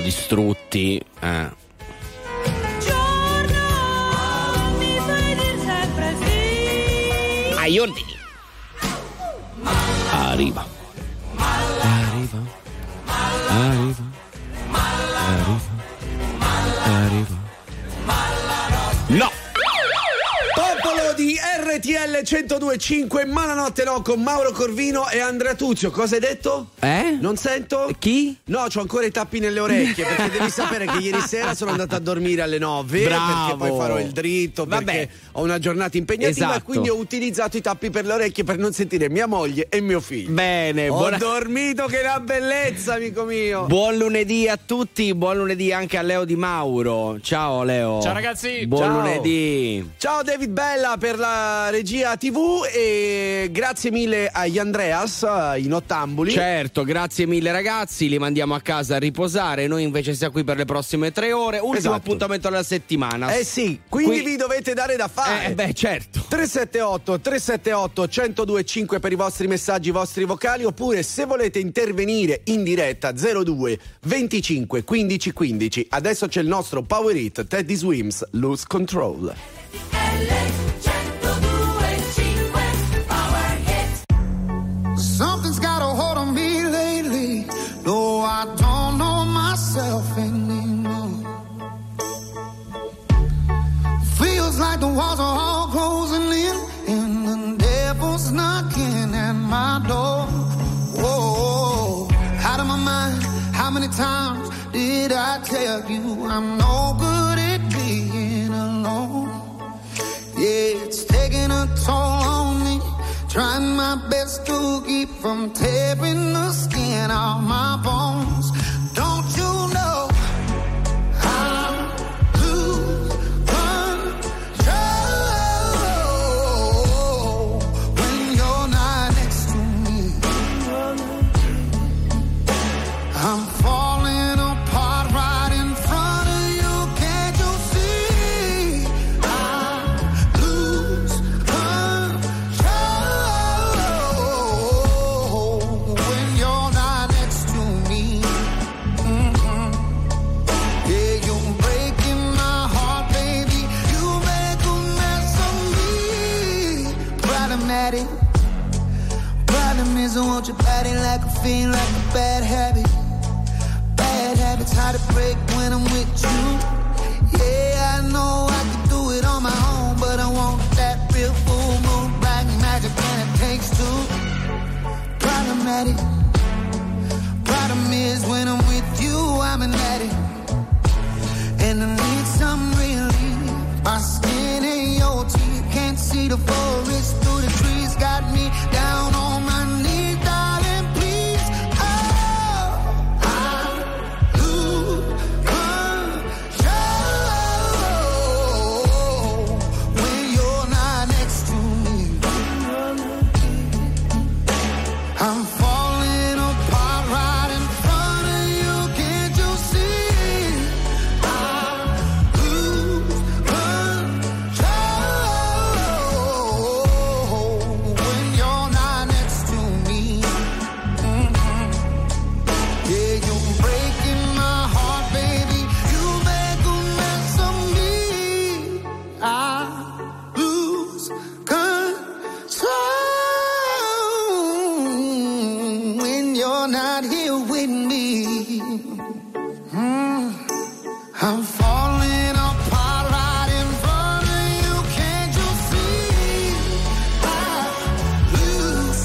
distrutti. Agli ordini. Arriva. No. Popolo di RTL 102.5, Malanotte no, con Mauro Corvino e Andrea Tuzio. Cosa hai detto? Non sento? Chi? No, c'ho ancora i tappi nelle orecchie, perché devi sapere che ieri sera sono andato a dormire alle 9. Bravo. Perché poi farò il dritto, perché Vabbè, ho una giornata impegnativa, esatto. e quindi ho utilizzato i tappi per le orecchie per non sentire mia moglie e mio figlio. Bene, Ho dormito che la bellezza, amico mio. Buon lunedì a tutti, buon lunedì anche a Leo Di Mauro. Ciao Leo. Ciao ragazzi. Buon Ciao. lunedì. Ciao David Bella per la regia TV e grazie mille agli Andreas, i nottambuli. Certo, grazie mille ragazzi, li mandiamo a casa a riposare, noi invece siamo qui per le prossime 3 ore, ultimo Esatto. appuntamento della settimana. Sì, quindi vi dovete dare da fare. Certo. 378 1025 per i vostri messaggi, i vostri vocali, oppure se volete intervenire in diretta 02 25 15 15. Adesso c'è il nostro Power Hit, Teddy Swims, Lose Control. Something's got a hold on me lately. No, I don't know myself anymore. Feels like the walls are all closing in, and the devil's knocking at my door. Whoa, out of my mind. How many times did I tell you I'm no good at being alone? Yeah, it's taking a toll on me. Trying my best to keep from tearing the skin off my bones. Don't you know I lose control when you're not next to me? I'm falling apart right in front of you. Can't you see? I lose control when you're not next to me. Yeah, you're breaking my heart, baby. You make a mess of me. Problematic. Problem is I want your body like a fiend, like a bad habit. Bad habits hard to break when I'm with you. Yeah, I know I can do it on my own, but I want that real full moon, black magic, and it takes two. Problematic. Problem is when I'm with you, I'm an addict, and I need some relief. My skin and your teeth, can't see the forest through the trees. Got me down on my knees, darling, please. Oh, I lose control when you're not next to me. I'm falling apart right in front of you. Can't you see? I lose control when you're not next to me. Yeah, you're breaking my heart, baby. You make a mess of me. I lose control when you're not here with me. I'm falling apart right in front of you. Can't you see? I lose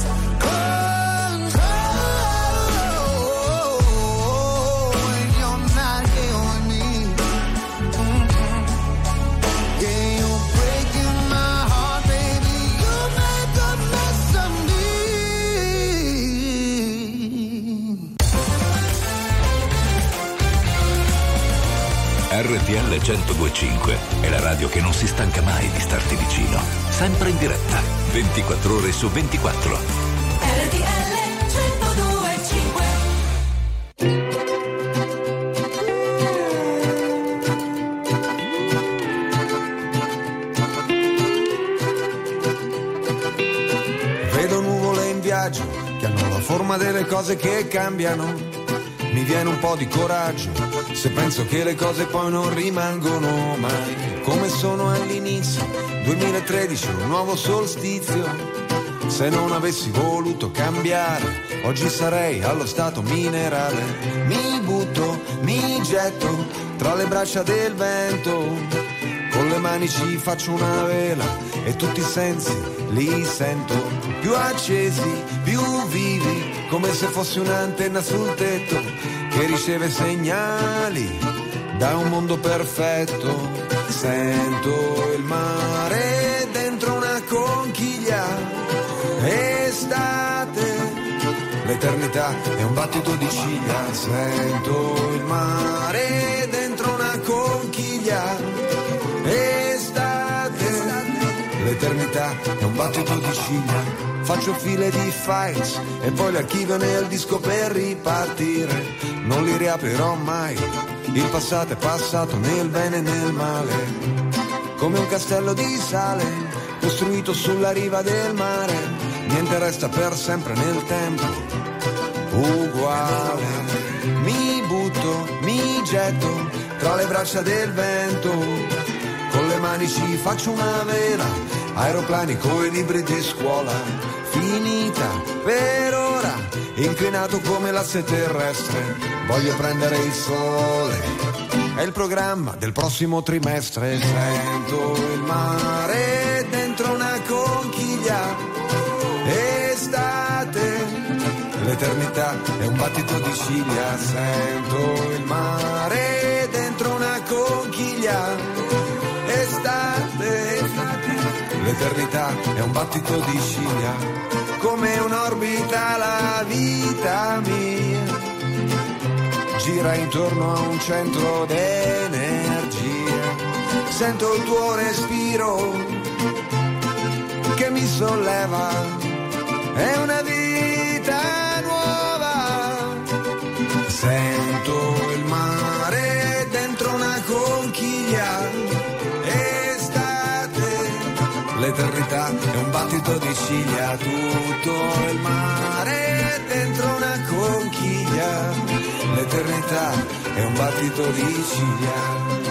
control when you're not here with me. Yeah, you're breaking my heart, baby. You make a mess of me. RTL 102.5 è la radio che non si stanca mai di starti vicino. Sempre in diretta, 24 ore su 24. RTL 102.5. Vedo nuvole in viaggio che hanno la forma delle cose che cambiano. mi viene un po' di coraggio se penso che le cose poi non rimangono mai come sono all'inizio. 2013, un nuovo solstizio. Se non avessi voluto cambiare, oggi sarei allo stato minerale. Mi butto, mi getto tra le braccia del vento. Con le mani ci faccio una vela e tutti i sensi li sento. Più accesi, più vivi, come se fossi un'antenna sul tetto che riceve segnali da un mondo perfetto. Sento il mare dentro una conchiglia. Estate, l'eternità è un battito di ciglia. Sento il mare dentro una conchiglia. Estate, l'eternità è un battito di ciglia. Faccio file di files e poi le archivio nel disco per ripartire. Non li riaprirò mai, il passato è passato nel bene e nel male. Come un castello di sale costruito sulla riva del mare. Niente resta per sempre nel tempo, uguale. Mi butto, mi getto tra le braccia del vento. Con le mani ci faccio una vela, aeroplani coi libri di scuola. Finita per ora, inclinato come l'asse terrestre. Voglio prendere il sole, è il programma del prossimo trimestre. Sento il mare dentro una conchiglia. Estate, l'eternità è un battito di ciglia. Sento il mare dentro una conchiglia. Estate, l'eternità è un battito di ciglia. Come un'orbita la vita mia gira intorno a un centro d'energia. Sento il tuo respiro che mi solleva. È una vita nuova. Sento il mare dentro una conchiglia. Estate, l'eternità è un battito di ciglia. Tutto il mare dentro una conchiglia. L'eternità è un battito di ciglia.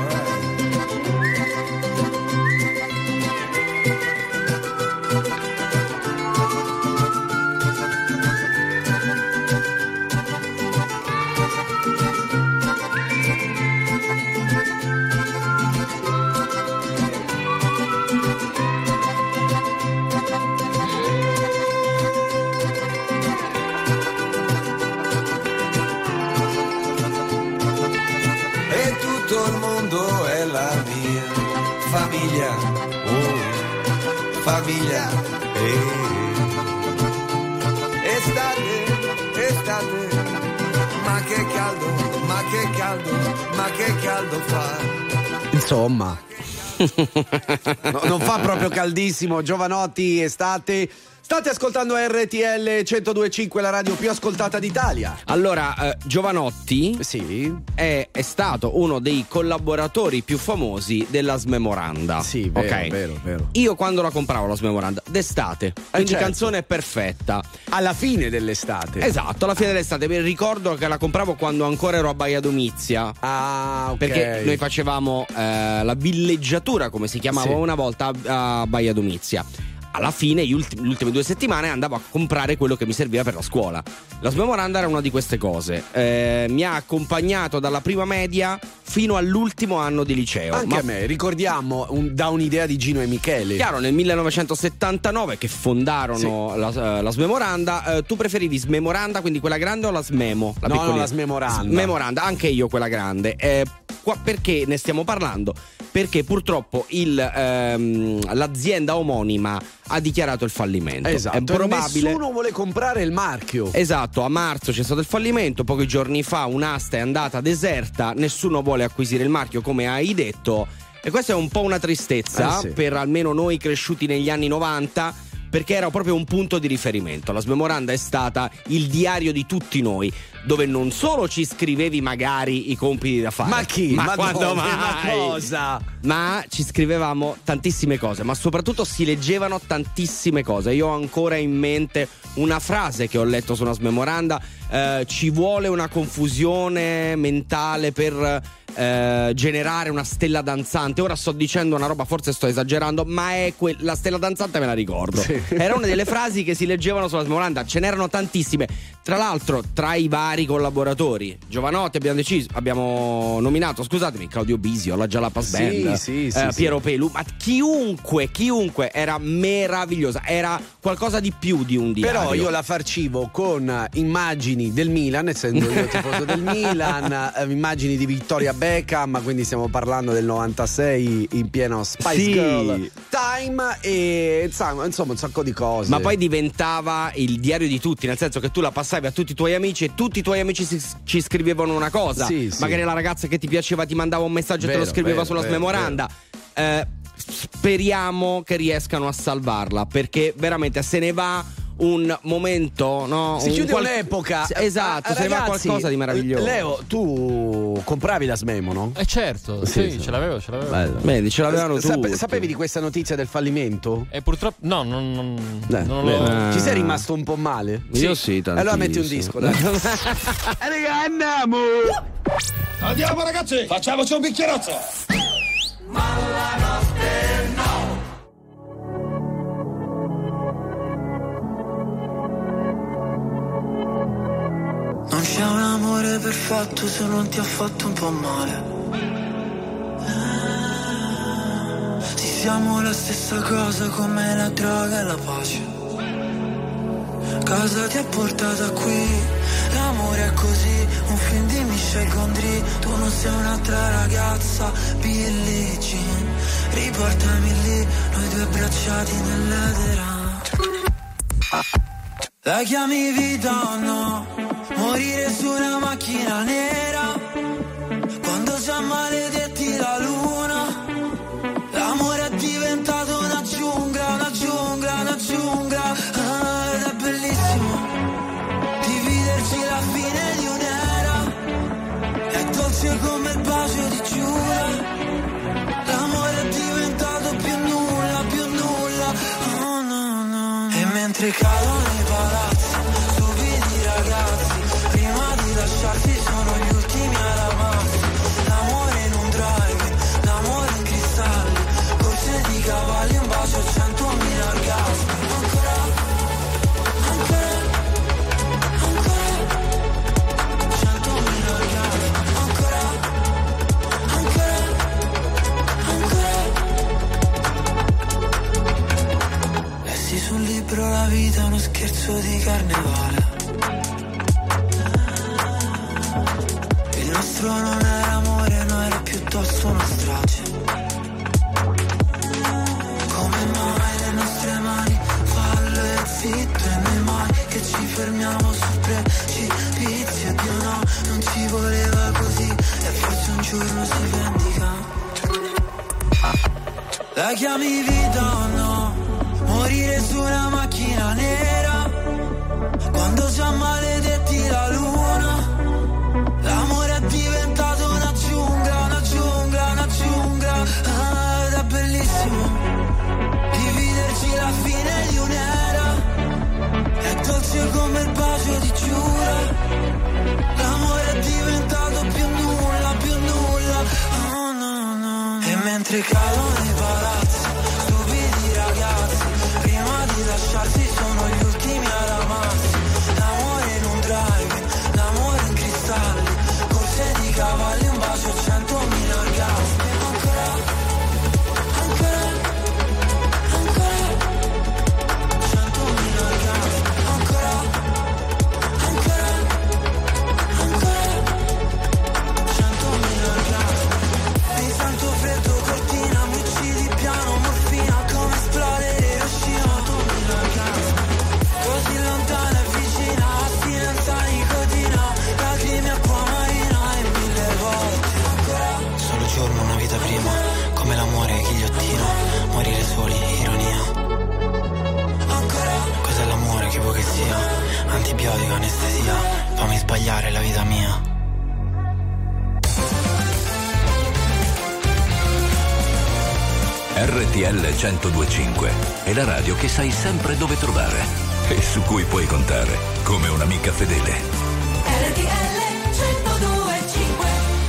Famiglia, oh, famiglia, estate, estate, ma che caldo, ma che caldo, ma che caldo fa. Insomma, no, non fa proprio caldissimo. Giovanotti, estate. State ascoltando RTL 102.5, la radio più ascoltata d'Italia. Allora, Giovanotti sì. è stato uno dei collaboratori più famosi della Smemoranda. Sì, vero, okay? vero. Io quando la compravo la Smemoranda? D'estate, quindi certo. Canzone perfetta. Alla fine dell'estate. Esatto, alla fine dell'estate. Mi ricordo che la compravo quando ancora ero a Baia Domizia. Ah, ok. Perché noi facevamo la villeggiatura, come si chiamava sì. una volta, a Baia Domizia. Alla fine, le ultime 2 settimane andavo a comprare quello che mi serviva per la scuola. La Smemoranda era una di queste cose. Mi ha accompagnato dalla prima media fino all'ultimo anno di liceo. Anche a me, ricordiamo, da un'idea di Gino e Michele. Chiaro, nel 1979 che fondarono la Smemoranda, tu preferivi Smemoranda, quindi quella grande, o la Smemo? La no, la Smemoranda. Smemoranda, anche io quella grande. Perché ne stiamo parlando? Perché purtroppo l'azienda omonima ha dichiarato il fallimento. Esatto, è probabile. Nessuno vuole comprare il marchio. Esatto, a marzo c'è stato il fallimento, pochi giorni fa un'asta è andata deserta, nessuno vuole acquisire il marchio, come hai detto, e questa è un po' una tristezza sì. per almeno noi cresciuti negli anni 90. perché era proprio un punto di riferimento. La Smemoranda è stata il diario di tutti noi, dove non solo ci scrivevi magari i compiti da fare, ma chi? Ma quando mai? Ma cosa? Ma ci scrivevamo tantissime cose, ma soprattutto si leggevano tantissime cose. Io ho ancora in mente una frase che ho letto su una Smemoranda: ci vuole una confusione mentale per generare una stella danzante. Ora sto dicendo una roba, forse sto esagerando, ma è la stella danzante, me la ricordo. Sì. Era una delle frasi che si leggevano sulla Smemoranda. Ce n'erano tantissime. Tra l'altro, tra i vari collaboratori, Giovanotti abbiamo nominato, scusatemi, Claudio Bisio, la Jalapas Band, sì, Piero Pelu, ma chiunque era meravigliosa, era qualcosa di più di un diario. Però io la farcivo con immagini del Milan, essendo io tifoso del Milan, immagini di Victoria Beckham, quindi stiamo parlando del 96 in pieno Spice Girl time, e insomma un sacco di cose. Ma poi diventava il diario di tutti, nel senso che tu la passavi a tutti i tuoi amici e tutti i tuoi amici ci scrivevano una cosa. Magari la ragazza che ti piaceva ti mandava un messaggio e te lo scriveva sulla Smemoranda. Speriamo che riescano a salvarla, perché veramente se ne va un momento, no? Si chiude un'epoca. Esatto, se ne va qualcosa di meraviglioso. Leo, tu compravi la Smemo, no? Certo, sì, ce l'avevo. Bello. Vedi, ce l'avevano tutti. Sapevi di questa notizia del fallimento? Purtroppo no, non Ci sei rimasto un po' male? Io sì, tantissimo. Allora metti un disco, dai. Raga, Andiamo ragazzi, facciamoci un bicchierozzo. Ma la notte no. Non c'è un amore perfetto se non ti ha fatto un po' male. Sì, siamo la stessa cosa come la droga e la pace. Cosa ti ha portato qui? L'amore è così, un film di Michel Gondry. Tu non sei un'altra ragazza, Billie Jean. Riportami lì, noi due abbracciati nell'edera. La chiami vita o no? Morire su una macchina nera, quando già maledetti la luna. L'amore è diventato una giungla, una giungla, una giungla. Ed è bellissimo dividerci la fine di un'era. È dolce come il bacio di Giura. L'amore è diventato più nulla, più nulla. Oh no, no. E mentre cadono i palazzi, stupidi ragazzi, prima di lasciarsi sono gli ultimi ad amarsi. L'amore in un drive, l'amore in cristalli, corse di cavalli, un bacio, 100.000 orgasmi. Ancora, ancora, ancora, 100.000 orgasmi. Ancora, ancora, ancora. Lessi sul libro La vita è uno scherzo di carnevale. Il nostro non era amore, no, era piuttosto una strage. Come mai le nostre mani, fallo e zitto, e noi mai che ci fermiamo sul precipizio. Dio no, non ci voleva così, e forse un giorno si vendica. La chiami vita o no? Morire su una macchina nera, quando già maledetti la luna. L'amore è diventato una giungla, una giungla, una giungla. Ed è bellissimo dividerci la fine di un'era. È dolce come il bacio di Giura. L'amore è diventato più nulla, più nulla. Oh no, no. E mentre cadono i palazzi, stupidi anestesia, fammi sbagliare la vita mia. RTL 102.5 è la radio che sai sempre dove trovare e su cui puoi contare come un'amica fedele. RTL 102.5.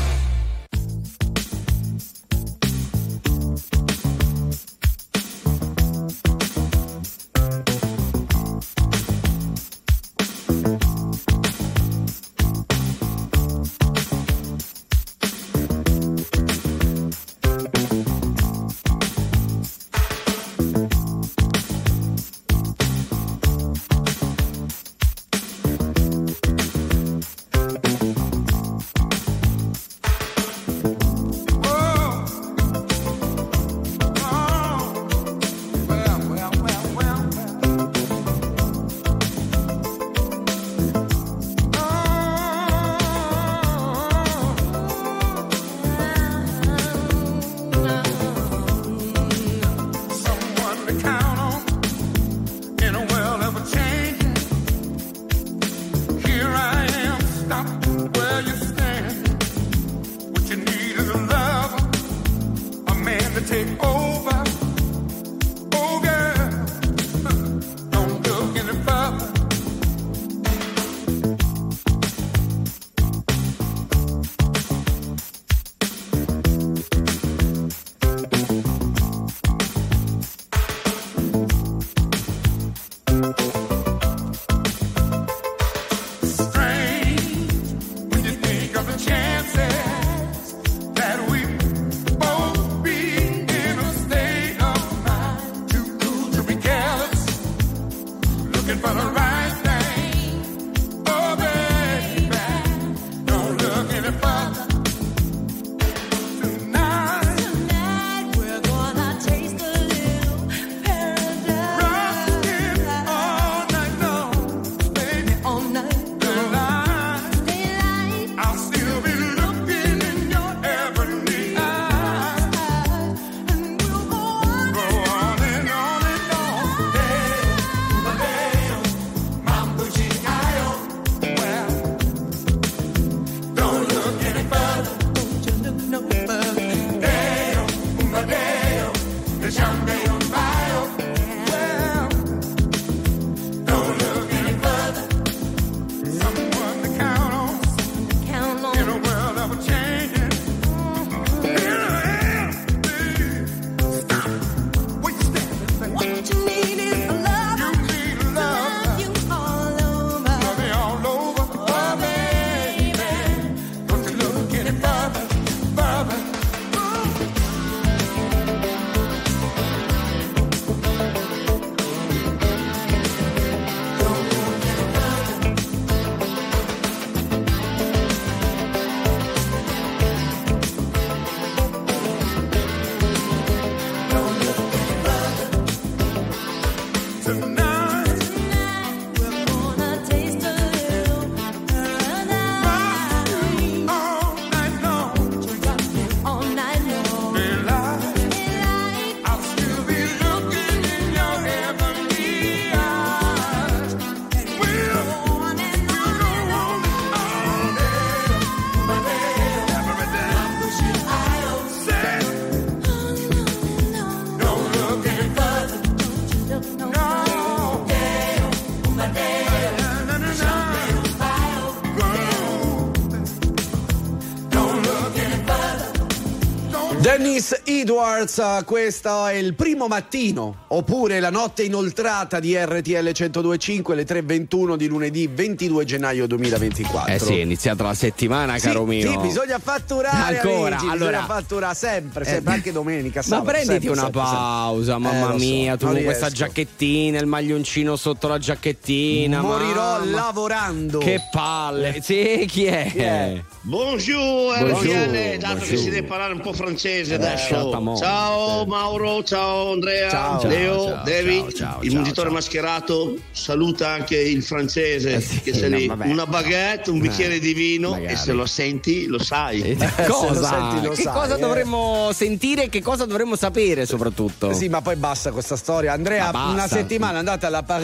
Dennis Edwards, questo è il primo mattino, oppure la notte inoltrata di RTL 102.5, le 3:21 di lunedì 22 gennaio 2024. Eh sì, è iniziata la settimana, caro mio. Sì, bisogna fatturare ancora, amici, allora, bisogna fatturare sempre, anche domenica, sabato. Ma prenditi sempre, una pausa, mamma mia, tu con questa giacchettina, il maglioncino sotto la giacchettina. Morirò lavorando. Che palle. Sì, chi è? Chi è? Bonjour, RTL, dato che si deve parlare un po' francese adesso. Ciao Mauro, ciao Andrea, ciao, Leo, ciao, David, ciao, il mungitore mascherato saluta anche il francese che c'è lì. Una baguette, un bicchiere di vino magari. E se lo senti lo sai. Cosa? Cosa dovremmo sentire e che cosa dovremmo sapere soprattutto? Sì, ma poi basta questa storia. Andrea, una settimana andate alla Paris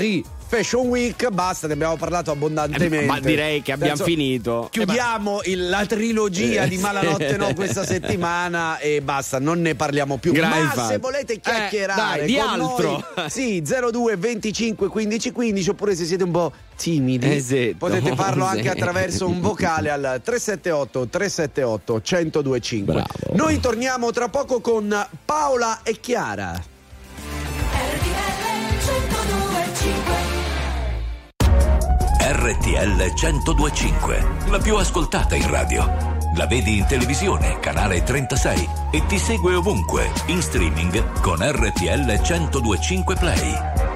Fashion Week, basta, ne abbiamo parlato abbondantemente. Ma direi che abbiamo finito. Chiudiamo la trilogia di Malanotte No questa settimana e basta, non ne parliamo più. Ma se volete chiacchierare di con altro, noi, sì, 02 25 15 15, oppure se siete un po' timidi, potete farlo anche attraverso un vocale al 378 378 1025. Bravo. Noi torniamo tra poco con Paola e Chiara. RTL 102.5, la più ascoltata in radio. La vedi in televisione, canale 36, e ti segue ovunque, in streaming con RTL 102.5 Play.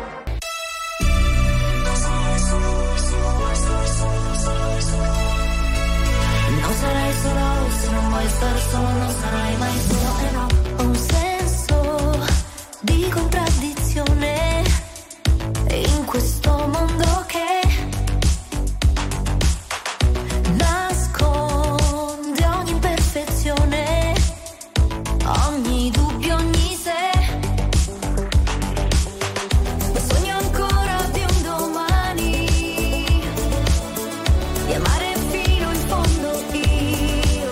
Non sarai solo se non vuoi star solo, non sarai mai solo e no. Ho un senso di contraddizione in questo mondo che nasconde ogni imperfezione, ogni dubbio, ogni se. Ma sogno ancora di un domani, di amare fino in fondo io,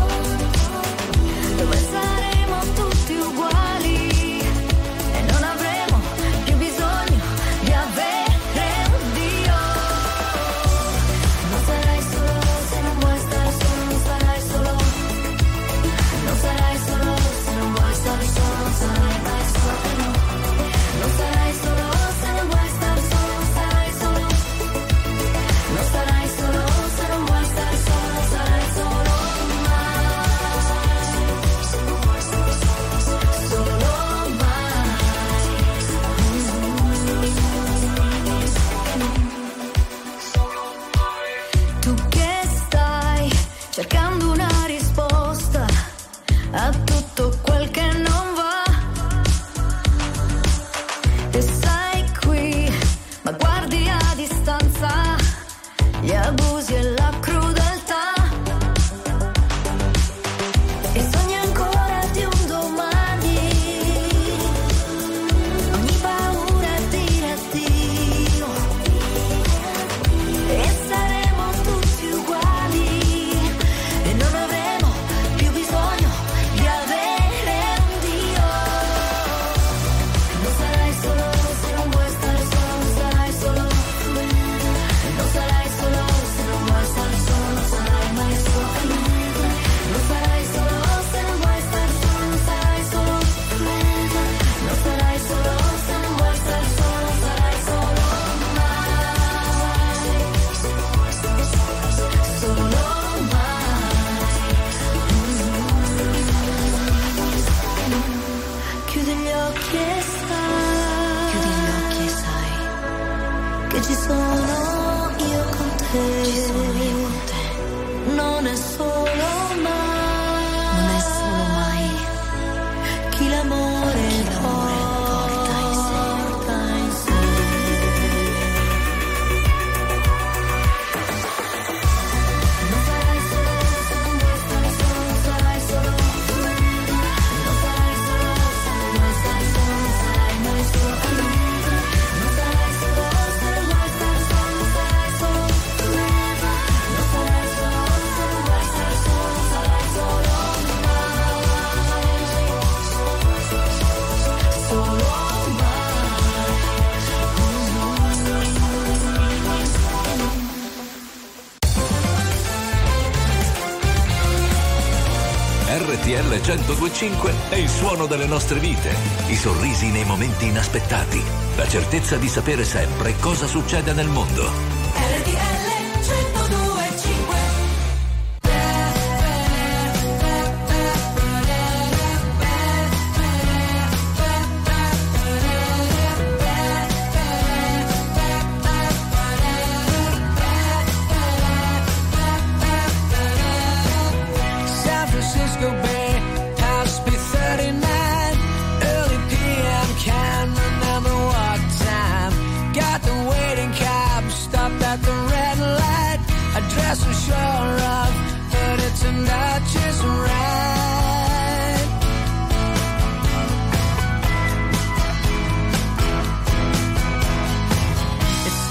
dove saremo tutti uguali e non avremo più bisogno di avere un Dio. Non sarai solo se non vuoi stare solo, non sarai solo. Non sarai solo se non vuoi stare solo, non sarai mai solo e no. Non sarai solo se non vuoi stare solo, non sarai solo. Non sarai solo se non vuoi stare solo, non sarai solo mai. Solo mai. Tu che stai cercando una risposta a tutto quel che non va, e sei qui ma guardi a distanza gli abusi e la crudeltà, e sogni ancora di un domani, ogni paura è dire addio, e saremo tutti uguali e non avremo più bisogno di avere un Dio. Non sarai solo se non vuoi stare solo, non sarai solo. Non sarai solo se non vuoi stare solo, non sarai mai solo. Non sarai solo se non vuoi stare solo, non sarai solo. Non sarai solo se non vuoi stare solo, non sarai solo mai. Solo mai. Chiudi gli occhi e sai. Chiudi gli occhi e sai che ci sono io con te. Ci sono io con te. Non è solo mai. Non è solo mai. Chi l'amore porta in sé. Non sarai solo se non vuoi stare solo, non sarai solo. Non sarai solo se non vuoi stare solo, non sarai mai solo. Non sarai solo se non vuoi stare solo, non sarai solo. Non sarai solo se non vuoi stare solo, non sarai solo mai. Solo mai. RTL 102.5 è il suono delle nostre vite, i sorrisi nei momenti inaspettati, la certezza di sapere sempre cosa succede nel mondo. RTL 102.5. San Francisco Bay, house be 39, early PM, can't remember what time. Got the waiting cab, stopped at the red light. Address was sure of, but it turned out just right. It's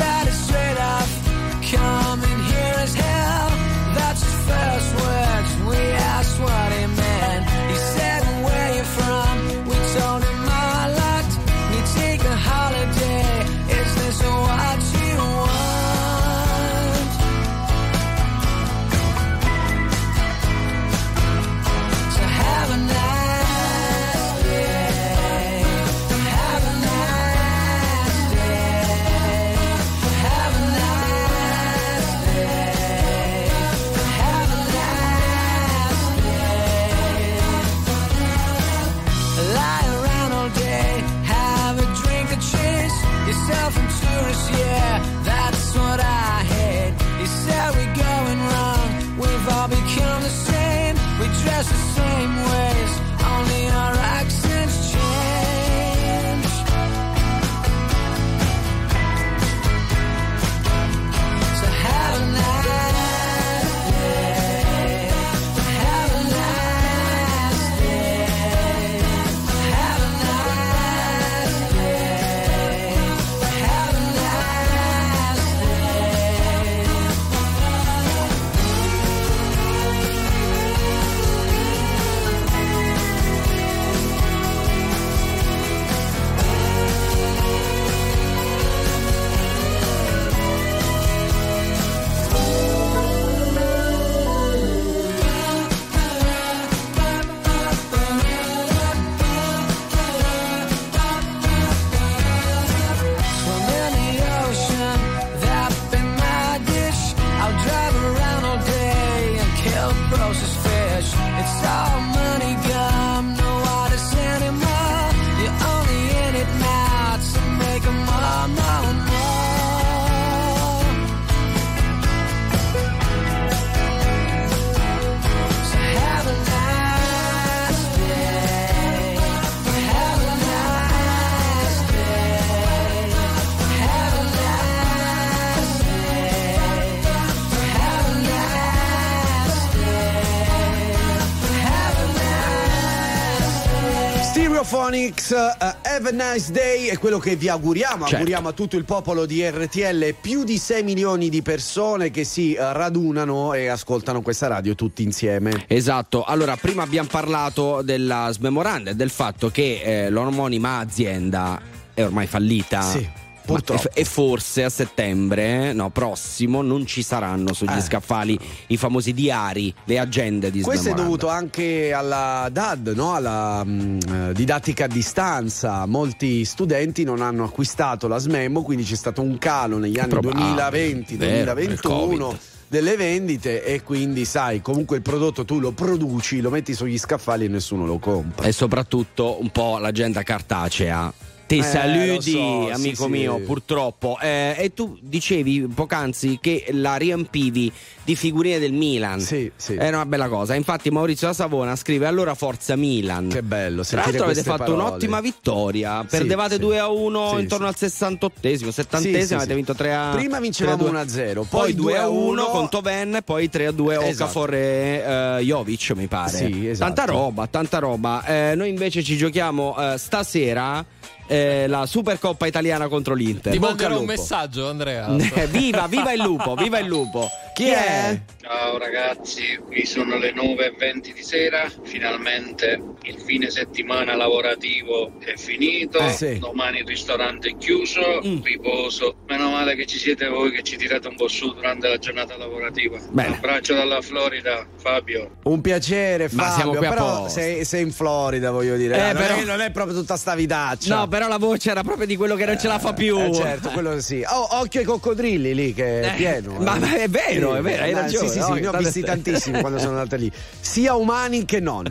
Stereophonics, Have a Nice Day è quello che vi auguriamo. Certo. Auguriamo a tutto il popolo di RTL, più di 6 milioni di persone che si radunano e ascoltano questa radio tutti insieme. Esatto, allora prima abbiamo parlato della smemoranda e del fatto che l'omonima azienda è ormai fallita. Sì. Purtroppo. E forse a settembre, prossimo, non ci saranno sugli scaffali i famosi diari, le agende di Questo è smemoranda. dovuto anche alla DAD, no? Alla didattica a distanza. Molti studenti non hanno acquistato la smemo, quindi c'è stato un calo negli anni 2020-2021 delle vendite, e quindi sai, comunque il prodotto tu lo produci, lo metti sugli scaffali e nessuno lo compra. E soprattutto un po' l'agenda cartacea. Ti saluti, so, amico sì, mio, purtroppo. E tu dicevi poc'anzi che la riempivi di figurine del Milan. Sì. È una bella cosa. Infatti Maurizio da Savona scrive: allora forza Milan. Che bello. Tra l'altro avete fatto parole. un'ottima vittoria. Perdevate 2-1 intorno al 68esimo, 70esimo, avete vinto 3-1. Prima vincevamo 1-0, poi 2-1 con Toven, poi 3-2 Okafor e Jovic, mi pare. Sì, esatto. Tanta roba. Noi invece ci giochiamo stasera la Supercoppa italiana contro l'Inter. Ti manderò un messaggio, Andrea. Viva il lupo, viva il lupo. Chi è? Ciao ragazzi, qui sono le 9:20 di sera, finalmente il fine settimana lavorativo è finito, domani il ristorante è chiuso, riposo, meno male che ci siete voi che ci tirate un po' su durante la giornata lavorativa. Bene. Un abbraccio dalla Florida, Fabio. Un piacere, Fabio. Ma siamo qui però sei in Florida, voglio dire. Però non è proprio tutta sta vitaccia. No, però la voce era proprio di quello che non ce la fa più. Certo, quello sì. Occhio ai coccodrilli lì, che è pieno. Ma è vero, hai ragione. Sì, ne ho visti tantissimi quando sono andata lì, sia umani che non.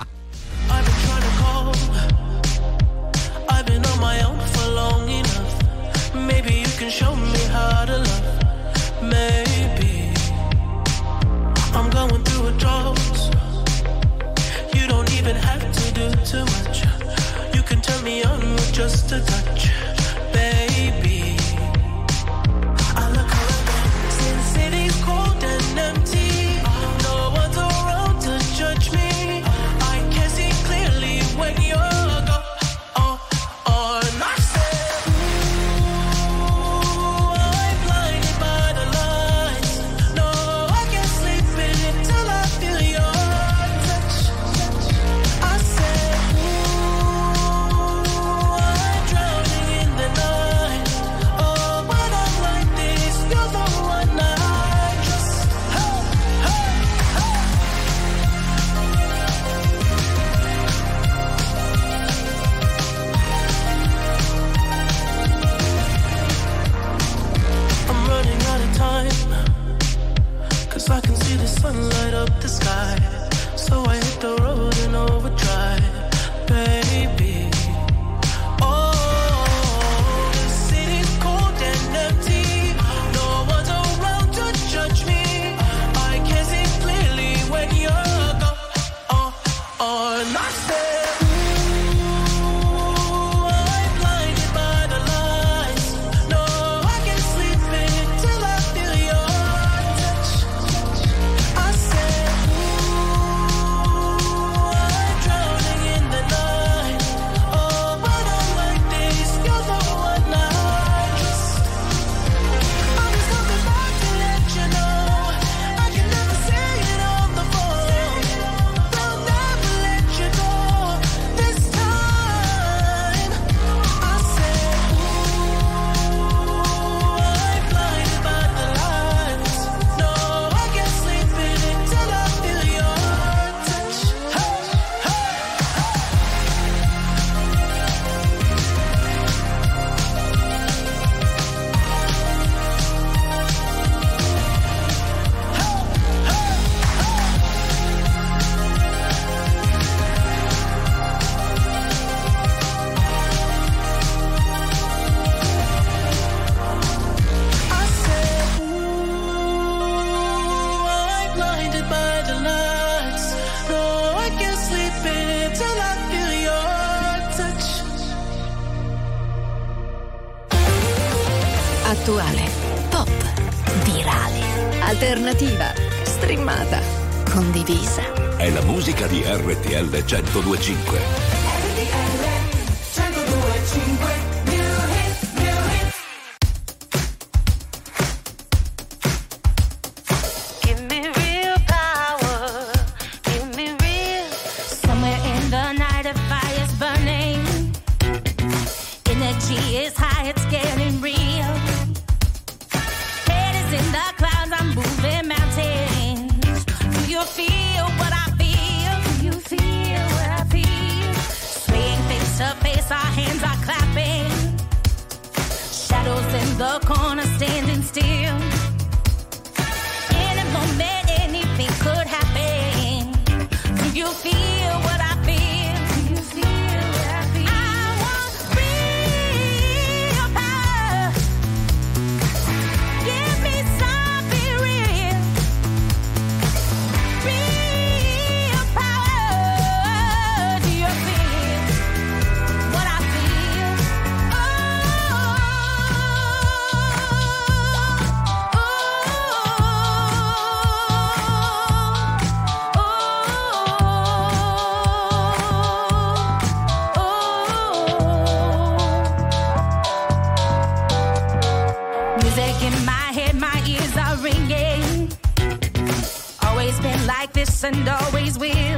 I've been on my own for long enough. Maybe you can show me how to love. Maybe I'm going through a drought. You don't even have to do too much. You can turn me on with just a touch, baby. I look around, since city's cold and empty. No one's around to judge me. I can see clearly when you're gone. And I said, ooh, I'm blinded by the lights. No, I can't sleep until I feel your touch. I said, ooh, I'm drowning in the night. Oh, when I'm like this, you're the one I trust. Hey, hey, hey. I'm running out of time, 'cause I can see the sun light up the sky. So I hit the road in overdrive, baby. Oh, the city's cold and empty. No one's around to judge me. I can see clearly when you're gone. And I said, ooh, I'm blinded by the lights. No, I can't sleep until I feel your touch. I said, ooh, I'm drowning in the night. Oh, when I'm like this, you're the one I trust. I'm just coming back to let you know I can never say it on the phone. They'll never let you go this time. I said, ooh, I'm blinded by the lights. No, I can't sleep until I feel your touch. Hey, hey, I said, ooh, I'm blinded by the lights. No, I can't sleep until I feel your touch. Attuale, pop, virale, alternativa, streamata, condivisa. È la musica di RTL 102.5. it's getting real. Head is in the clouds, I'm moving mountains. Do you feel what I feel? Do you feel what I feel? Swaying face to face, our hands are clapping. Shadows in the corner standing still. Any moment, anything could happen. Do you feel what I feel? Do you feel what I feel? I want real power. Give me something real. Real power. Do you feel what I feel? Music in my head, my ears are ringing. Always been like this and always will.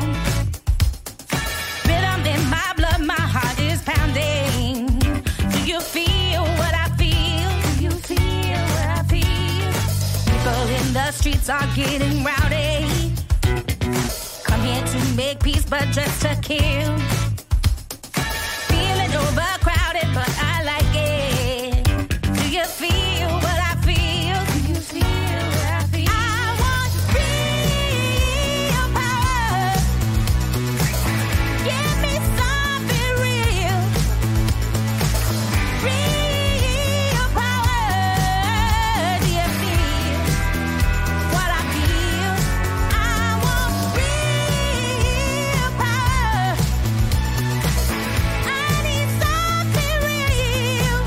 Rhythm in my blood, my heart is pounding. Do you feel what I feel? Do you feel what I feel? People in the streets are getting rowdy. Come here to make peace, but just to kill. Feeling overcrowded, but I like it. Do you feel what I feel? Do you feel what I feel? I want real power. Give me something real. Real power. Do you feel what I feel? I want real power. I need something real.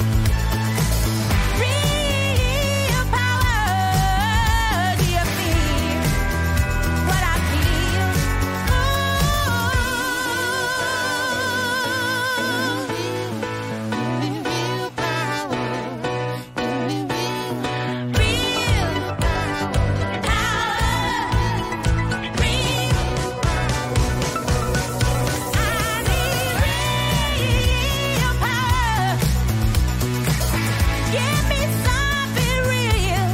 Real power. Do you feel what I feel? Real power. Real real power. Give me something real.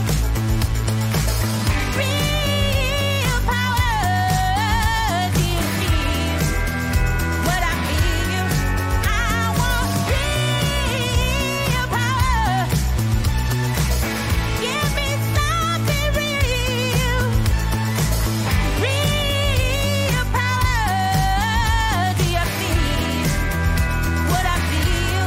Real power. Do you feel what I feel? I want real power. Give me something real. Real power. Do you feel what I feel?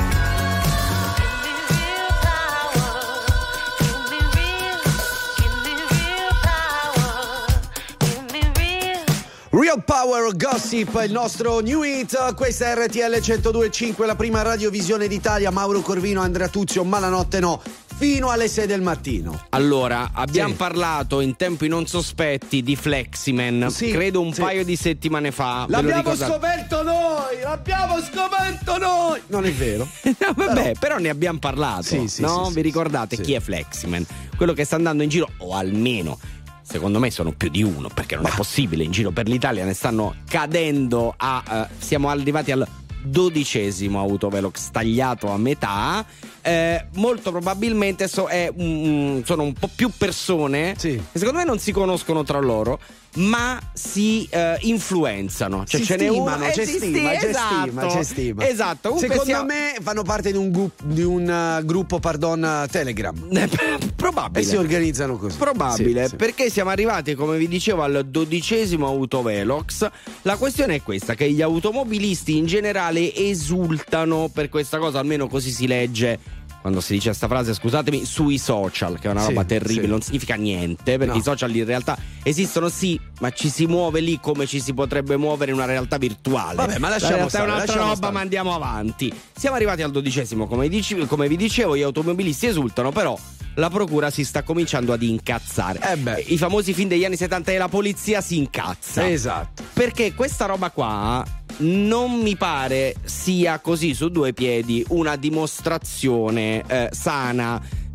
Real Power Gossip, il nostro new hit. Questa è RTL 102.5, la prima radiovisione d'Italia. Mauro Corvino, Andrea Tuzio, ma la notte no, fino alle 6 del mattino. Allora, abbiamo parlato in tempi non sospetti di Fleximan, credo un paio di settimane fa. L'abbiamo scoperto noi! L'abbiamo scoperto noi! Non è vero? No, vabbè, però ne abbiamo parlato. Sì, no? sì, Vi ricordate chi è Fleximan? Quello che sta andando in giro, o almeno secondo me sono più di uno, perché non è possibile, in giro per l'Italia ne stanno cadendo siamo arrivati al 12° autovelox tagliato a metà. Molto probabilmente sono un po' più persone che secondo me non si conoscono tra loro, ma si influenzano, cioè ce n'è uno c'è stima. Esatto. Secondo me fanno parte di un gruppo Telegram. Probabile. E si organizzano così. Probabile, perché siamo arrivati, come vi dicevo, al 12° autovelox. La questione è questa, che gli automobilisti in generale esultano per questa cosa, almeno così si legge quando si dice questa frase, scusatemi, sui social, che è una roba terribile, non significa niente, perché i social in realtà esistono, ma ci si muove lì come ci si potrebbe muovere in una realtà virtuale. Vabbè, ma lasciamo stare, è un'altra roba, ma andiamo avanti. Siamo arrivati al 12°, come vi dicevo, gli automobilisti esultano, però la procura si sta cominciando ad incazzare. I famosi film degli anni 70 e la polizia si incazza. Esatto. Perché questa roba qua non mi pare sia così su due piedi una dimostrazione sana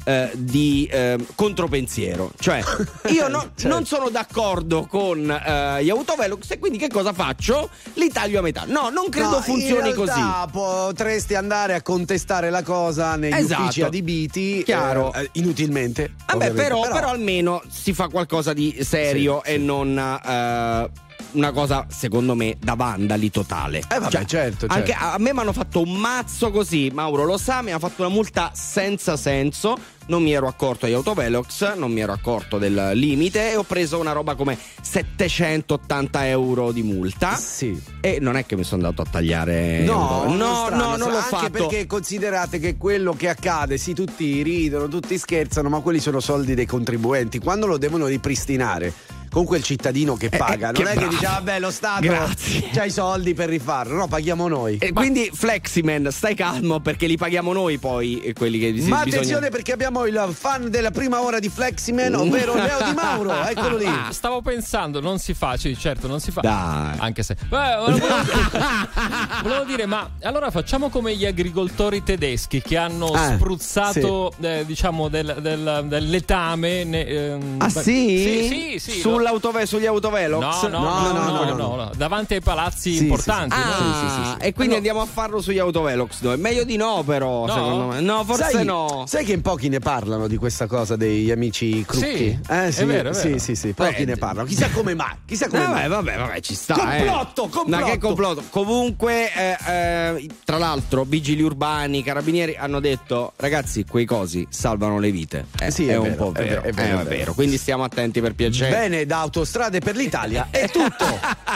di contropensiero. Cioè, io non sono d'accordo con gli autovelox e quindi che cosa faccio? Li taglio a metà. No, non credo funzioni in realtà così. Potresti andare a contestare la cosa negli uffici adibiti. Chiaro. Inutilmente. Vabbè, però almeno si fa qualcosa di serio e non una cosa, secondo me, da vandali totale. Vabbè, certo. Anche a me mi hanno fatto un mazzo così, Mauro lo sa, mi ha fatto una multa senza senso. Non mi ero accorto agli autovelox, non mi ero accorto del limite e ho preso una roba come 780 euro di multa. Sì. E non è che mi sono andato a tagliare. No, non l'ho anche fatto. Perché considerate che quello che accade, sì, tutti ridono, tutti scherzano, ma quelli sono soldi dei contribuenti. Quando lo devono ripristinare con quel cittadino che paga, non è che dice vabbè, lo Stato c'ha i soldi per rifarlo, no, paghiamo noi. E quindi Fleximan, stai calmo perché li paghiamo noi poi quelli che Ma attenzione perché abbiamo il fan della prima ora di Fleximan, ovvero Leo Di Mauro, eccolo lì. Stavo pensando, non si fa, certo, non si fa. Dai. Anche se volevo dire, ma allora facciamo come gli agricoltori tedeschi che hanno spruzzato diciamo del letame sì? Sì, sugli autovelox? No, davanti ai palazzi importanti. Sì. E quindi andiamo a farlo sugli autovelox noi. Meglio di no, però, secondo me. No, forse no. Sai che in pochi ne parlano di questa cosa degli amici Crucchi? Sì, è vero. Sì, pochi ne parlano. Chissà come mai. Vabbè, ci sta. Complotto. Ma che complotto? Comunque, tra l'altro, vigili urbani, carabinieri hanno detto: ragazzi, quei cosi salvano le vite. Sì, è è un vero, po' vero. è vero. Quindi stiamo attenti per piacere. Bene, da Autostrade per l'Italia è tutto.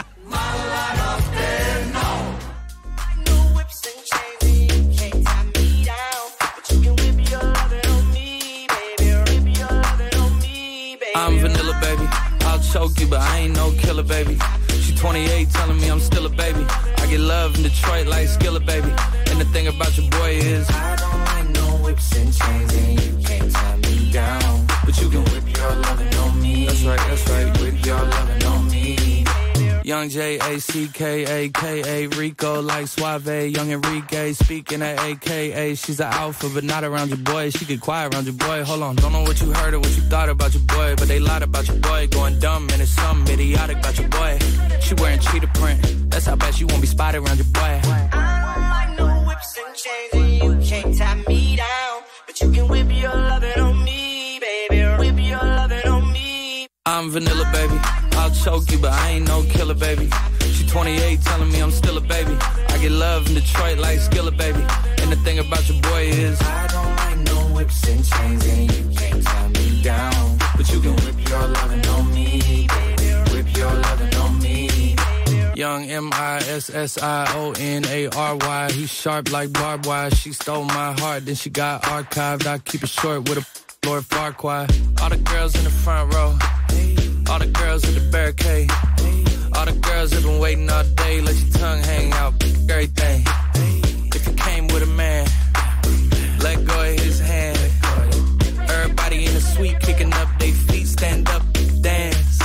I'm vanilla, baby. I'll choke you, but I ain't no killer, baby. She 28, telling me I'm still a baby. I get love in Detroit like Skillet, baby. And the thing about your boy is I don't like no whips and chains, and you can't tie me down. But you can whip your lovin' on me. That's right, whip your lovin' on me. Young J-A-C-K-A-K-A Rico like Suave, young Enrique speaking at AKA. She's an alpha but not around your boy. She get quiet around your boy. Hold on, don't know what you heard or what you thought about your boy, but they lied about your boy. Going dumb and it's something idiotic about your boy. She wearing cheetah print, that's how bad she won't be spotted around your boy. I don't like no whips and chains, and you can't tie me down, but you can whip your lovin' on me, baby. Whip your lovin' on me. I'm vanilla, baby. I'll choke you, but I ain't no killer, baby. She 28, telling me I'm still a baby. I get love in Detroit like Skillet, baby. And the thing about your boy is I don't like no whips and chains, and you can't tie me down, but you can whip your lovin' on me, baby. Whip your lovin' on me. Young M-I-S-S-I-O-N-A-R-Y. He's sharp like barbed wire. She stole my heart, then she got archived. I keep it short with a Lord Farquaad. All the girls in the front row, all the girls at the barricade, all the girls have been waiting all day. Let your tongue hang out, everything. If you came with a man, let go of his hand. Everybody in the suite kicking up their feet, stand up, dance.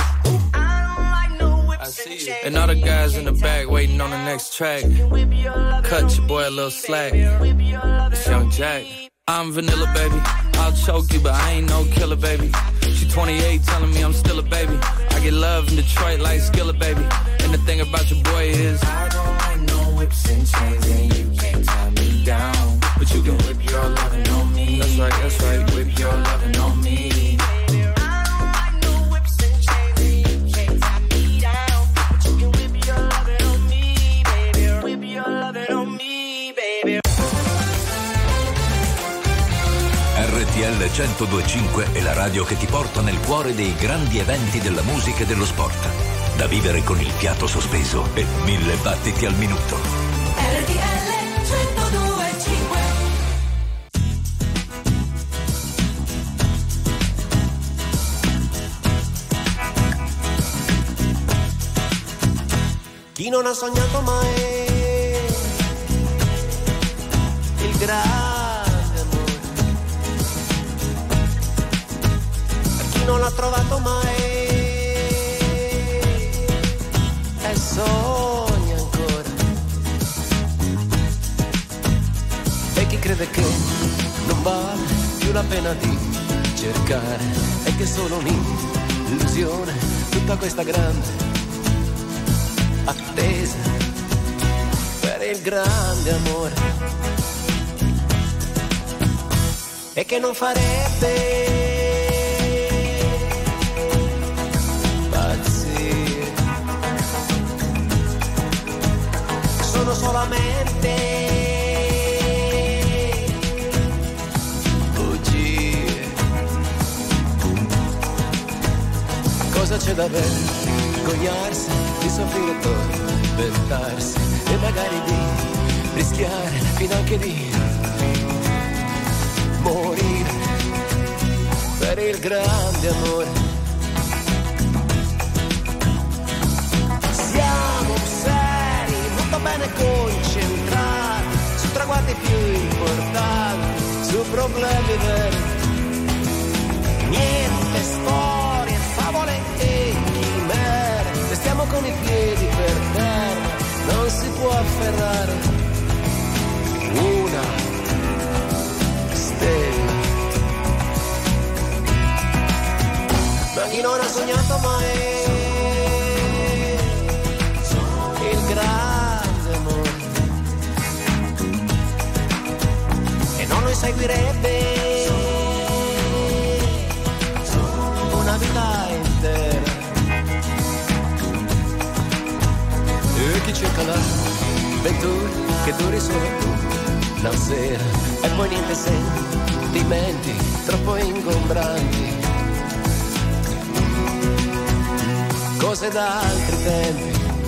I see you. And all the guys in the back waiting on the next track. Cut your boy a little slack. It's Young Jack. I'm vanilla, baby. I'll choke you, but I ain't no killer, baby. She 28, telling me I'm still a baby. I get love in Detroit like Skillet, baby. And the thing about your boy is I don't like no whips and chains, and you can't tie me down, but you can whip your lovin' on me. That's right, whip your lovin' on me. RTL 102.5 è la radio che ti porta nel cuore dei grandi eventi della musica e dello sport. Da vivere con il fiato sospeso e 1000 battiti al minuto. RTL 102.5. Chi non ha sognato mai il grande amore, per chi non l'ha trovato mai e sogna ancora, e chi crede che non vale più la pena di cercare, è che solo un'illusione, tutta questa grande attesa per il grande amore, e che non farebbe pazzire. Sono solamente bugie. Cosa c'è da vergognarsi di soffrire, tormentarsi e magari di rischiare fino anche di morire per il grande amore. Siamo seri, molto bene concentrati su traguardi più importanti, su problemi veri. Niente storie, favole e chimere, restiamo con i piedi per terra, non si può afferrare una stella. Ma chi non ha sognato mai il grande amore e non lo inseguirebbe una vita intera. E chi cerca l'avventura che duri solo una sera e poi niente sentimenti troppo ingombranti, cose da altri tempi.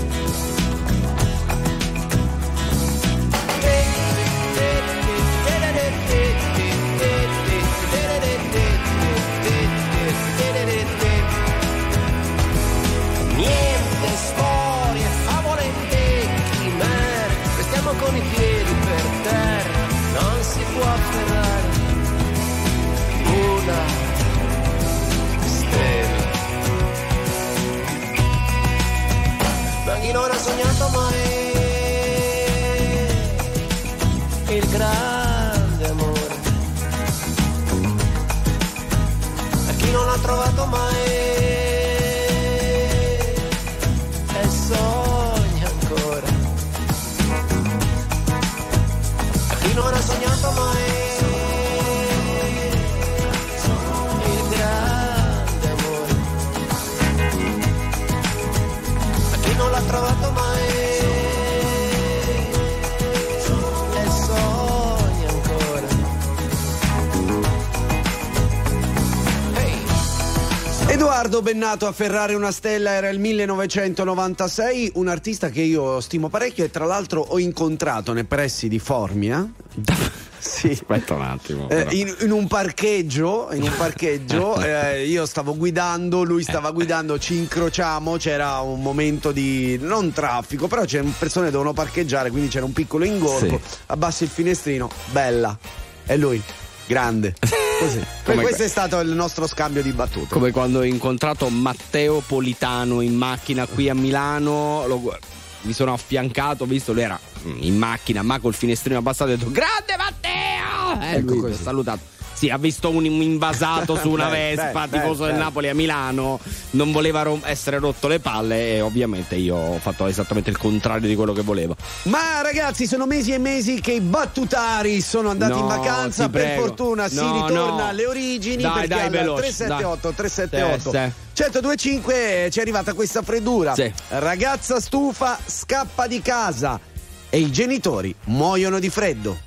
Niente storie, favole e chimere, restiamo con i piedi per terra, non si può afferrare una stella. Ma chi non ha sognato mai il grande amore, a chi non l'ha trovato mai e sogna ancora, a chi non ha sognato mai il grande amore, a chi non l'ha trovato mai e sogna ancora. Edoardo Bennato, Afferrare una stella, era il 1996, un artista che io stimo parecchio e tra l'altro ho incontrato nei pressi di Formia. Sì. Aspetta un attimo. In un parcheggio, io stavo guidando, lui stava guidando, ci incrociamo, c'era un momento di non traffico, però c'erano persone che dovevano parcheggiare, quindi c'era un piccolo ingorgo, sì. Abbassi il finestrino, bella, e lui, grande. Così. Questo è stato il nostro scambio di battute. Come quando ho incontrato Matteo Politano in macchina qui a Milano, mi sono affiancato, visto lui era in macchina ma col finestrino abbassato, ho detto grande Matteo, ecco, lui ha salutato. Sì, ha visto un invasato su una Vespa, tifoso del Napoli a Milano, non voleva essere rotto le palle e ovviamente io ho fatto esattamente il contrario di quello che volevo. Ma ragazzi, sono mesi e mesi che i battutari sono andati in vacanza, per fortuna si ritorna alle origini, perché al 378 1025 ci è arrivata questa freddura. Sì. Ragazza stufa scappa di casa e i genitori muoiono di freddo.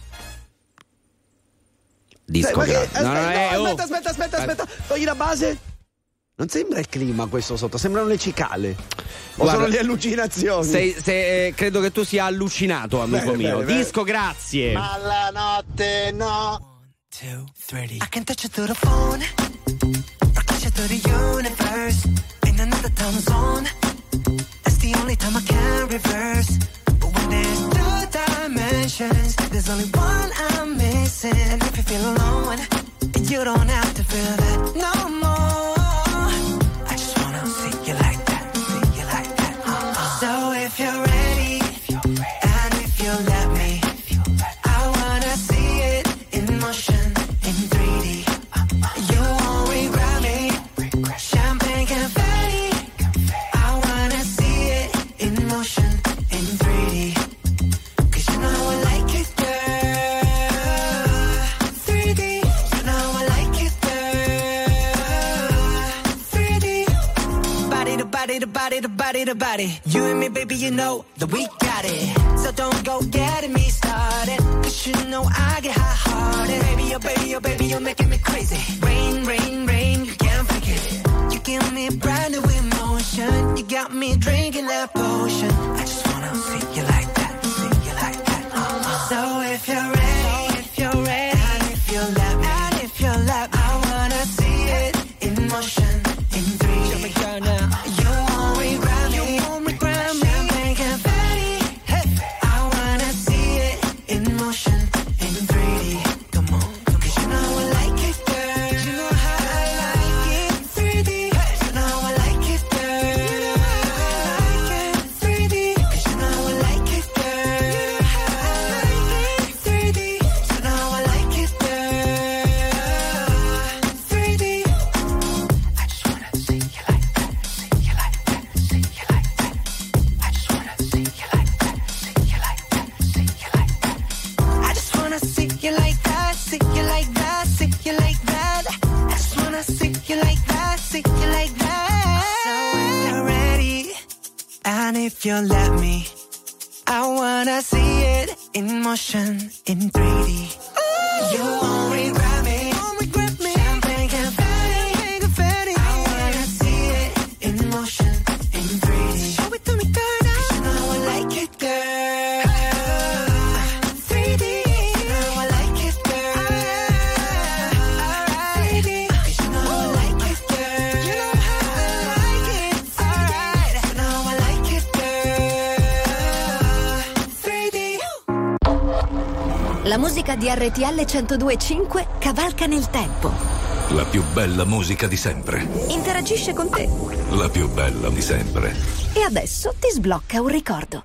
Aspetta, togli la base. Non sembra il clima questo sotto, sembrano le cicale. O sono le allucinazioni? Credo che tu sia allucinato, amico mio. Disco, grazie. Ma la notte no. 1, 2, 3. I can touch you through the phone, or touch you through the universe, in another time zone. That's the only time I can reverse. But when there's 2 dimensions, there's only one I'm missing. And if you feel alone, you don't have to feel that no more. I just wanna see you like that, So if you're ready, and if you let me, I wanna see it in motion, in 3D. body, the body, the body, the body. You and me, baby, you know that we got it. So don't go getting me started, 'cause you know I get hot-hearted. Baby, oh baby, oh baby, you're making me crazy. Rain, rain, rain, you can't fake it. You give me brand new emotion. You got me drinking that potion. I just wanna see you like that, see you like that. So if you're ready, if you're ready, and if you let me, and if you let me, I wanna see it in motion, in 3D. Show me girl now. You won't regret me, you won't regret me. Champagne confetti, hey. I wanna see it in motion, in 3D. Come on, 'cause you know I like it, girl. You know how I like it in 3D. Hey. You know I like it, girl. You know how I like it in 3D. 'Cause you know I like it, girl. You know how I like it in 3D. You know I like it, girl. 3D. I just wanna see you like that, see you like that, see you like that. I just wanna see you like that, see you like that, see you like that. I just wanna see you like that, see you like that, see you like that. I just wanna see you like that, see you like that. So if you're ready, and if you let me, I wanna see it in motion, in 3D. You won't regret me, won't regret me. Champagne confetti, confetti. I wanna see it in motion, in 3D. Show it to me, girl, now. 'Cause you know I like it, girl. 3D. You know I like it, girl. 3D. 'Cause you know I like it, girl. You know how I like it. Alright. You know I like it, girl. 3D. La musica di RTL 102.5 cavalca nel tempo. La più bella musica di sempre. Interagisce con te. La più bella di sempre. E adesso ti sblocca un ricordo.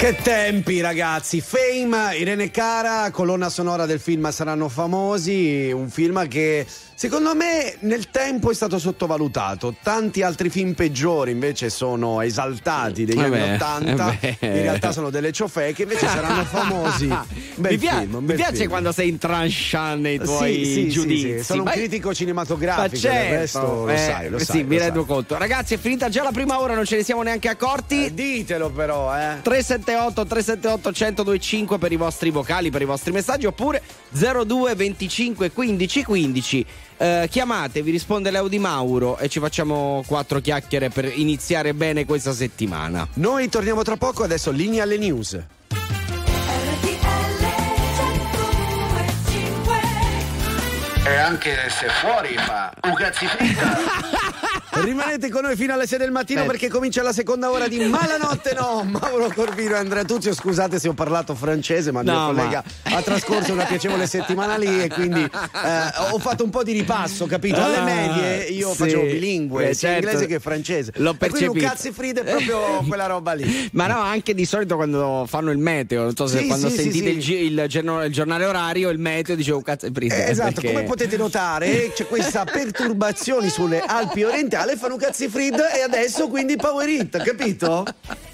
Che tempi, ragazzi. Fame, Irene Cara, colonna sonora del film Saranno famosi, un film che secondo me nel tempo è stato sottovalutato. Tanti altri film peggiori invece sono esaltati degli anni 80, in realtà sono delle ciofeche, invece Saranno famosi. Mi piace quando sei in tranche nei tuoi giudizi. Sono un critico cinematografico, certo, del resto lo sai. Mi rendo conto. Ragazzi, è finita già la prima ora, non ce ne siamo neanche accorti. Ditelo però, 378 1025 per i vostri vocali, per i vostri messaggi, oppure 02 25 15 15. Chiamate, vi risponde Leo Di Mauro e ci facciamo 4 chiacchiere per iniziare bene questa settimana. Noi torniamo tra poco, adesso linea alle news. E anche se fuori fa un cazzifrita. Rimanete con noi fino alle 6 del mattino perché comincia la seconda ora di Malanotte No. Mauro Corvino e Andrea Tuzio, scusate se ho parlato francese, ma il mio collega ha trascorso una piacevole settimana lì e quindi ho fatto un po' di ripasso, capito? Alle medie io facevo bilingue, sia inglese che francese. L'ho percepito. Quindi un cazzifrida è proprio quella roba lì. Ma no, anche di solito quando fanno il meteo, non so se quando sentite il giornale orario, il meteo, dicevo cazzifrida. Esatto, come potete notare c'è questa perturbazione sulle Alpi orientali, fanno cazzifrid e adesso quindi Power Hit, capito?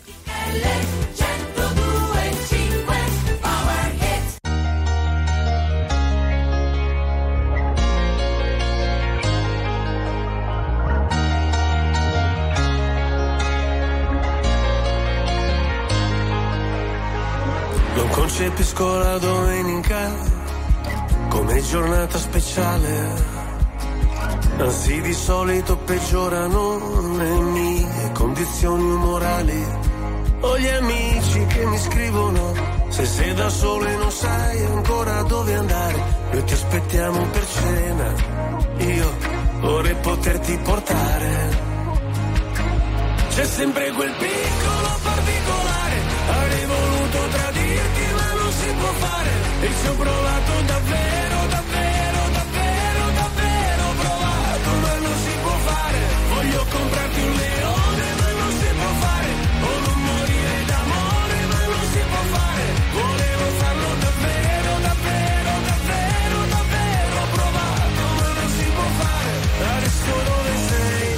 Non concepisco la domenica come giornata speciale. Anzi, di solito peggiorano le mie condizioni morali. Ho gli amici che mi scrivono: se sei da solo e non sai ancora dove andare, noi ti aspettiamo per cena. Io vorrei poterti portare. C'è sempre quel piccolo particolare. Avrei voluto tradirti ma non si può fare. E ci ho provato davvero, davvero, davvero, davvero provato, ma non si può fare. Voglio comprarti un leone ma non si può fare. O non morire d'amore ma non si può fare. Volevo farlo davvero, davvero, davvero, davvero provato, ma non si può fare. Adesso dove sei?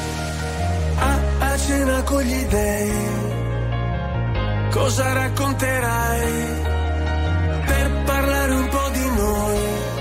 A cena con gli dèi. Cosa racconterai per parlare un po' di noi?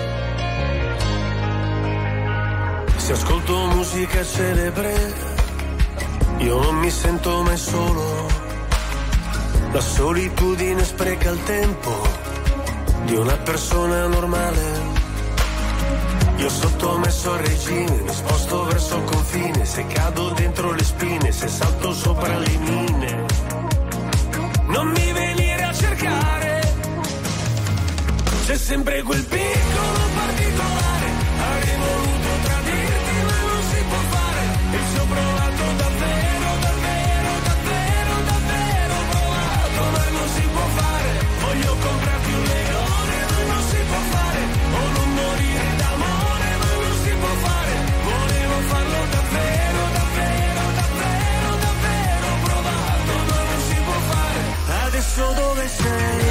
Se ascolto musica celebre, io non mi sento mai solo. La solitudine spreca il tempo di una persona normale. Io sottomesso al regime, mi sposto verso il confine. Se cado dentro le spine, se salto sopra le mine, non mi venire a cercare. C'è sempre quel piccolo particolare. Avrei voluto tradirti ma non si può fare. E ci ho provato davvero, davvero, davvero, davvero provato, ma non si può fare. Voglio comprarti un leone ma non si può fare. O non morire d'amore ma non si può fare. Volevo farlo davvero, davvero, davvero, davvero provato, ma non si può fare. Adesso dove sei?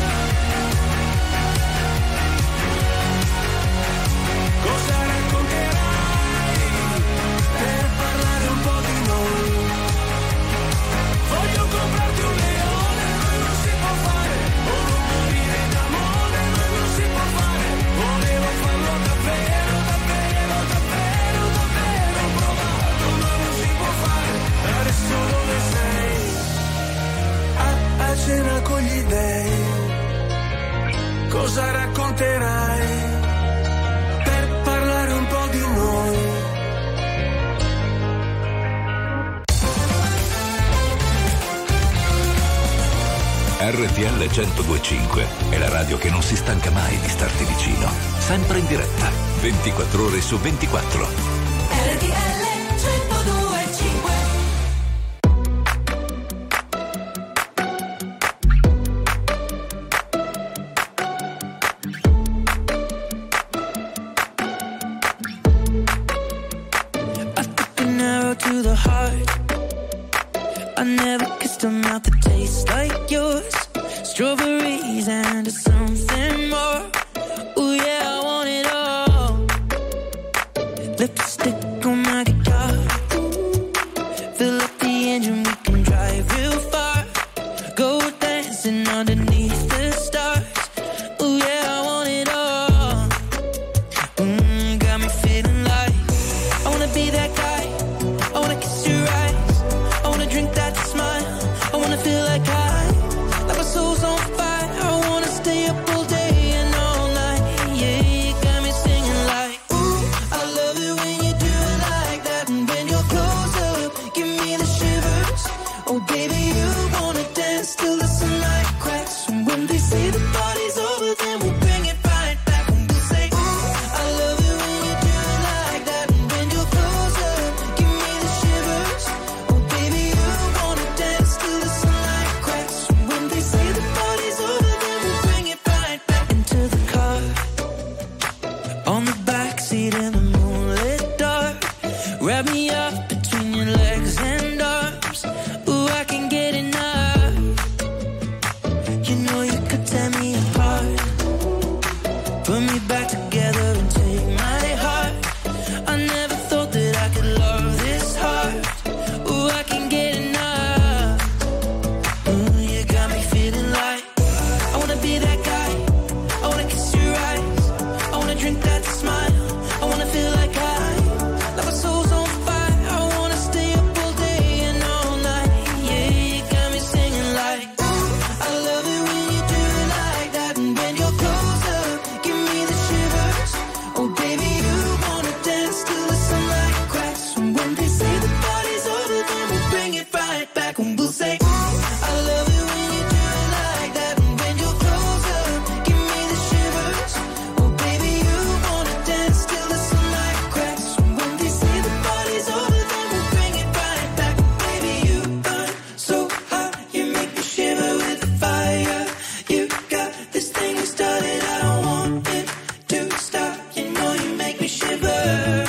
Cosa racconterai per parlare un po' di noi? Voglio comprarti un leone ma non si può fare. O non morire d'amore ma non si può fare. Volevo farlo davvero, davvero, davvero, davvero provato, ma non si può fare. Adesso dove sei? A cena con gli dèi. Cosa racconterai per parlare un po' di noi? RTL 1025 è la radio che non si stanca mai di starti vicino, sempre in diretta, 24 ore su 24. RTL 1025. To the heart, I never kissed a mouth that tastes like yours. something more. Ooh yeah, I want it all. Lipstick on my guitar. Fill up the engine, we can drive real far. Go dancing underneath the stars. Ooh yeah, I want it all. Got me feeling like I wanna be that guy. I wanna kiss your eyes. I wanna drink that smile. I wanna feel like like my soul's on fire. I wanna stay up all day and all night. Yeah, you got me singing like, ooh, I love it when you do it like that. And when you're close up, give me the shivers. Oh baby, you wanna dance till the sunlight cracks. And when they say the party's over, then we'll bring it right back. And we'll say, ooh, I love it when you do it like that. And when you're close up, give me the shivers. Oh baby, you wanna dance till the sunlight cracks. And when they say the party's over, then we'll bring it right back into the car. On the backseat in the moonlit dark. Wrap me up between your legs and arms. Ooh, I can get enough. You know you could tear me apart. Put me back together and take my heart. I never thought that I could love this hard. Ooh, I can get enough. Ooh, you got me feeling like I wanna be that guy. I wanna kiss your eyes. I wanna drink that smile. I wanna feel like my soul's on fire. I wanna stay up all day and all night. Yeah, you got me singing like, ooh, I love it when you do it like that. And when you're close up, give me the shivers. Oh baby, you wanna dance till the sunlight cracks. And when they say the party's over, then we'll bring it right back. And we'll say, ooh, I love it when you do it like that. And when you're close up, give me the shivers. Oh baby, you wanna dance till the sunlight cracks. And when they say the party's over, then we'll bring it right back. Baby, you burn so hot, you make me shiver with the fire. You got this thing you started, I don't want it to stop. You know you make me shiver.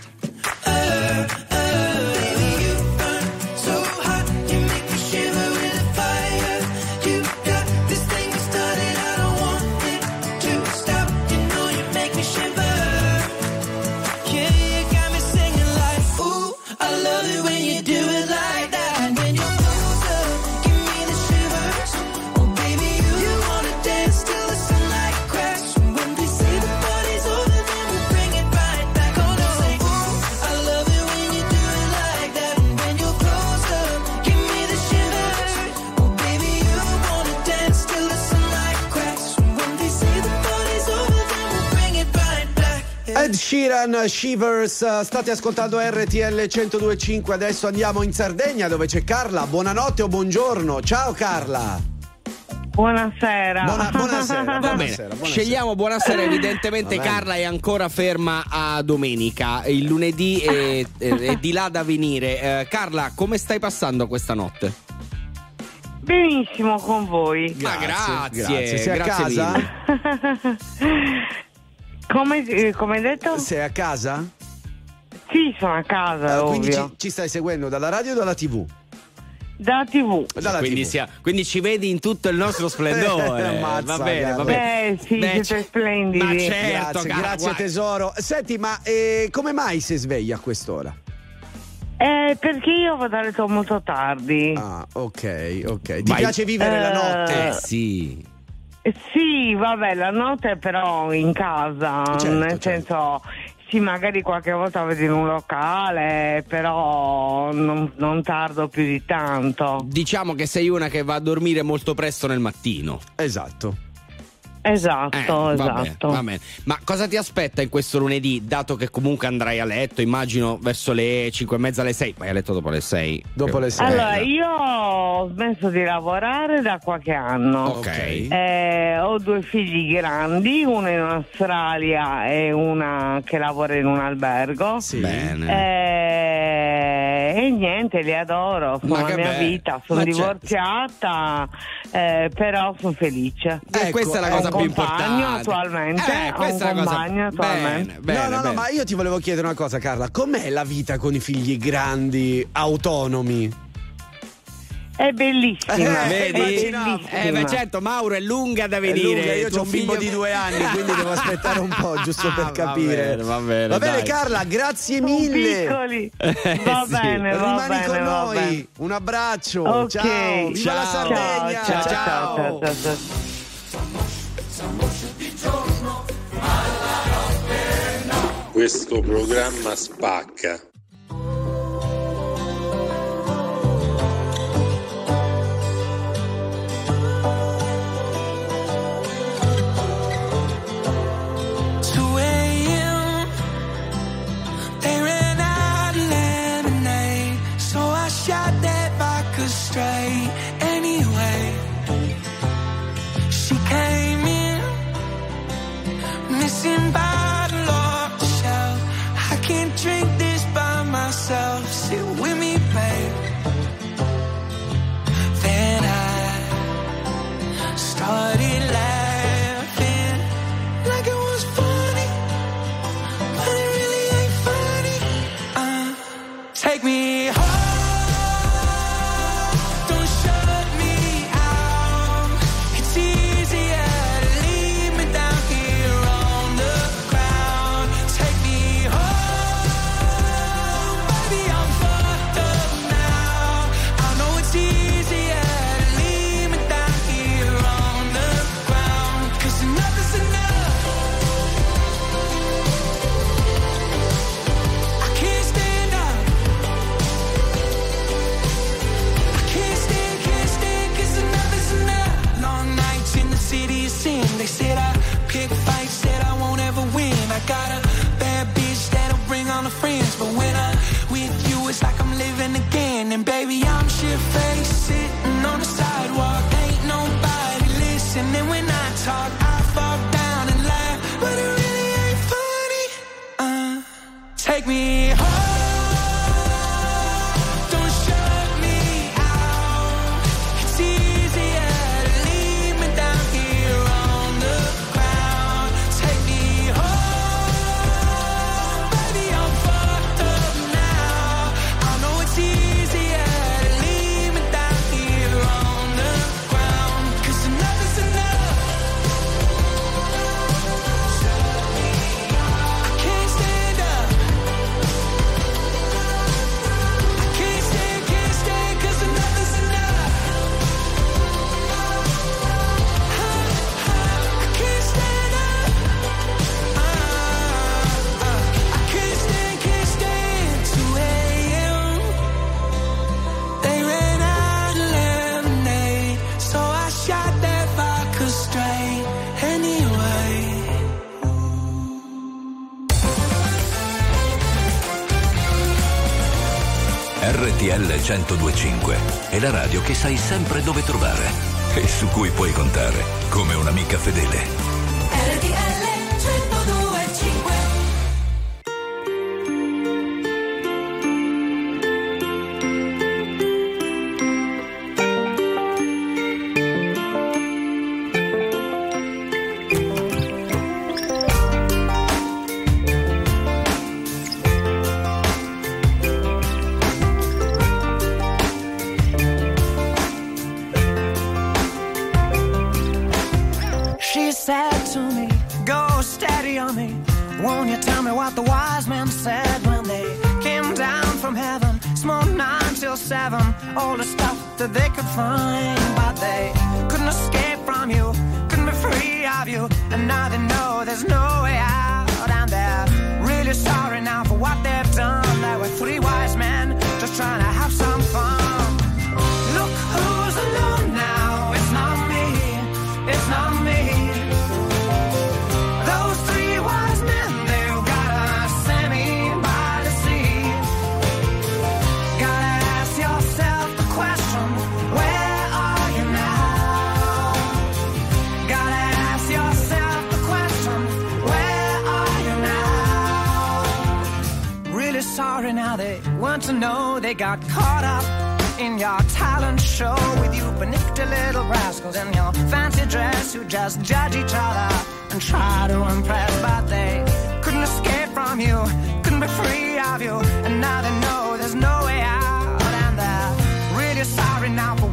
Baby, you burn so hot, you make me shiver with the fire. You got this thing you started, I don't want it to stop. You know you make me shiver. Yeah, you got me singing like, ooh, I love it when you do it like that. And when you're close up, give me the shivers. Oh baby, you wanna dance till the sunlight cracks. And when they say the party's over, then we'll bring it right back. Oh no, say, ooh, I love it when you do it like that. And when you're close up, give me the shivers. Oh baby, you wanna dance till the sunlight cracks. And when they say the party's over, then we'll bring it right back. Ed Sheeran, Shivers, state ascoltando RTL 102.5. Adesso andiamo in Sardegna dove c'è Carla. Buonanotte o buongiorno. Ciao Carla. Buonasera. Buonasera. Va bene, scegliamo buonasera. Evidentemente Carla è ancora ferma a domenica. Il lunedì è di là da venire. Carla, come stai passando questa notte? Benissimo con voi. Grazie. Sei a casa? Come hai detto? Sei a casa? Sì, sono a casa, Quindi ovvio. ci stai seguendo dalla radio o dalla TV? Dalla TV. Quindi ci vedi in tutto il nostro splendore. Ammazza, va bene. Sì, siete splendidi. Ma certo, grazie tesoro. Senti, ma come mai sei sveglia a quest'ora? Perché io vado a letto molto tardi. Ah, ok. Ti piace vivere la notte? Sì. Sì, vabbè, la notte però in casa, nel senso, sì, magari qualche volta vado in un locale, però non tardo più di tanto. Diciamo che sei una che va a dormire molto presto nel mattino. Esatto. Esatto. Va bene. Ma cosa ti aspetta in questo lunedì, dato che comunque andrai a letto, immagino verso le 5:30, alle 6? Vai a letto dopo le 6. Dopo le 6. Allora, io ho smesso di lavorare da qualche anno. Ok. Ho 2 figli grandi, una in Australia e una che lavora in un albergo. Sì. Bene. E niente, li adoro, sono la mia vita, sono divorziata, però sono felice. Questa è la cosa più importante. Attualmente, questa è la cosa. attualmente. No, ma io ti volevo chiedere una cosa, Carla. Com'è la vita con i figli grandi, autonomi? È bellissima. Vedi? È ma certo, Mauro, è lunga da vedere. Lunga, io Tuo ho un bimbo figlio- di 2 anni, quindi devo aspettare un po', giusto per capire. Va bene, dai. Carla, grazie mille. Piccoli. Va sì. bene, va Rimani bene, con va noi. bene. Un abbraccio. Ok. Ciao. Viva la Sardegna. Ciao. Questo programma spacca. They ran out of lemonade, so I shot that vodka straight. Anyway, she came in, missing bottle off the shelf. I can't drink this by myself. Sit with me, babe. Then I started laughing like it was funny, but it really ain't funny. Take me home. Don't shut me out. It's easier to leave me down here on the ground. Take me home, baby, I'm fucked up now. I know it's easier to leave me down here on the ground. 'Cause enough is enough. I can't stand up. I can't stand, 'cause enough is enough. Long nights in the city of sin. They said I pick fights that I won't ever win. I got a bad bitch that'll bring all the friends. But when I'm with you, it's like I'm living again. And baby, I'm shit-faced, sitting on the sidewalk. Ain't nobody listening when I talk. I fall down and laugh, but it really ain't funny. Take me home. Don't shut me out. It's easier to leave me down here on the ground. Take me home, baby, I'm fucked up now. I know it's easier to leave me down here on the ground. 'Cause enough is enough. I can't stand up. I can't stand, 'cause enough is enough. I can't stand up. I can't stand 2 a.m. They ran out of lemonade, so I shot that vodka straight. Anyway. RTL 102.5 è la radio che sai sempre dove trovare e su cui puoi contare come un'amica fedele. RTL 102.5. She said to me, go steady on me. Won't you tell me what the wise men said when they came down from heaven? Smoked 9 till 7, all the stuff that they could find. But they couldn't escape from you, couldn't be free of you. And now they know there's no way out. And they're really sorry now for what they've done. There were 3 wise men just trying to have some fun. Look who's alone now, it's not me, it's not me. Those 3 wise men, they've got a semi by the sea. Gotta ask yourself the question, where are you now? Gotta ask yourself the question, where are you now? Really sorry now, they weren't to know they got caught up in your talent show with you panicked little rascals in your fancy dress who just judge each other and try to impress, but they couldn't escape from you, couldn't be free of you, and now they know there's no way out, and they're really sorry now for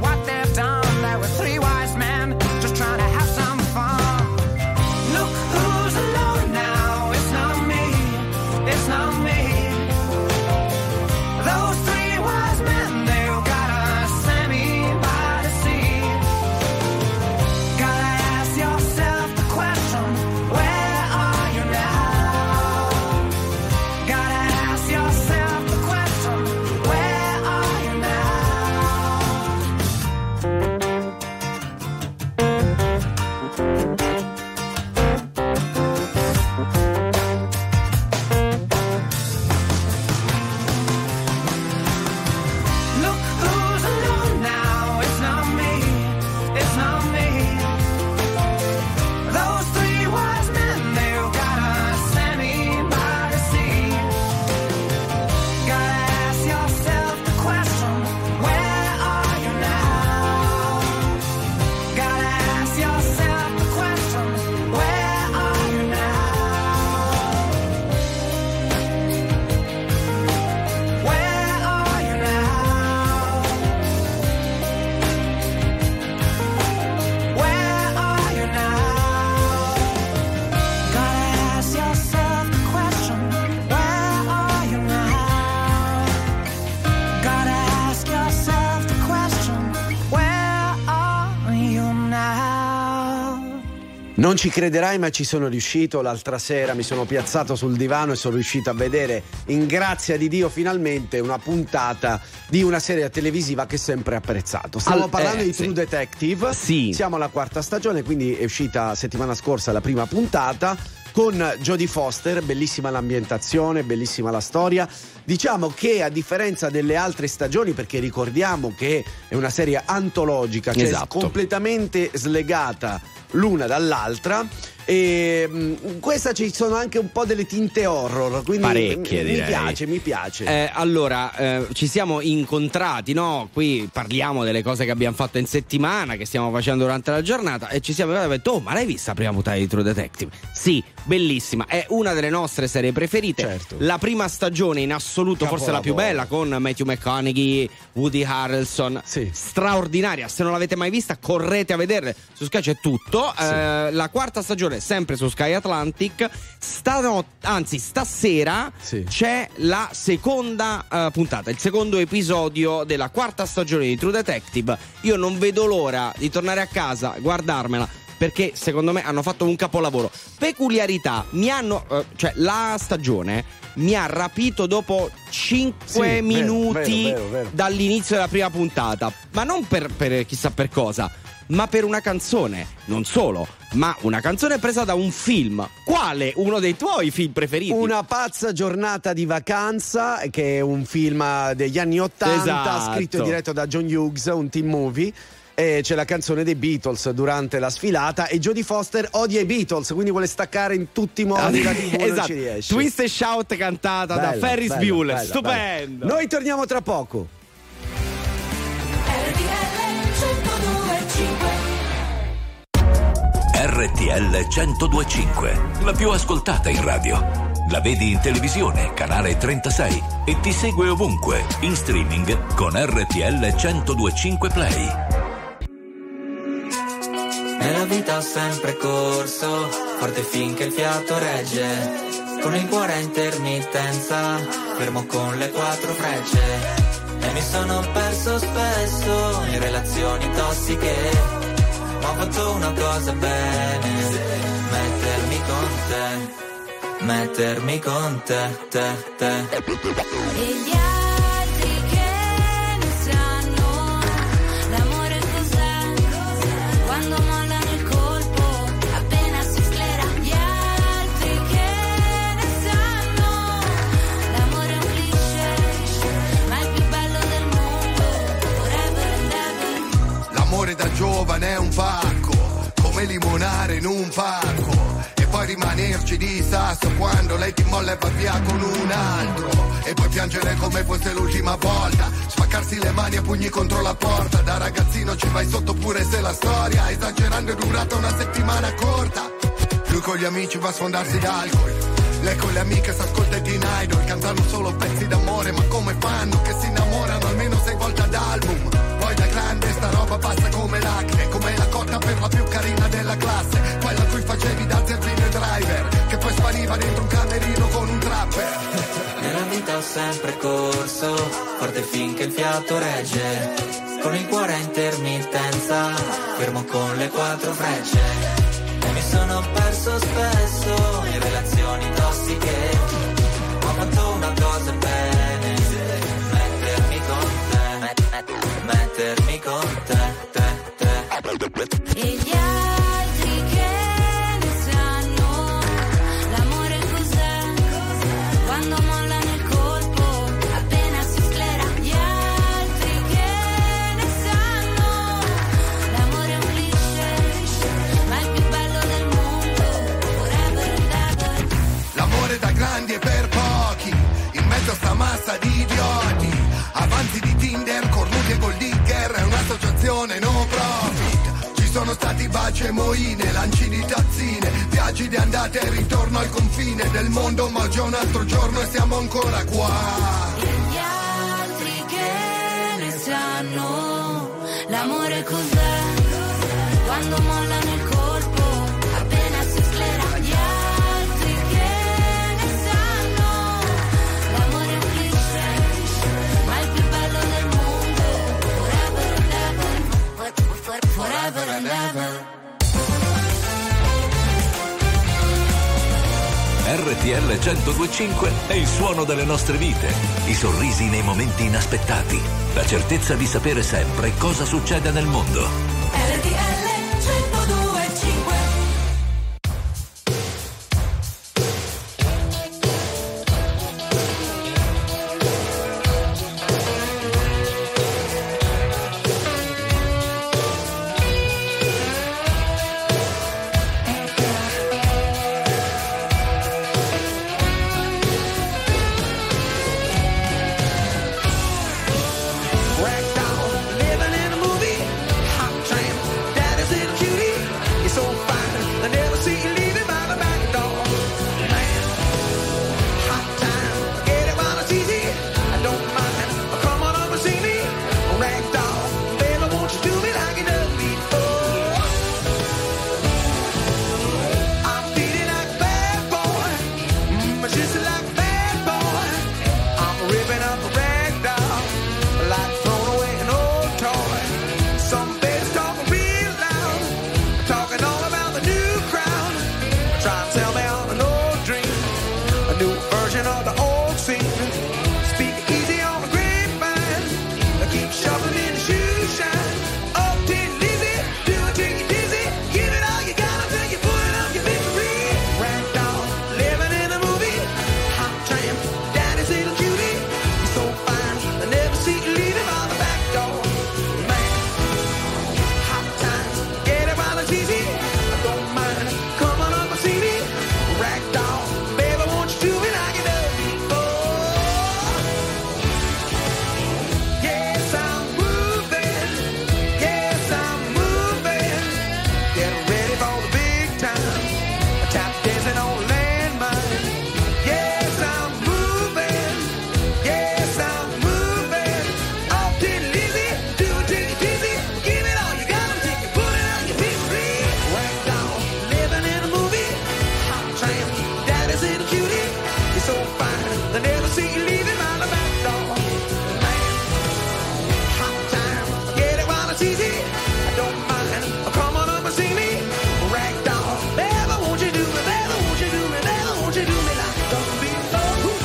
Non ci crederai, ma ci sono riuscito l'altra sera, mi sono piazzato sul divano e sono riuscito a vedere, in grazia di Dio, finalmente una puntata di una serie televisiva che ho sempre apprezzato. Stiamo parlando di True Detective. Sì. Siamo alla 4ª stagione, quindi è uscita settimana scorsa la prima puntata con Jodie Foster, bellissima l'ambientazione, bellissima la storia. Diciamo che a differenza delle altre stagioni, perché ricordiamo che è una serie antologica, cioè completamente slegata l'una dall'altra, e in questa ci sono anche un po' delle tinte horror, quindi parecchie, mi piace. Allora, ci siamo incontrati, no? Qui parliamo delle cose che abbiamo fatto in settimana, che stiamo facendo durante la giornata, e ci siamo detto: oh, ma l'hai vista la prima puntata di True Detective? Sì, bellissima, è una delle nostre serie preferite. Certo. La prima stagione in assoluto, forse la più bella, con Matthew McConaughey, Woody Harrelson, straordinaria. Se non l'avete mai vista, correte a vederla, su Sky c'è tutto. La quarta stagione sempre su Sky Atlantic. Stasera c'è la seconda puntata, il secondo episodio della quarta stagione di True Detective. Io non vedo l'ora di tornare a casa, guardarmela, perché secondo me hanno fatto un capolavoro. Peculiarità, cioè la stagione mi ha rapito dopo 5 minuti vero. dall'inizio della prima puntata, ma non per chissà per cosa, ma per una canzone. Non solo, ma una canzone presa da un film. Quale? Uno dei tuoi film preferiti? Una pazza giornata di vacanza, che è un film degli anni '80, scritto e diretto da John Hughes, un teen movie. E c'è la canzone dei Beatles durante la sfilata, e Jodie Foster odia i Beatles, quindi vuole staccare in tutti i modi la TV. Non ci riesce. Twist and Shout cantata da Ferris Bueller. Stupendo. Noi torniamo tra poco. RTL 102.5, la più ascoltata in radio. La vedi in televisione, canale 36, e ti segue ovunque, in streaming con RTL 102.5 Play. Nella vita ho sempre corso, forte finché il fiato regge, con il cuore a intermittenza, fermo con le 4 frecce. E mi sono perso spesso in relazioni tossiche, ma ho fatto una cosa bene, mettermi con te. E gli altri che ne sanno, l'amore cos'è, quando mollano il colpo, appena si sclera. Gli altri che ne sanno, l'amore è un cliché, ma è il più bello del mondo, forever and ever. L'amore da giovane è un pacco, come limonare in un parco, e poi rimanerci di sasso quando lei ti molla e va via con un altro, e poi piangere come fosse l'ultima volta, spaccarsi le mani a pugni contro la porta. Da ragazzino ci vai sotto pure se la storia, esagerando, è durata una settimana corta. Lui con gli amici va a sfondarsi d'alcol, lei con le amiche s'ascolta i Teen Idol, cantano solo pezzi d'amore, ma come fanno che si innamorano almeno 6 volte ad album? Poi da grande sta roba passa come l'acne, come la cotta per la più carina della classe, quella a cui facevi da zerbino e driver, che poi spariva dentro un camerino con un trapper. Nella vita ho sempre corso, forte finché il fiato regge, con il cuore a intermittenza, fermo con le 4 frecce. E mi sono perso spesso in relazioni tossiche, ma ho fatto una cosa bene, mettermi con te. E gli altri che ne sanno, l'amore cos'è, quando mollano il colpo, appena si sclera. Gli altri che ne sanno, l'amore è un cliché, ma è il più bello del mondo, forever and ever. L'amore da grandi e per pochi, in mezzo a sta massa di idioti, avanti di Tinder, cornuti e gold digger, è un'associazione no profit. Ci sono stati baci e moine, lanci di tazzine, viaggi di andata e ritorno al confine del mondo, ma oggi è un altro giorno e siamo ancora qua. E gli altri che ne sanno, l'amore cos'è, quando mollano il colpo, appena si sclera. Gli altri che ne sanno, l'amore è un cliché, ma è il più bello del mondo, forever and ever, forever and ever. RTL 102.5 è il suono delle nostre vite, i sorrisi nei momenti inaspettati, la certezza di sapere sempre cosa succede nel mondo. RTL 102.5. Living in a movie, hot tramp, daddy's little cutie. You're so fine, I never see you leaving by the back door. Man, hot time, get it while it's easy. I don't mind, come on over see me. Ragdoll, baby, won't you do me like you done before? I'm feeling like a bad boy, my sister like a bad boy. I'm ripping up a ragdoll, like throwing away an old toy. Some babies talking real loud, talking all about the new crowd. Trying to tell me on an old dream, a new version of the old scene. Speak easy on the grapevine, keep shoving in the shoe shine. Oh, till Lizzy, do it till you're dizzy. Give it all you got until you put it up your victory. Ragdoll, living in a movie, hot tramp, daddy's little cutie. You're so fine, I never see you leaving by the back door. Man, hot times, get it while it's easy. I don't mind, come on up and see me. Ragdoll, baby, won't you do me like you done before? Yes, I'm moving. Yes, I'm moving. Getting ready for the big time. Tap dancing on landmine. Yes, I'm moving. Yes, I'm moving. Up to Lizzy, do it till you're dizzy. Give it all you got until you put it on your victory. Ragdoll, living in a movie. Hot tramp, daddy's little cutie. You're so fine, they never see you leaving by the back door. Man, hot time, get it while it's easy. I don't mind, come on up and see me. Ragdoll, baby, won't you do me, baby, won't you do me, baby, won't you do me like you done before?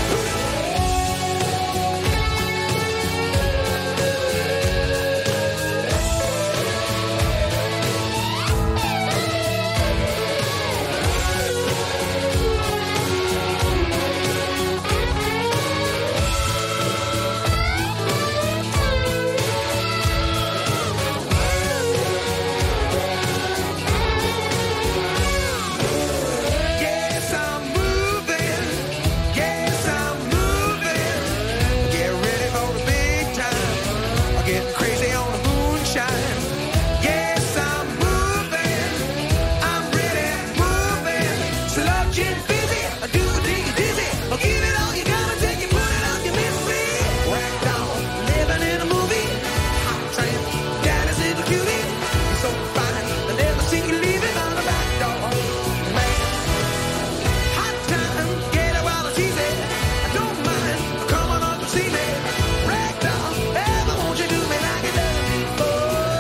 Yes, I'm moving. Yes, I'm moving. Get ready for the big time. I get crazy on the moonshine. Yes, I'm moving. I'm ready, moving. Sludging busy. I do it till you're dizzy. I'll give it all you got until you put it on your memory. Ragdoll, living in a movie. Hot tramp, daddy's little cutie. You're so fine, I never see you leaving on the back door. Man, hot time, get it while it's easy. I don't mind, come on up and see me. Ragdoll, baby, won't you do me like you done before?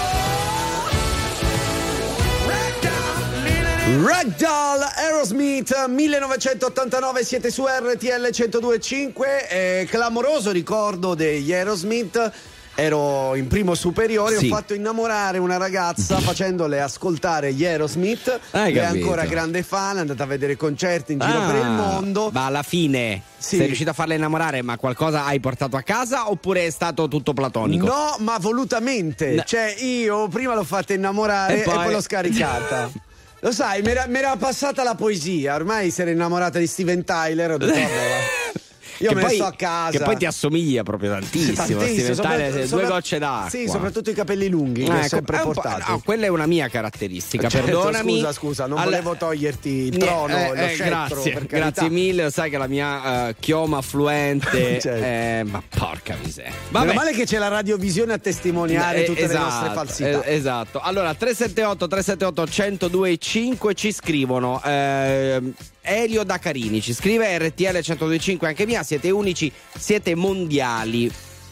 Ragdoll, living in Ragdoll, Aerosmith, 1989, siete su RTL 102.5. Clamoroso ricordo degli Aerosmith. Ero in primo superiore, Sì. ho fatto innamorare una ragazza facendole ascoltare gli Aerosmith. Hai Lei è capito. ancora grande fan, è andata a vedere concerti in giro per il mondo. Ma alla fine Sì. sei riuscito a farla innamorare, ma qualcosa hai portato a casa oppure è stato tutto platonico? No, ma volutamente. No. Cioè, io prima l'ho fatta innamorare E e poi- poi l'ho scaricata. Lo sai, mi era passata la poesia. Ormai si era innamorata di Steven Tyler. Ho detto, vabbè, va. Io Che me ne poi- sto a casa. Che poi ti assomiglia proprio tantissimo. Steven Tyler, due gocce d'acqua. Sì, soprattutto i capelli lunghi che ho sempre è un po'- portato. no, quella è una mia caratteristica, Certo, perdonami. scusa, non volevo toglierti il trono, lo scettro, grazie, per carità. grazie mille. Lo sai che la mia chioma fluente, Certo. ma porca miseria. Meno male che c'è la radiovisione a testimoniare tutte le nostre falsità. Esatto. Allora, 378 1025 ci scrivono. Elio da Carini ci scrive: RTL 102.5 anche mia, siete unici, siete mondiali.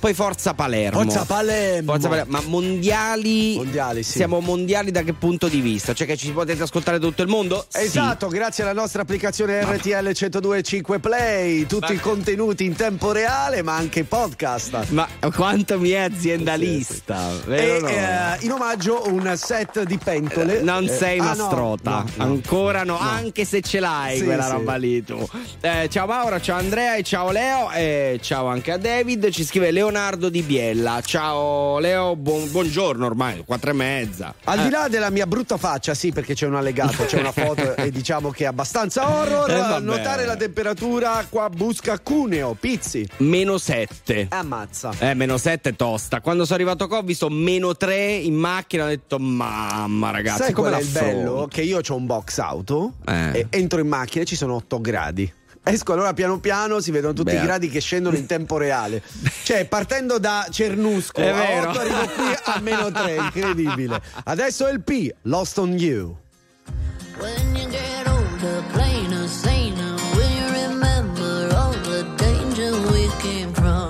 poi Forza Palermo. Forza Palermo. Ma mondiali sì. Siamo mondiali da che punto di vista? Cioè che ci potete ascoltare da tutto il mondo? Esatto, sì. Grazie alla nostra applicazione RTL 102.5 Play, tutti i contenuti in tempo reale, ma anche podcast. Ma quanto mi è aziendalista. In omaggio un set di pentole. Non sei una strota. no. Ancora no, anche se ce l'hai quella roba lì tu. Ciao Mauro, ciao Andrea e ciao Leo e ciao anche a David. Ci scrive Leonardo di Biella. Ciao Leo, buongiorno, ormai 4:30. Al di là della mia brutta faccia, sì, perché c'è un allegato, c'è una foto e diciamo che è abbastanza horror. Notare la temperatura qua busca Cuneo, Pizzi. -7. Ammazza. -7 è tosta. Quando sono arrivato qua ho visto -3 in macchina, ho detto mamma ragazzi. Sai come qual è il bello? Che io ho un box auto e entro in macchina e ci sono 8 gradi. Esco, allora piano piano si vedono tutti i gradi che scendono in tempo reale. Cioè partendo da Cernusco è a vero. 8 arrivo qui a -3, incredibile. Adesso è il P, Lost on You. When you get older, plainer, saner, will you remember all the danger we came from?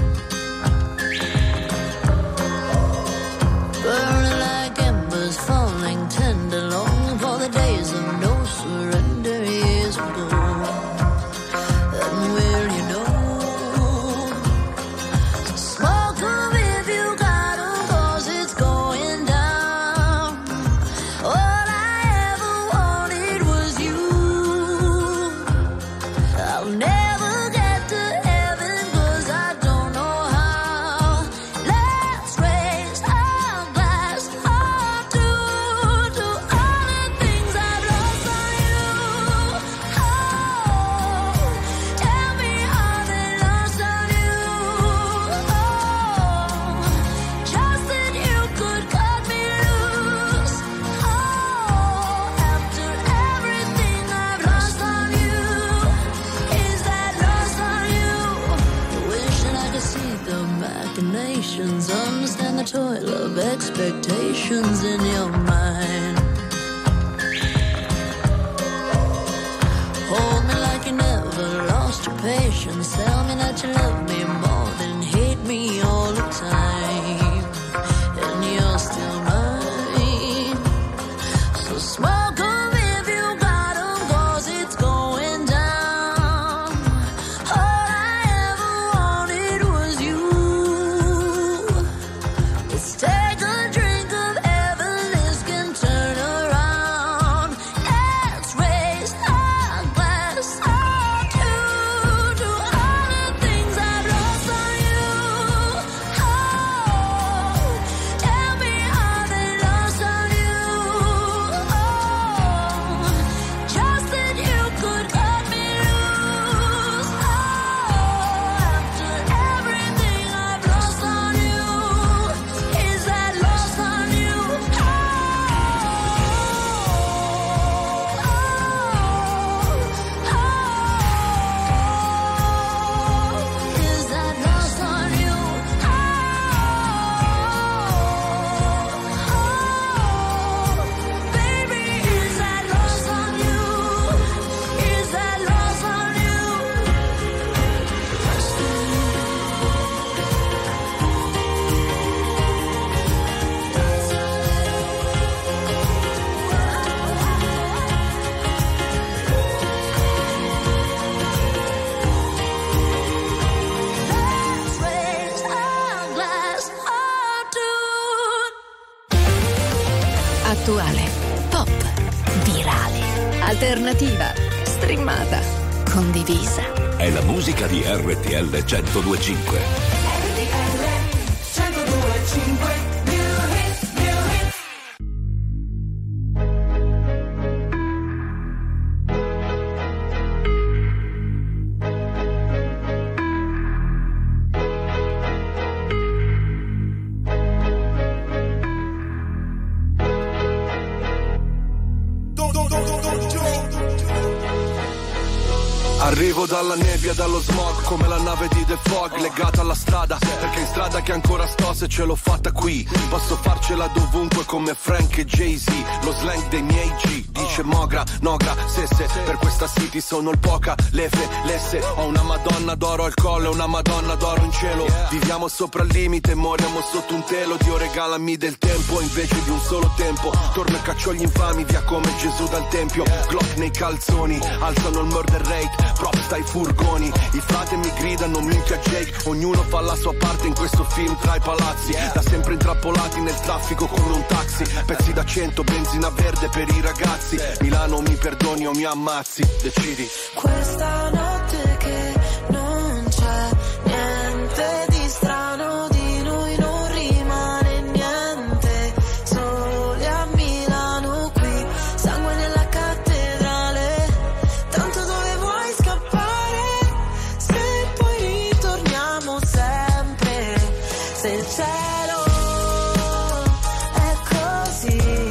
Burning like embers, falling tender, longing for the days of no surrender years ago. And will you know? Smoke 'em if you got 'em, 'cause it's going down. All I ever wanted was you. I'll never get to heaven 'cause I don't know how. Let's raise our glass up to all the things I've lost on you. Oh, tell me how they lost on you. Oh, just that you could cut me loose. Oh, after everything I've lost on you, is that lost on you? Wishing I could see the machinations, understand the toil of expectations in your mind. Hold me like you never lost your patience. Tell me that you love me more than hate me all the time. And you're still mine. So smoke 'em if you got 'em, 'cause it's going down. All I ever wanted was you. Let's take a drink of heaven, this can turn around. Let's raise our glass up to all the things I've lost on you. Oh, tell me how they lost on you. Oh, just that you could cut me loose. Oh, after everything I've lost on you, is that lost on you? Is that lost on you? Baby, is that lost on you? Is that lost on you? Let's raise our glass up to Attuale, pop, virale, alternativa, streamata, condivisa. È la musica di RTL 102.5. Arrivo dalla nebbia, dallo smog, come la nave di The Fog, legata alla strada, perché in strada che ancora sto, se ce l'ho fatta qui, posso farcela dovunque come Frank e Jay-Z, lo slang dei miei G, dice Mogra, Nogra, Sesse. Per questa city sono il poca, lefe, lesse. Ho una madonna d'oro al collo e una madonna d'oro in cielo. Viviamo sopra il limite, moriamo sotto un telo. Dio regalami del tempo invece di un solo tempo. Torno e caccio gli infami via come Gesù dal tempio. Glock nei calzoni, alzano il murder rate. Props dai furgoni, i frate mi gridano minchia Jake. Ognuno fa la sua parte in questo film tra i palazzi. Da sempre intrappolati nel traffico come un taxi. Pezzi da 100, benzina verde per i ragazzi. Milano mi perdoni o mi ammazzi, decidi. Questa notte che non c'è niente di strano, di noi non rimane niente. Soli a Milano qui, sangue nella cattedrale. Tanto dove vuoi scappare, se poi ritorniamo sempre. Se il cielo è così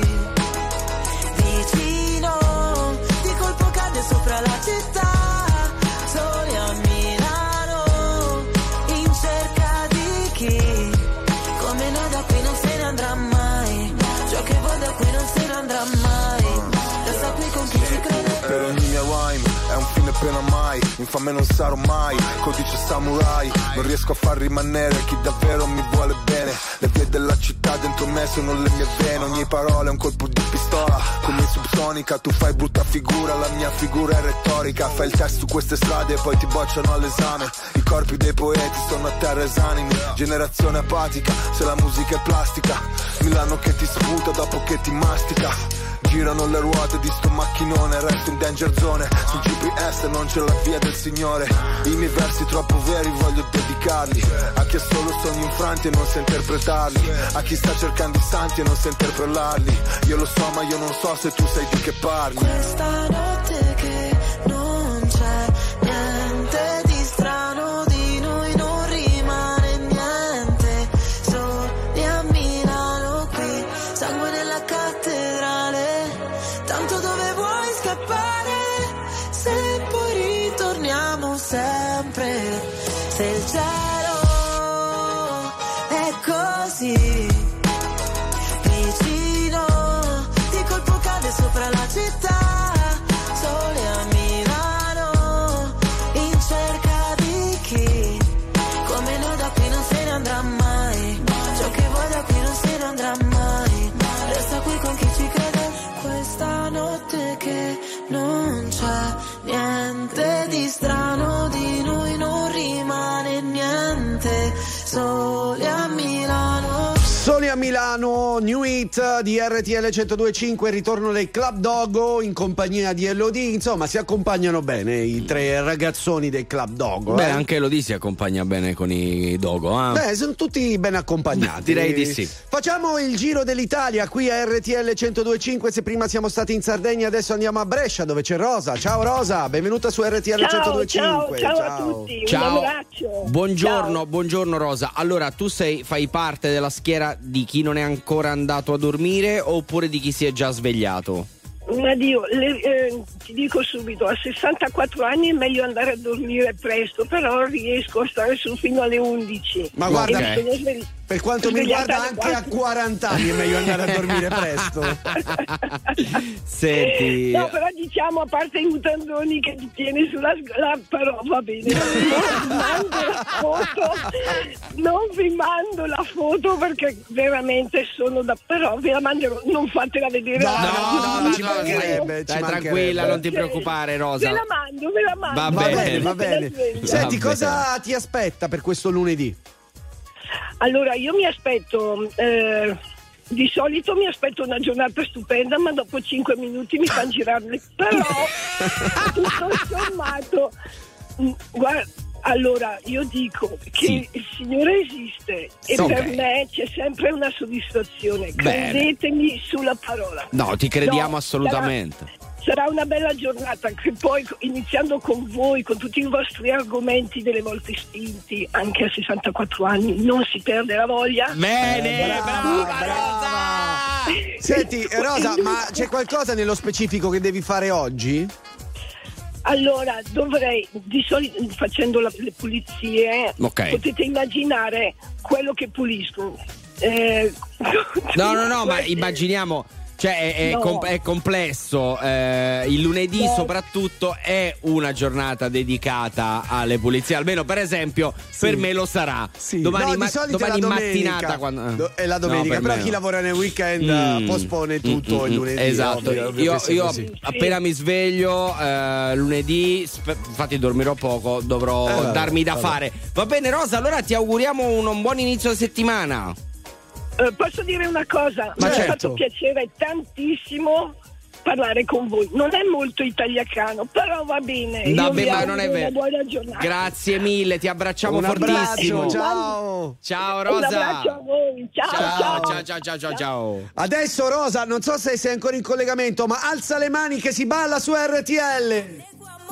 vicino, di colpo cade sopra la città. Soli a Milano, in cerca di chi come noi da qui non se ne andrà mai. Ciò che vuoi da qui non se ne andrà mai. Resta qui con chi ci crede. Per ogni mia rhyme è un fine pena mai. Infame non sarò mai, codice samurai. Non riesco a far rimanere chi davvero mi vuole bene. Le vie della città dentro me sono le mie vene. Ogni parola è un colpo di pistola, come subsonica. Tu fai brutta figura, la mia figura è retorica. Fai il test su queste strade e poi ti bocciano all'esame. I corpi dei poeti sono a terra esanimi. Generazione apatica, se la musica è plastica. Milano che ti sputa dopo che ti mastica. Girano le ruote di sto macchinone, resto in danger zone. Sul GPS non c'è la via del Signore. I miei versi troppo veri voglio dedicarli a chi ha solo sogni infranti e non sa interpretarli, a chi sta cercando i santi e non sa interpellarli. Io lo so ma io non so se tu sai di che parli. Questa notte che non c'è niente di strano, di noi non rimane niente. Soli a Milano qui, sangue nella cattedrale. Tanto dove vuoi scappare, se poi ritorniamo sempre. Se il cielo è così vicino, di colpo cade sopra la città. Soli a Milano, in cerca di chi come noi da qui non se ne andrà mai. Ciò che vuoi da qui non se ne andrà mai. Resta qui con chi ci crede. Questa notte che non c'è niente di strano, di noi non rimane niente. Soli a Milano. Soli a Milano, New Hit di RTL 102.5, il ritorno del Club Dogo in compagnia di Elodie. Insomma, si accompagnano bene i tre ragazzoni del Club Dogo. Beh, anche Elodie si accompagna bene con i Dogo. Beh, sono tutti ben accompagnati. Direi di sì. Facciamo il giro dell'Italia qui a RTL 102.5. Se prima siamo stati in Sardegna, adesso andiamo a Brescia dove c'è Rosa. Ciao Rosa, benvenuta su RTL 102.5. Ciao a tutti, ciao. Un abbraccio. Buongiorno, Ciao. buongiorno Rosa. Allora, tu fai parte della schiera di chi non è ancora andato a dormire oppure di chi si è già svegliato? Ma Dio, ti dico subito, a 64 anni è meglio andare a dormire presto, però riesco a stare su fino alle 11. Ma guarda, per quanto mi riguarda anche a 40 anni è meglio andare a dormire presto. Senti, no, però diciamo, a parte i mutandoni che ti tieni sulla però va bene. Non vi mando la foto perché veramente sono da, però ve la manderò, non fatela vedere. No, ci mancherebbe. Dai, tranquilla, non ti preoccupare Rosa. Ve la mando. Va bene. Senti, cosa ti aspetta per questo lunedì? Allora, io mi aspetto, di solito mi aspetto una giornata stupenda, ma dopo 5 minuti mi fanno girare. Però, tutto sommato, guarda, allora io dico che il Signore esiste e per me c'è sempre una soddisfazione. Credetemi sulla parola. No, ti crediamo assolutamente. Sarà una bella giornata che poi, iniziando con voi, con tutti i vostri argomenti delle volte spinti, anche a 64 anni, non si perde la voglia. Bene, brava Rosa! Senti Rosa, ma c'è qualcosa nello specifico che devi fare oggi? Allora, dovrei, di solito facendo le pulizie, potete immaginare quello che pulisco. No, ma immaginiamo... Cioè è complesso. Il lunedì soprattutto è una giornata dedicata alle pulizie. Almeno per esempio per me lo sarà. Domani, di solito è la domenica. Mattinata è la domenica, però chi lavora nel weekend pospone tutto il lunedì. Esatto. Io appena mi sveglio lunedì, infatti dormirò poco, dovrò darmi da fare. Va bene Rosa, allora ti auguriamo un buon inizio di settimana. Posso dire una cosa? Ma mi certo. ha fatto piacere tantissimo parlare con voi. Non è molto italiano, però va bene. Vabbè, Io ma vi non è auguro vero. una buona giornata. Grazie mille, ti abbracciamo Un fortissimo. abbraccio, ciao. Ciao Rosa. Un abbraccio a voi. Ciao. Adesso Rosa, non so se sei ancora in collegamento, ma alza le mani che si balla su RTL.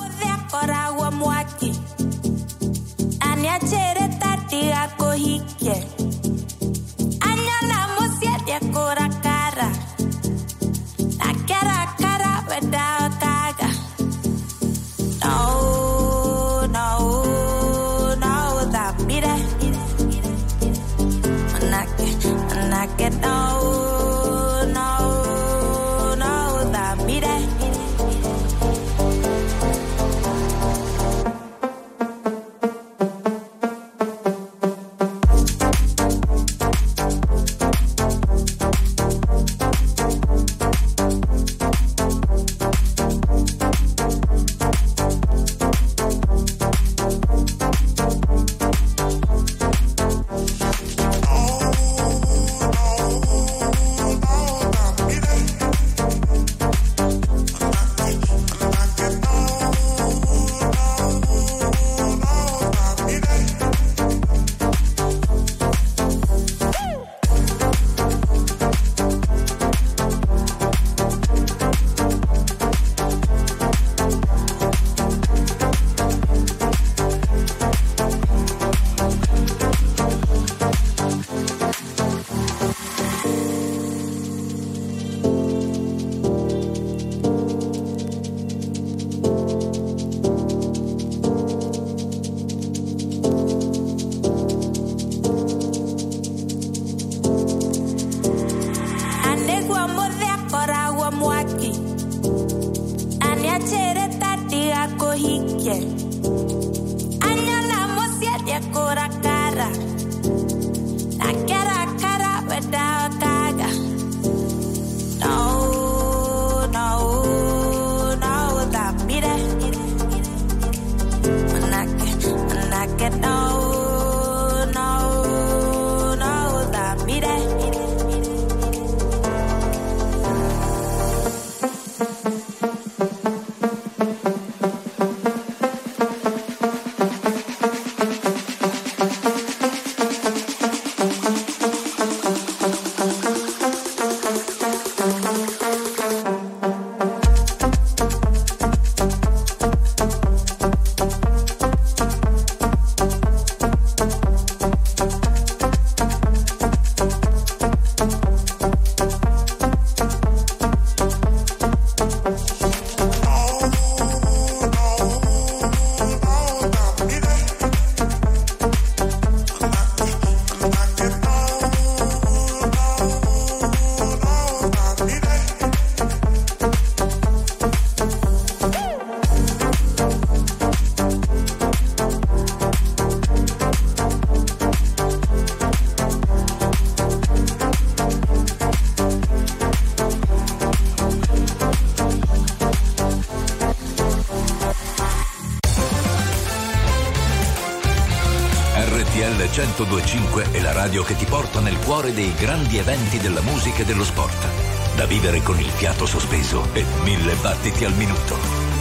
RTL 102.5 è la radio che ti porta nel cuore dei grandi eventi della musica e dello sport. Da vivere con il fiato sospeso e 1000 battiti al minuto.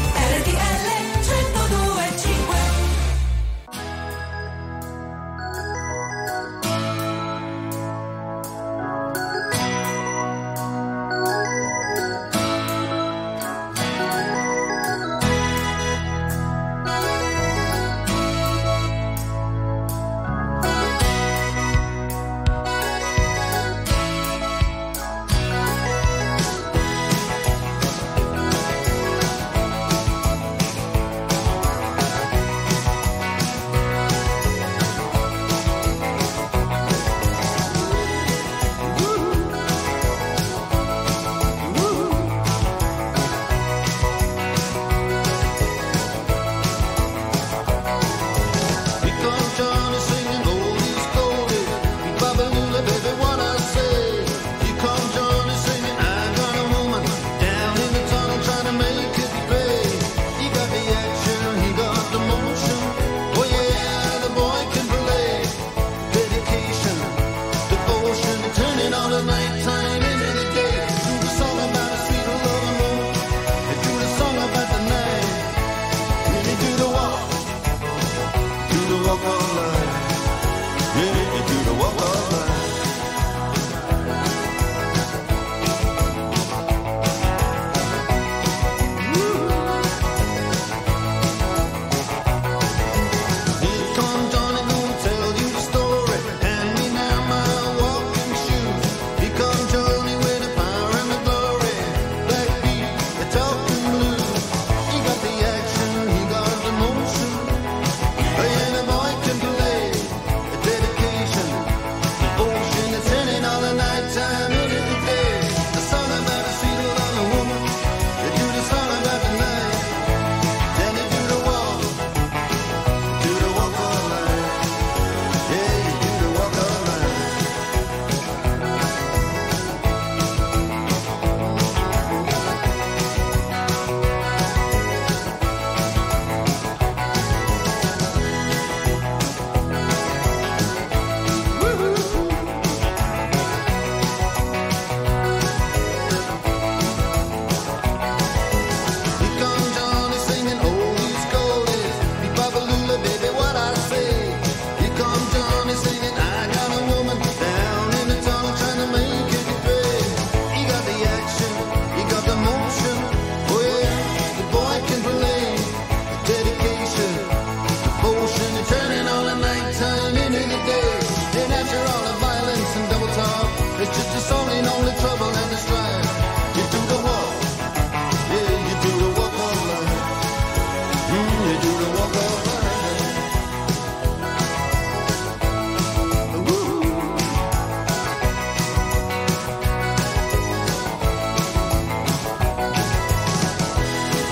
RTL 102.5.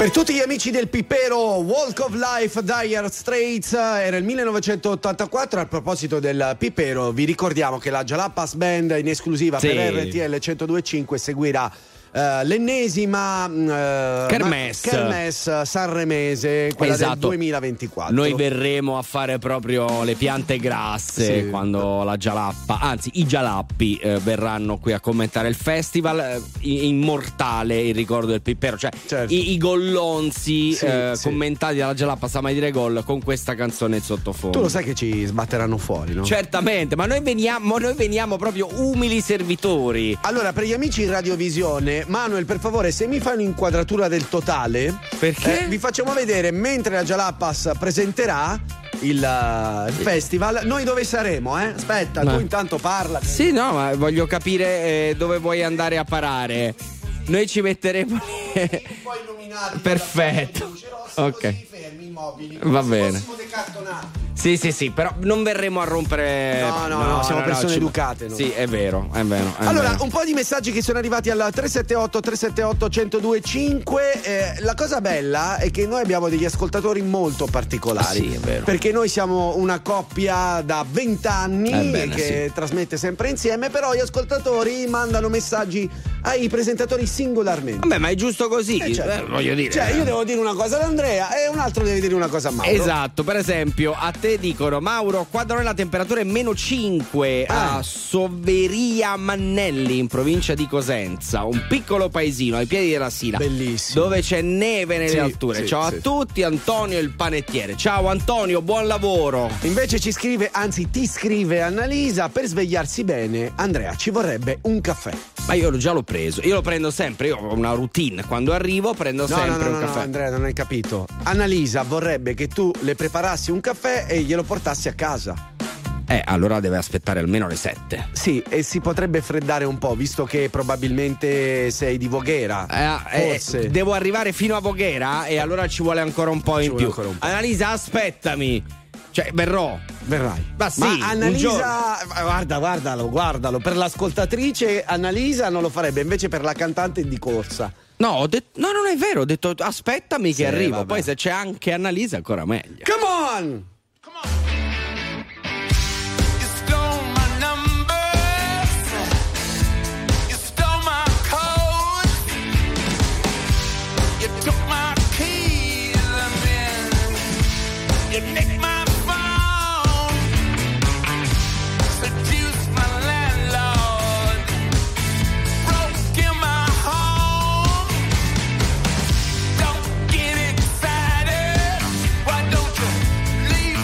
Per tutti gli amici del Pippero, Walk of Life, Dire Straits, era il 1984. A proposito del Pippero, vi ricordiamo che la Jalapas Band in esclusiva per RTL 102.5 seguirà l'ennesima Kermesse sanremese, quella del 2024. Noi verremo a fare proprio le piante grasse quando la Jalappa, anzi i Jalappi verranno qui a commentare il festival. Immortale il ricordo del Pippero, cioè i gollonzi commentati dalla Jalappa sta mai dire gol con questa canzone in sottofondo. Tu lo sai che ci sbatteranno fuori, no? Certamente, ma noi veniamo proprio umili servitori. Allora, per gli amici in radiovisione, Manuel, per favore, se mi fai un'inquadratura del totale, perché vi facciamo vedere mentre la Jalapas presenterà il festival, noi dove saremo, Aspetta, tu intanto parla. Sì, no, ma voglio capire dove vuoi andare a parare. Noi ci metteremo perfetto. Ok. Va bene. Sì, però non verremo a rompere. No, siamo persone educate. Sì, è vero. Allora, un po' di messaggi che sono arrivati al 378-378-1025. La cosa bella è che noi abbiamo degli ascoltatori molto particolari. Sì, è vero. Perché noi siamo una coppia da 20 anni che trasmette sempre insieme, però gli ascoltatori mandano messaggi ai presentatori singolarmente. Vabbè, ma è giusto così. Voglio dire. Cioè, io devo dire una cosa ad Andrea e un altro deve dire una cosa a Mauro. Esatto, per esempio, a te dicono: Mauro, qua da noi la temperatura è -5 a Soveria Mannelli, in provincia di Cosenza, un piccolo paesino ai piedi della Sila. Bellissimo. Dove c'è neve nelle alture. Ciao a tutti, Antonio il panettiere. Ciao Antonio, buon lavoro. Invece ci scrive, anzi ti scrive Annalisa: per svegliarsi bene, Andrea, ci vorrebbe un caffè. Ma io già l'ho preso, io lo prendo sempre, io ho una routine, quando arrivo prendo sempre un caffè. No, Andrea, non hai capito. Annalisa vorrebbe che tu le preparassi un caffè e glielo portassi a casa. Allora deve aspettare almeno le 7. Sì, e si potrebbe freddare un po', visto che probabilmente sei di Voghera. Forse. Devo arrivare fino a Voghera e allora ci vuole ancora un po' in più. Annalisa, aspettami. Cioè, verrai. Ma sì, ma Annalisa, guardalo. Per l'ascoltatrice Annalisa non lo farebbe, invece per la cantante di corsa. No, non è vero, ho detto aspettami che arrivo. Vabbè. Poi se c'è anche Annalisa ancora meglio. Come on! Leave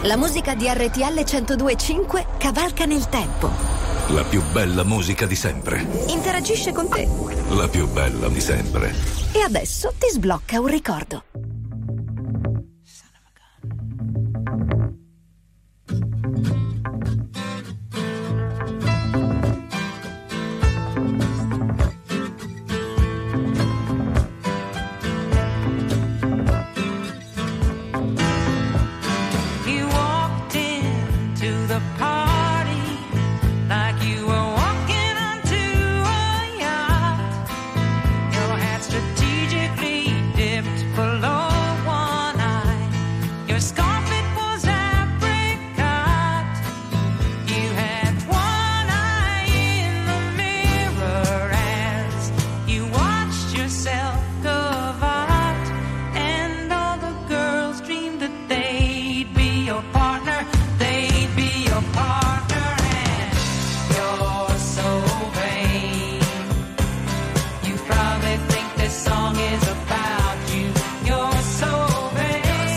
La musica di RTL 102.5 cavalca nel tempo. La più bella musica di sempre. Interagisce con te. La più bella di sempre. E adesso ti sblocca un ricordo. You walked into the party like you were walking onto a yacht. Your hat strategically dipped below one eye. Your scarf, it was apricot. You had one eye in the mirror as you watched yourself go out. And all the girls dreamed that they'd be your partner. They'd be your partner. And you're so vain. You probably think this song is about you. You're so vain.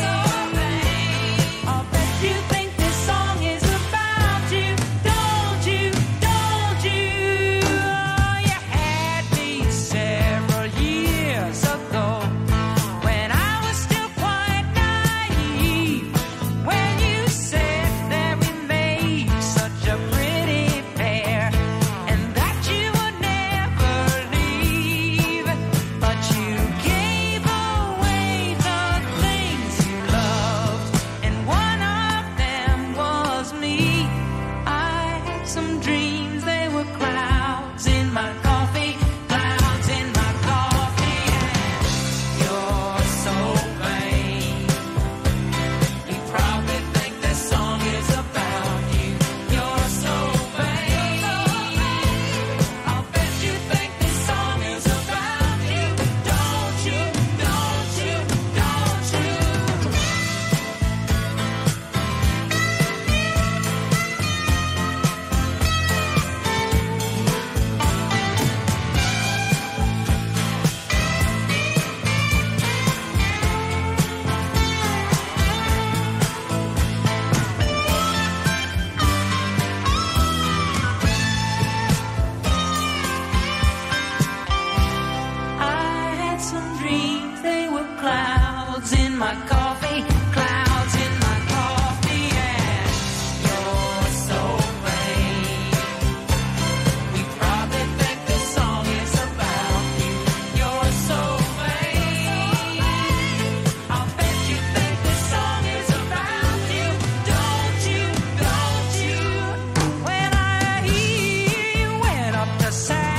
I'll bet you think this song is about you. Don't you? Don't you? You had me several years ago when I was still quite naive. When you said that we made such a pretty pair and that you would never leave, but you gave away the things you loved, and one of them was me. I had some dreams, they were clouds in my coffee, clouds in my coffee, and you're so vain. You probably think this song is about you. You're so vain. I'll bet you think this song is about you. Don't you? Don't you? Don't you? I had some dreams, they were clouds in my coffee, clouds in my coffee, and you're so vain. We probably think this song is about you. You're so vain. I'll bet you think this song is about you. Don't you? Don't you? When I hear you went up to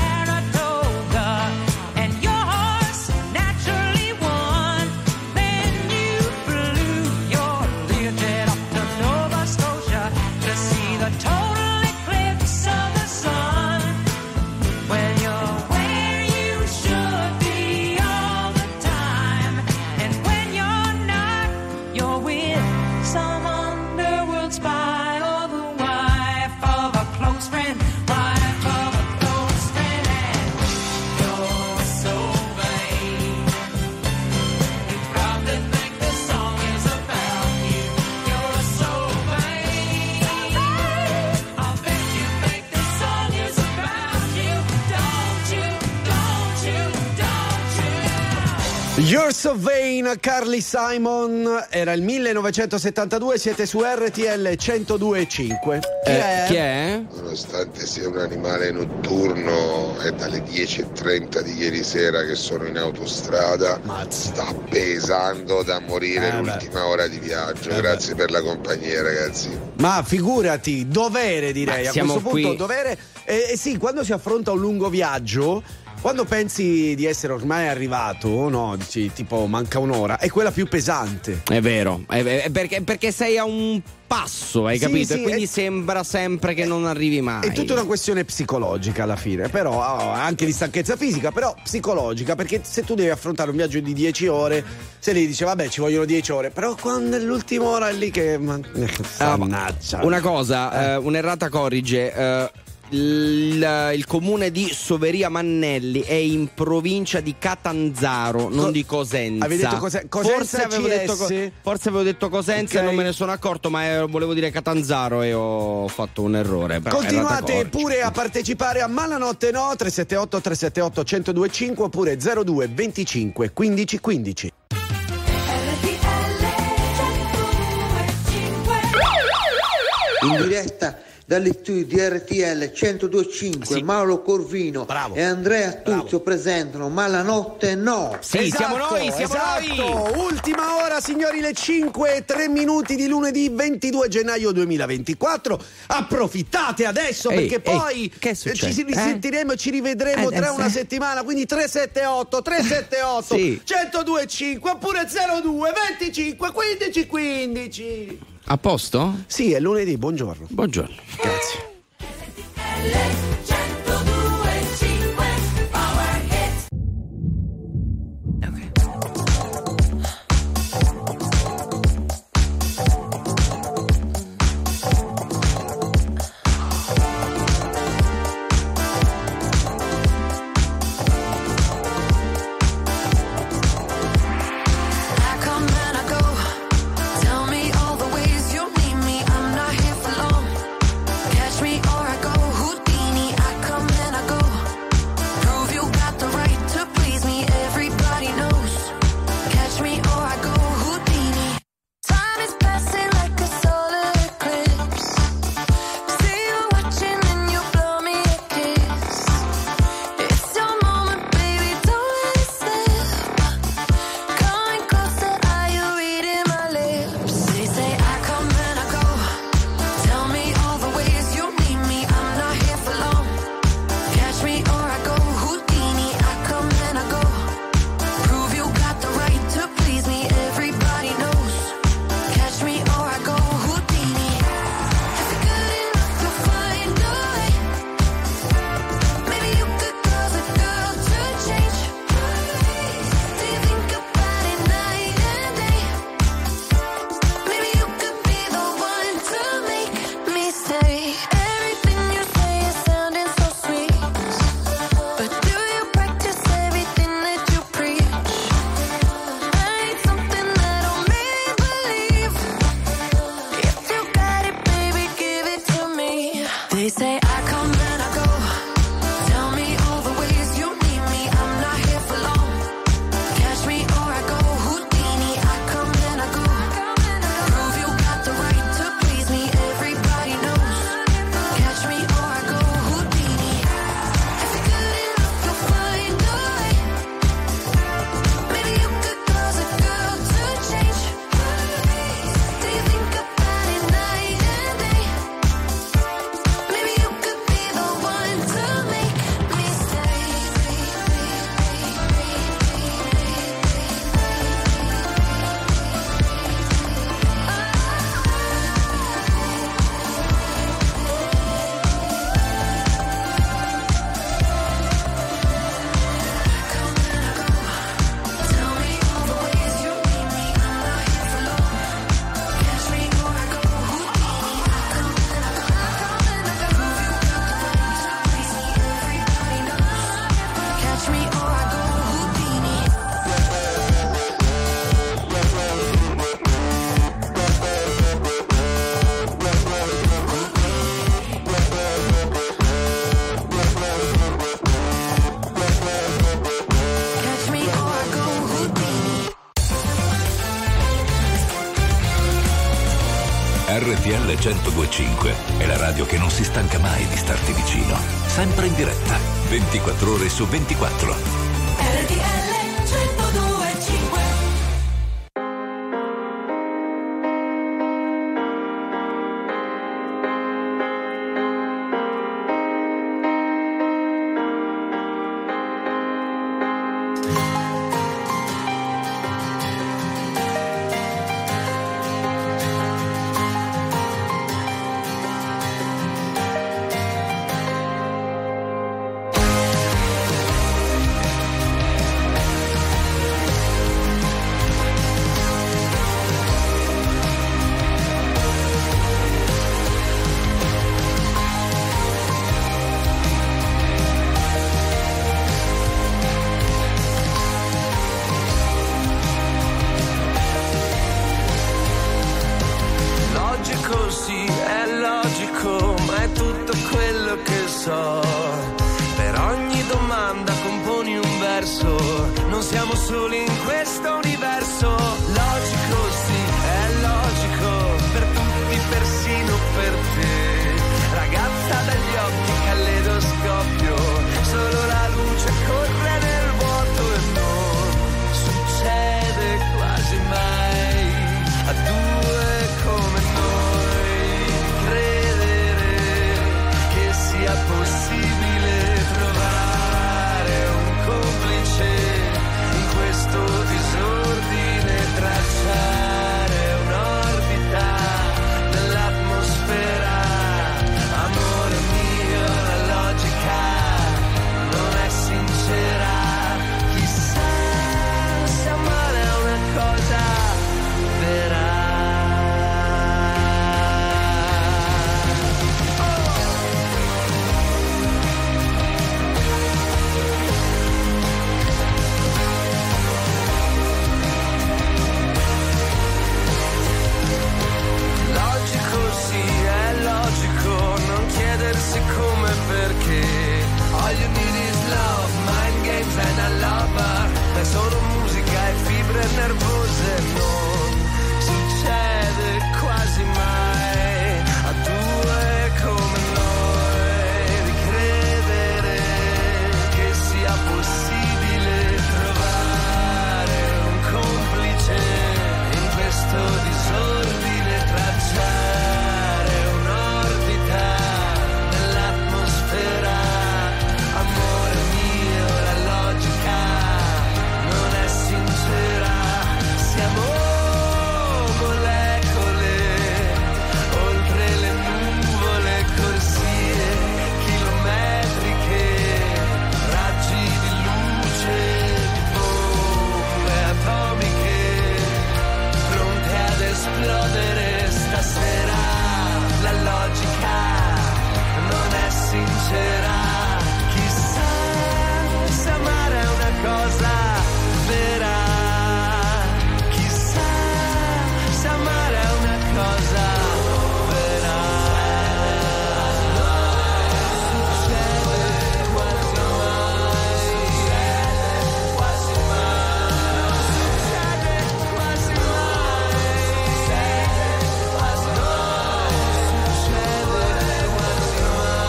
Saratoga and your horse naturally won, then you flew your Learjet up to Nova Scotia to see the total eclipse of the sun. When you're where you should be all the time, and when you're not, you're with some underworld spy or the wife of a close friend, wife of a close friend, and you're so vain. You probably think this song is about you. You're so vain. I'll bet you think this song is about you. Don't you? Don't you? Don't you? You're So Vain, Carly Simon. Era il 1972, siete su RTL 102.5. Chi è? Nonostante sia un animale notturno, è dalle 10:30 di ieri sera che sono in autostrada. Sta pesando da morire l'ultima ora di viaggio. Grazie per la compagnia, ragazzi. Ma figurati, dovere direi. Ma A siamo questo punto qui. dovere. Sì, quando si affronta un lungo viaggio, quando pensi di essere ormai arrivato, no, dici, tipo manca un'ora, è quella più pesante. È vero, è perché sei a un passo, hai Sì, capito? sì, e quindi è- sembra sempre che non arrivi mai. È tutta una questione psicologica alla fine, però anche di stanchezza fisica, però psicologica, perché se tu devi affrontare un viaggio di 10 ore, se lei dice vabbè ci vogliono 10 ore, però quando è l'ultima ora è lì che... Mannaggia. Una cosa, un'errata corrige. il comune di Soveria Mannelli è in provincia di Catanzaro, non di Cosenza. Avevi detto Cosenza, forse avevo detto Cosenza, okay. Non me ne sono accorto, ma volevo dire Catanzaro e ho fatto un errore. Continuate pure a partecipare a Malanotte No 378 378 1025 oppure 02 25 15 15. In diretta dagli studi di RTL 102.5 Mauro Corvino e Andrea Tuzio presentano Malanotte No. Sì, siamo noi. Ultima ora, signori, le 5:03 di lunedì 22 gennaio 2024. Approfittate adesso perché poi ci risentiremo e ci rivedremo tra una settimana, quindi 378 1025 oppure 02 25 15 15. A posto? Sì, è lunedì, buongiorno. Buongiorno. Grazie. RTL 1025 è la radio che non si stanca mai di starti vicino. Sempre in diretta, 24 ore su 24. RTL 1025. so. Per ogni domanda componi un verso. Non siamo soli in questo universo. Logico, sì, è logico. Per tutti, persino per te. Ragazza dagli occhi, caleidoscopio. Solo la luce corre nel vuoto e non succede quasi mai a due come noi credere che sia possibile trovare un complice in questo disordine, tracciare un'orbita nell'atmosfera. Amore mio, la logica non è sincera. Chissà se amare è una cosa vera. Logico, sì, è logico non chiedersi come e perché. All you need is love, mind games and a lover. È solo musica e fibre nervose, non succede quasi mai a due come noi di credere che sia possibile trovare un complice in questo disordine, tracciare un'orbita nell'atmosfera. Amore mio, la logica non è sincera. Siamo molecole oltre le nuvole, corsie chilometriche, raggi di luce, di bombe atomiche pronte ad esplodere stasera. La logica non è sincera. Chissà se amare è una cosa vera. Chissà se amare è una cosa vera. Succede quasi mai. Succede quasi mai. Succede quasi mai. Succede quasi mai. Succede quasi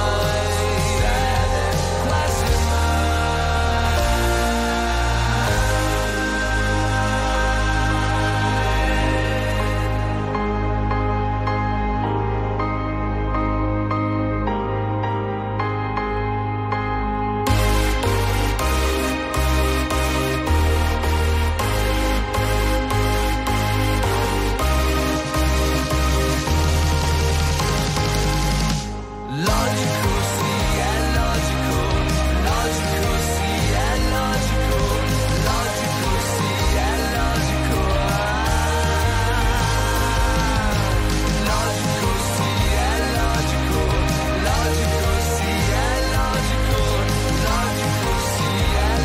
Logico, sì, è logico. Logico, sì, è logico. Logico, sì, è logico. Logico, sì, è logico. Logico, sì, è logico. Logico, sì,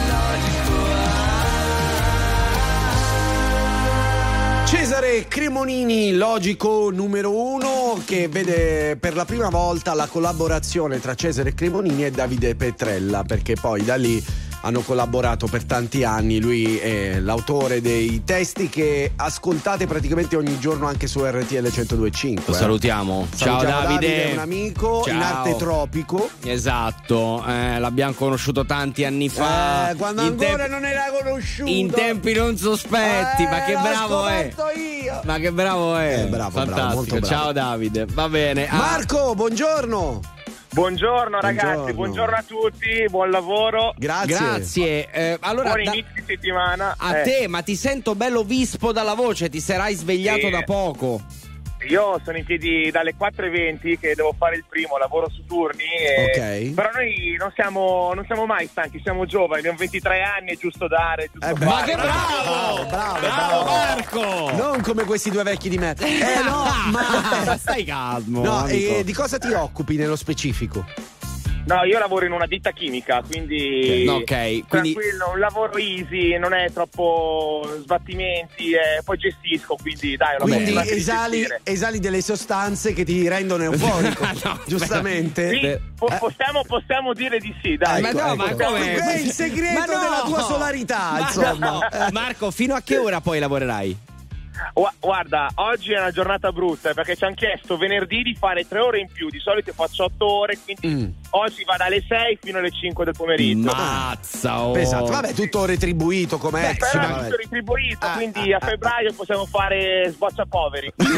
è logico. Cesare Cremonini, logico numero 1, che vede per la prima volta la collaborazione tra Cesare Cremonini e Davide Petrella, perché poi da lì hanno collaborato per tanti anni. Lui è l'autore dei testi che ascoltate praticamente ogni giorno anche su RTL 102.5. Lo salutiamo. Ciao Davide. È un amico. Ciao. In arte tropico. Esatto, l'abbiamo conosciuto tanti anni fa. Quando ancora non era conosciuto. In tempi non sospetti, ma che bravo è. Io. Ma che bravo è. Bravo, fantastico. bravo, molto bravo. Ciao Davide. Va bene. Marco, buongiorno. Buongiorno ragazzi, buongiorno a tutti, buon lavoro. Grazie. Allora, buon inizio di settimana. A te, ma ti sento bello vispo dalla voce, ti sarai svegliato da poco. Io sono in piedi dalle 4:20 che devo fare il primo, lavoro su turni Ok. Però noi non siamo mai stanchi, siamo giovani, abbiamo 23 anni, è giusto dare, giusto fare. Ma che bravo Marco! Non come questi due vecchi di me. No, ma stai calmo. No, amico. di cosa ti occupi nello specifico? No, io lavoro in una ditta chimica, quindi ok, tranquillo, un lavoro easy, non è troppo sbattimenti, poi gestisco, quindi dai, quindi esali delle sostanze che ti rendono euforico, giustamente. Sì, possiamo dire di sì, dai. Ma no, ma come? È il segreto della tua solarità, insomma. No. Marco, fino a che ora poi lavorerai? Guarda, oggi è una giornata brutta perché ci hanno chiesto venerdì di fare 3 ore in più, di solito faccio 8 ore, quindi oggi va dalle 6 fino alle 5 del pomeriggio. Mazza, Esatto, vabbè, tutto retribuito come ex. Però è tutto retribuito, quindi a febbraio possiamo fare sboccia poveri. Quindi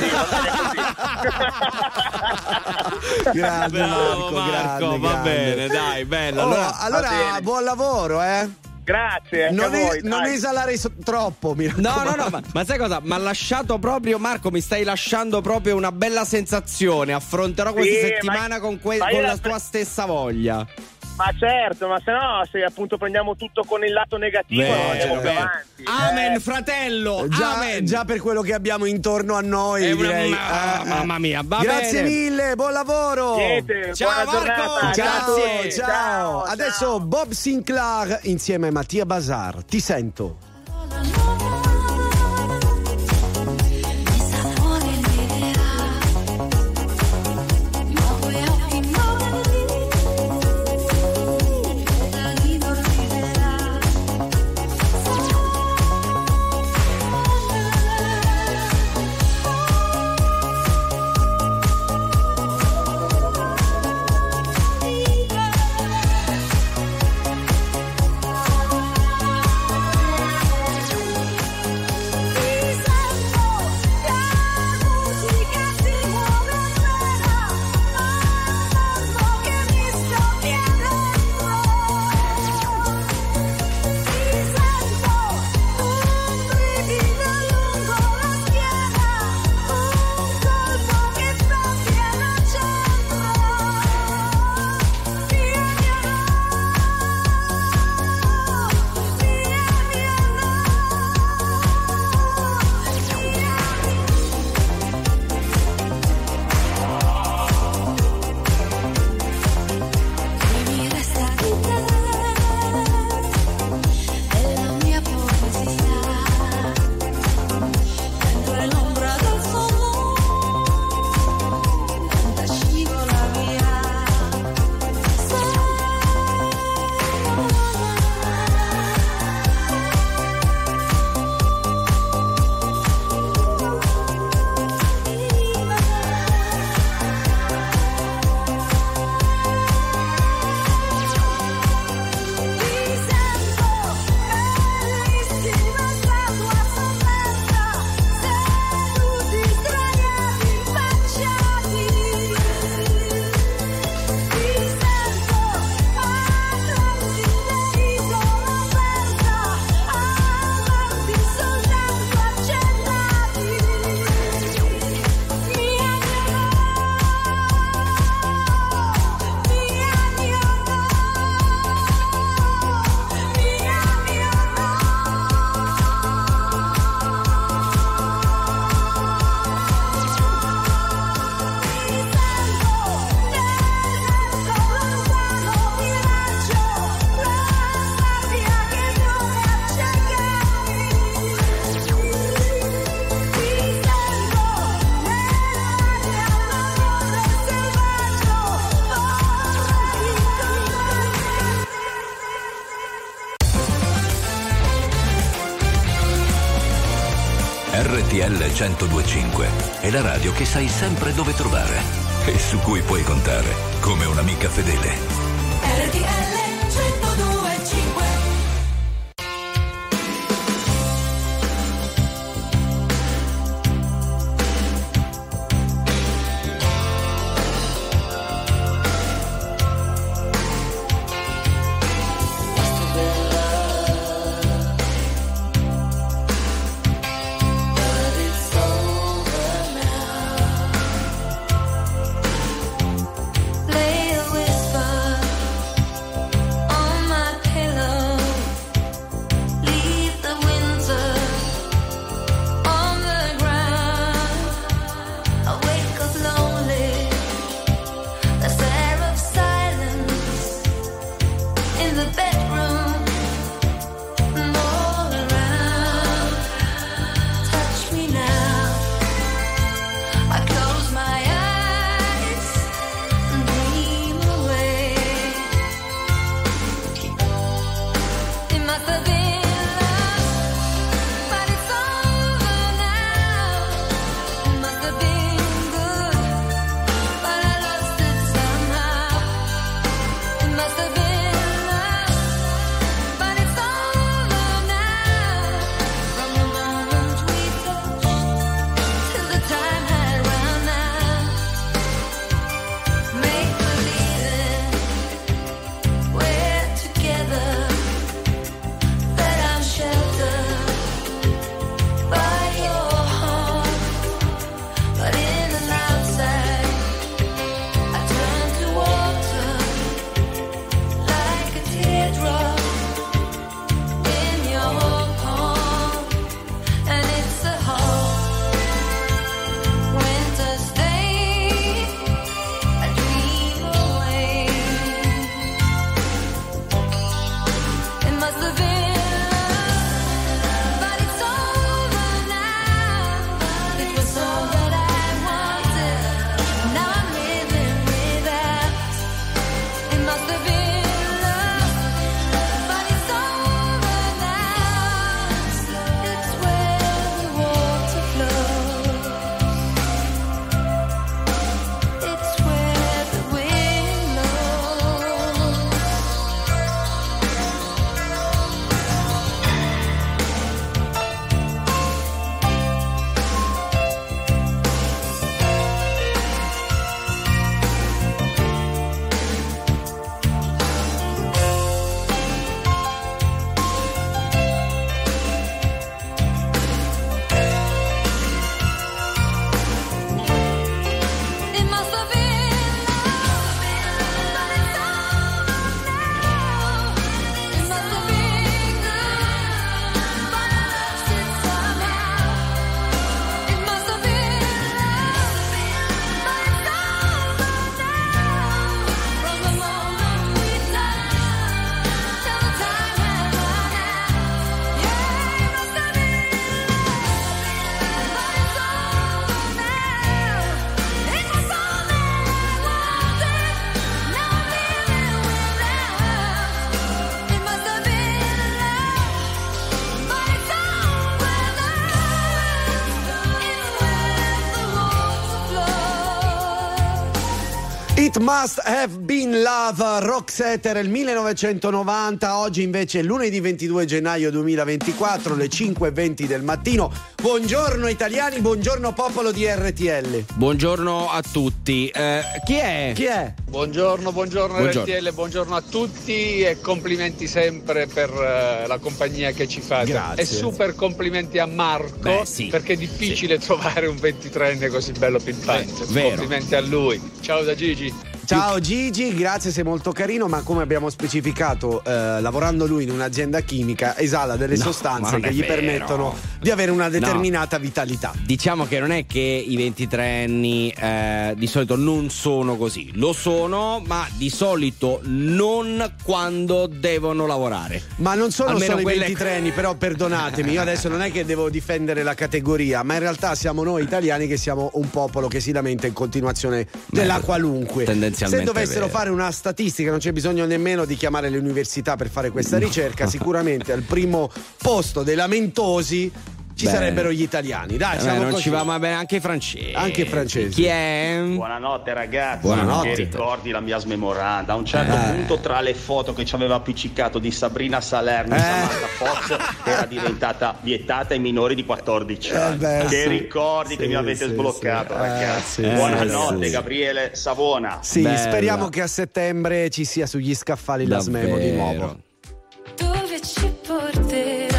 Grande Marco, va grande. bene, dai, bello. Allora buon lavoro, Grazie. Non esalare troppo, mi raccomando. No, ma sai cosa? Mi ha lasciato proprio, Marco, mi stai lasciando proprio una bella sensazione. Affronterò questa settimana con la tua stessa voglia. Ma certo, ma se appunto prendiamo tutto con il lato negativo, andiamo più avanti. Amen, fratello. Già per quello che abbiamo intorno a noi, direi. Mamma mia, va grazie bene. mille, buon lavoro. Ciao Marco, ciao. Ciao. Adesso Bob Sinclair insieme a Mattia Bazar. Ti sento. RTL 102.5 è la radio che sai sempre dove trovare e su cui puoi contare come un'amica fedele. RTL 102.5. Play a whisper It Must Have Been Love, Roxette, era il 1990, oggi invece è lunedì 22 gennaio 2024, le 5:20 del mattino. Buongiorno italiani, buongiorno popolo di RTL. Buongiorno a tutti. Chi è? Chi è? Buongiorno RTL, buongiorno a tutti e complimenti sempre per la compagnia che ci fate. Grazie. E super complimenti a Marco, perché è difficile trovare un 23enne così bello pimpante. Vero. Complimenti a lui. Ciao da Gigi. Ciao Gigi, grazie, sei molto carino, ma come abbiamo specificato, lavorando lui in un'azienda chimica esala delle sostanze che gli permettono di avere una determinata vitalità. Diciamo che non è che i 23enni di solito non sono così, lo sono, ma di solito non quando devono lavorare. Ma non sono Almeno solo i quelle- 23enni, però perdonatemi, io adesso non è che devo difendere la categoria, ma in realtà siamo noi italiani che siamo un popolo che si lamenta in continuazione della qualunque. Se dovessero fare una statistica, non c'è bisogno nemmeno di chiamare le università per fare questa ricerca, sicuramente al primo posto dei lamentosi ci sarebbero gli italiani. Dai, siamo non così. ci va, ma bene anche i francesi. Anche i francesi. Chi è? Buonanotte ragazzi. Buonanotte. Che ricordi la mia smemoranda. A un certo punto, tra le foto che ci aveva appiccicato di Sabrina Salerno e Samantha Fox, era diventata vietata ai minori di 14 anni. Che ricordi che mi avete sbloccato, ragazzi. Buonanotte, Gabriele Savona. Sì, speriamo che a settembre ci sia sugli scaffali la smemo di nuovo. Dove ci porterà?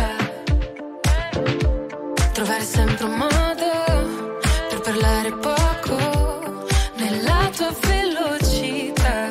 Trovare sempre un modo per parlare poco nella tua velocità.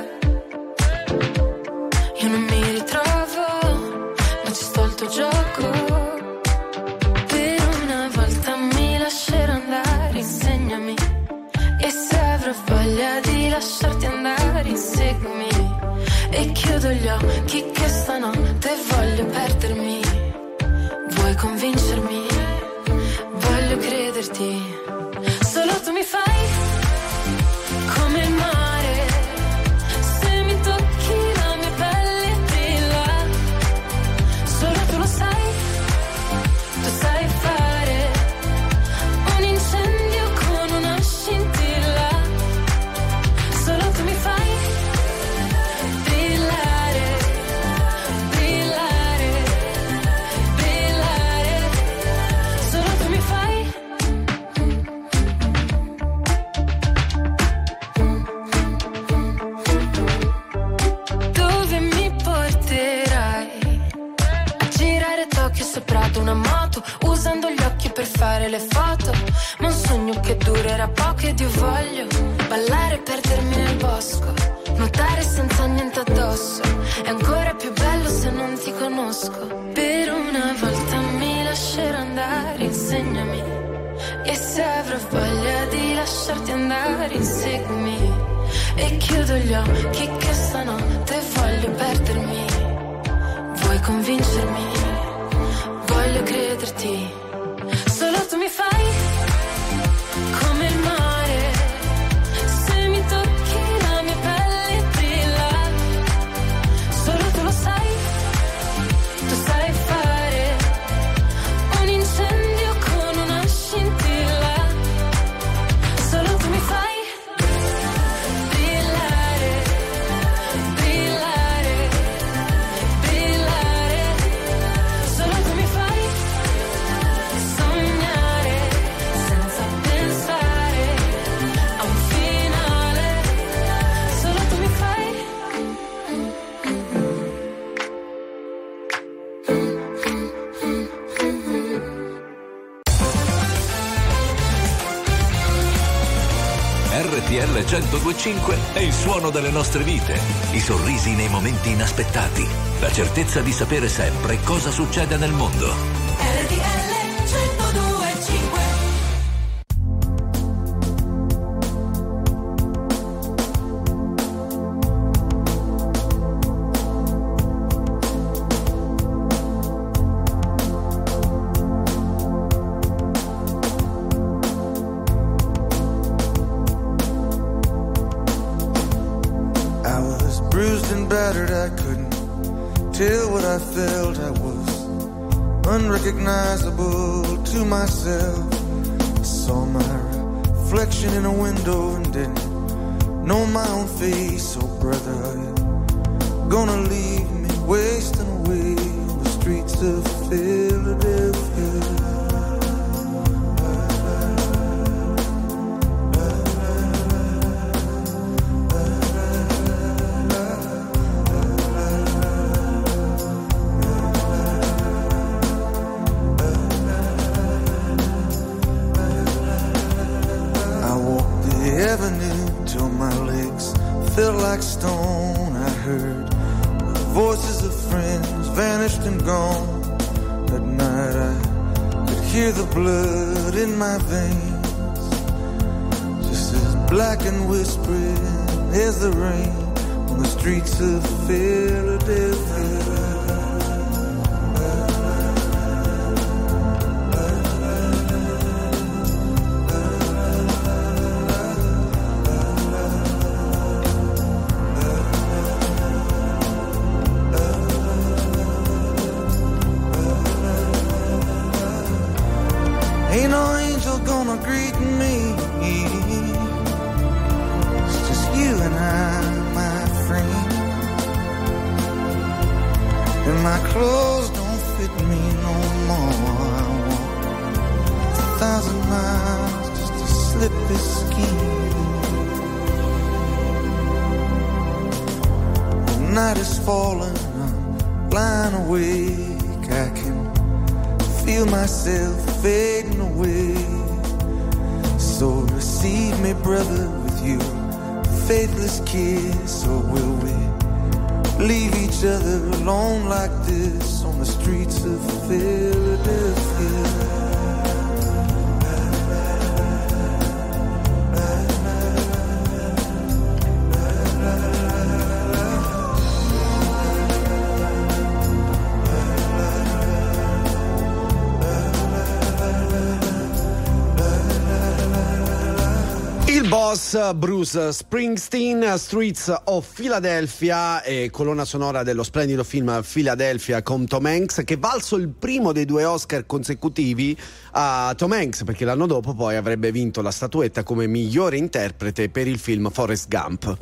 Io non mi ritrovo, ma ci sto al tuo gioco. Per una volta mi lascerò andare, insegnami. E se avrò voglia di lasciarti andare, inseguimi. E chiudo gli occhi che stanotte voglio perdermi. Vuoi convincermi? Voglio crederti. Solo tu mi fai come il mare. Se mi tocchi la mia pelle brilla. Solo tu lo sai. Tu sai fare un incendio con una scintilla. Solo tu mi fai brillare, brillare, brillare. Solo tu mi fai. Dove mi porterai? A girare Tokyo sopra una moto, usando gli occhi per fare le foto. Ma un sogno che durerà poco ed io voglio ballare e perdermi nel bosco, nuotare senza niente addosso. È ancora più bello se non ti conosco. Per una volta mi lascerò andare, insegnami. E se avrò voglia di lasciarti andare, inseguimi. E chiudo gli occhi che stanotte voglio perdermi. Vuoi convincermi? Voglio crederti. Solo tu mi fai come il mare. Se mi tocchi la mia pelle brilla. Solo tu lo sai. Tu sai fare un incendio con una scintilla. Solo tu mi fai brillare, brillare, brillare. Solo tu mi fai sognare senza pensare a un finale. Solo tu mi fai. RTL 102.5 è il suono delle nostre vite, i sorrisi nei momenti inaspettati, la certezza di sapere sempre cosa succede nel mondo. RTL 102.5. I was bruised and battered, I couldn't tell what I felt. I was unrecognizable to myself. I saw my reflection in a window and didn't know my own face. Oh brother, are you gonna leave me wasting away on the streets of Philadelphia? Till my legs felt like stone. I heard voices of friends vanished and gone. At night I could hear the blood in my veins, just as black and whispering as the rain on the streets of Philadelphia. Ain't no angel gonna greet me. It's just you and I, my friend. And my clothes don't fit me no more. I walk 1,000 miles just to slip this skin. The night is falling, I'm lying awake. I can feel myself fading away. So receive me, brother, with you faithless kiss. Or will we leave each other alone like this on the streets of Philadelphia? Boss Bruce Springsteen, Streets of Philadelphia, e colonna sonora dello splendido film Philadelphia con Tom Hanks, che valso il primo dei 2 Oscar consecutivi a Tom Hanks, perché l'anno dopo poi avrebbe vinto la statuetta come migliore interprete per il film Forrest Gump.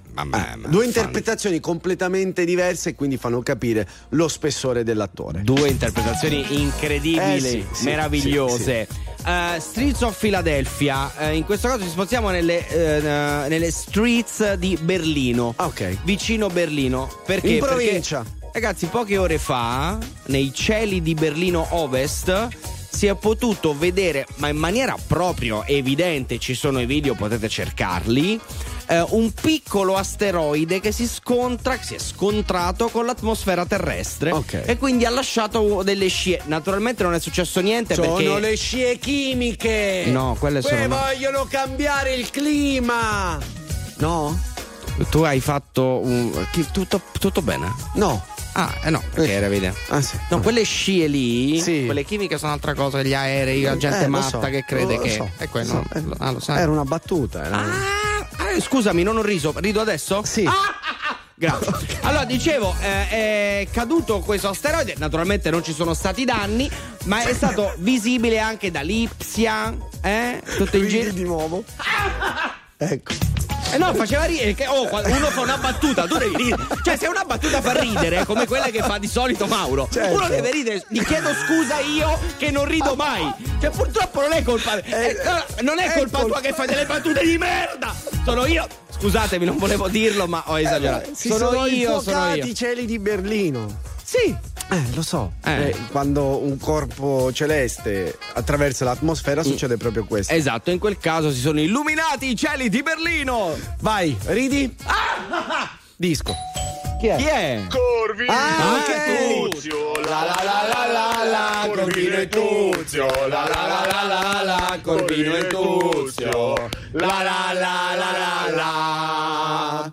Due interpretazioni completamente diverse, e quindi fanno capire lo spessore dell'attore. 2 interpretazioni incredibili, meravigliose. Sì. Streets of Philadelphia, in questo caso ci spostiamo nelle streets di Berlino, vicino Berlino, perché? In provincia. Perché, ragazzi, poche ore fa nei cieli di Berlino Ovest si è potuto vedere, ma in maniera proprio evidente, ci sono i video, potete cercarli, un piccolo asteroide che si è scontrato con l'atmosfera terrestre, e quindi ha lasciato delle scie. Naturalmente non è successo niente, sono perché le scie chimiche. No, quelle sono vogliono cambiare il clima. No? Tu hai fatto tutto bene? No. No, perché era evidente. Sì. No, quelle scie lì, quelle chimiche sono altra cosa, gli aerei, la gente matta che crede che è quello. Lo sai. Era una battuta. Scusami, non ho riso, rido adesso? Sì. Grazie. Allora, dicevo, è caduto questo asteroide, naturalmente non ci sono stati danni, ma è stato visibile anche da Lipsia, tutto in giro. Di nuovo. Ecco. No, faceva ridere che uno fa una battuta, tu devi ridere. Cioè, se una battuta fa ridere, come quella che fa di solito Mauro, uno deve ridere. Gli chiedo scusa io che non rido mai. Cioè, purtroppo non è colpa non è colpa tua che fai delle battute di merda. Sono io. Scusatemi, non volevo dirlo, ma ho esagerato. Sono io. I cieli di Berlino. Sì. Lo so. Quando un corpo celeste attraversa l'atmosfera succede proprio questo. Esatto, in quel caso si sono illuminati i cieli di Berlino. Vai, ridi. Disco. Chi è? Corvino e Tuzio, la la la la la la, Corvino e Tuzio, la la la la la la, Corvino e Tuzio, la la la la la la.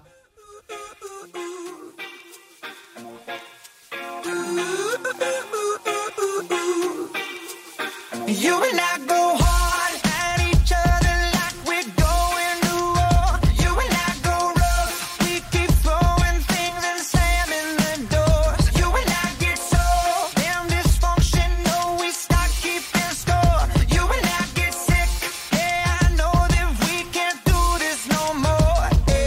You and I go hard at each other like we're going to war. You and I go rough, we keep throwing things and slamming the doors. You and I get so damn dysfunctional, we start keeping score. You and I get sick, yeah, I know that we can't do this no more.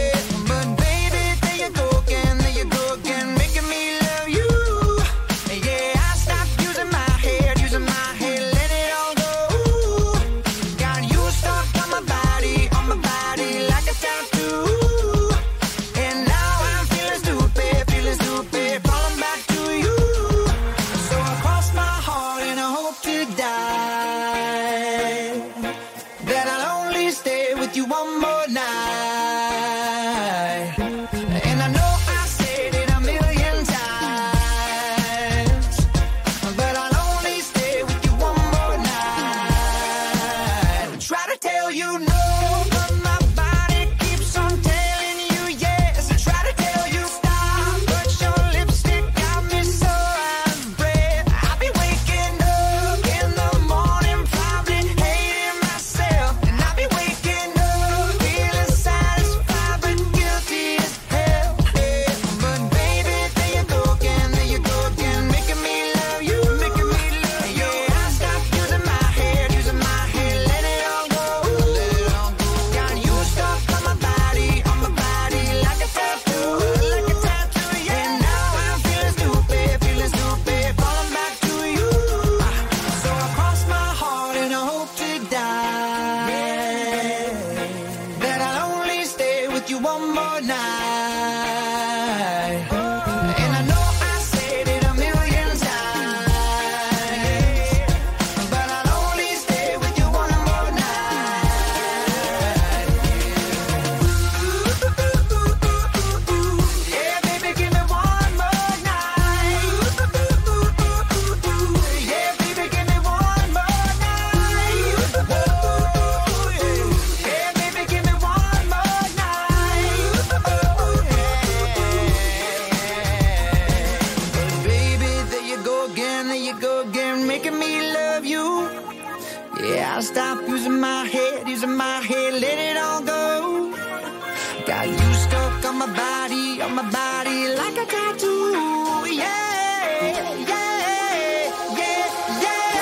Yeah, I'll stop using my head, let it all go. Got you stuck on my body like a tattoo. Yeah, yeah, yeah, yeah.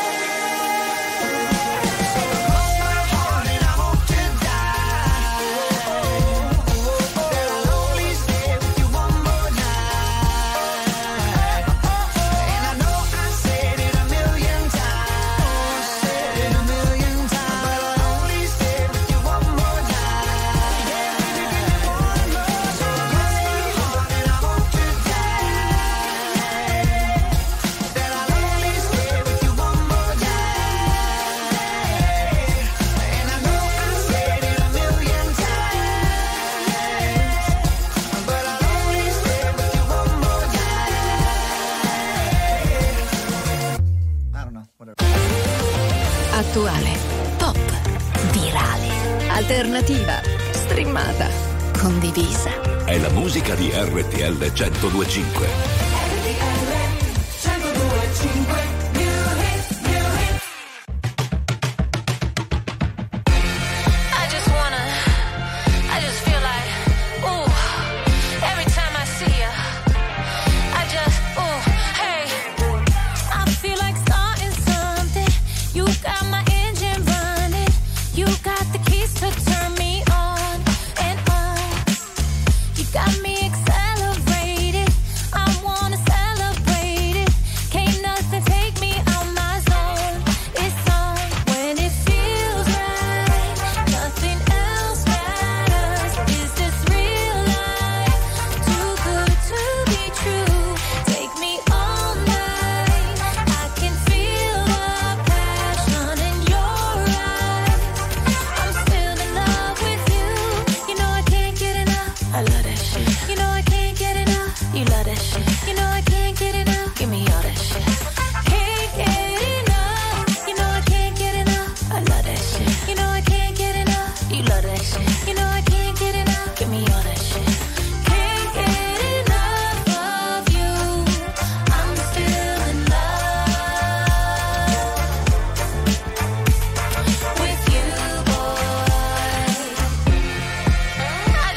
So hold my heart and I hope to die. That I'll only stay with you one more night. And I know I said it a million times, but I'll only stay with you one more night. Yeah, baby, give me one more time. So hold my heart and I hope to die. That I'll only stay with you one more night. And I know I said it a million times, but I'll only stay with you one more night. I don't know, whatever. Attuale, pop, virale, alternativa, streamata, condivisa. È la musica di RTL 102.5. I just feel like, ooh, every time I see you, I just, ooh, hey, I feel like starting something. You got my engine running. You got the keys to turn me on and on. You got me accelerated. I wanna celebrate it. Can't nothing take me out my zone. It's on when it feels right. Nothing else matters. Is this real life? Too good to be true. Take me all night. I can feel the passion in your eyes. I'm still in love with you. You know I can't get enough. I love that shit. You know I can't get enough. You love that shit. You know I can't get enough. Give me all that shit. Can't get enough. You know I can't get enough. I love that shit. You know I can't get enough. You love that shit. You know I can't get enough. Give me all that shit. Can't get enough of you. I'm still in love with you, boy. I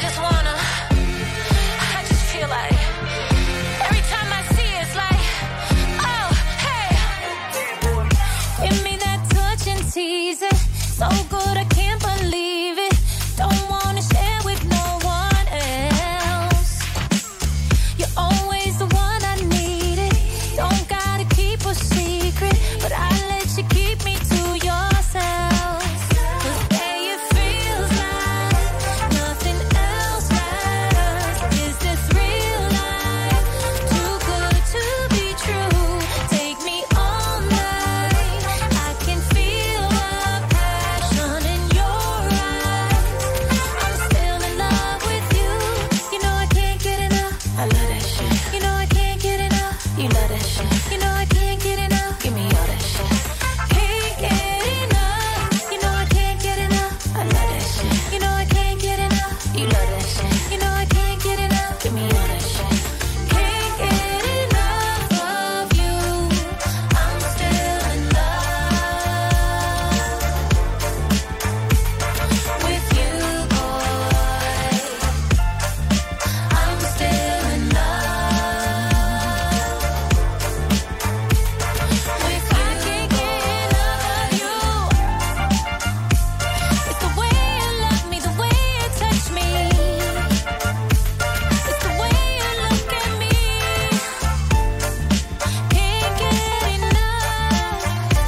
just feel like every time I see it, it's like, oh, hey. Give me that touch and tease it. So good I can't believe it. Don't wanna share with no one else. You're always the one I needed. Don't gotta keep a secret, but I let you keep me to yourself. 'Cause babe, it feels like nothing else matters. Is this real life? Too good to be true. Take me all night. I can feel the passion in your eyes. I'm still in love with you. You know I can't get enough. I love that shit. You know I can't get enough. You love that shit. You know I can't get enough. Give me all that shit. Can't get enough. You know I can't get enough. I love that shit. You know I can't get enough. You love that shit. You know I can't get enough. Give me all that shit. Can't get enough of you. I'm still in love with you, boy. I'm still in love with you. I can't get enough of you. It's the way you love me, the way you touch me. It's the way you look at me. Can't get enough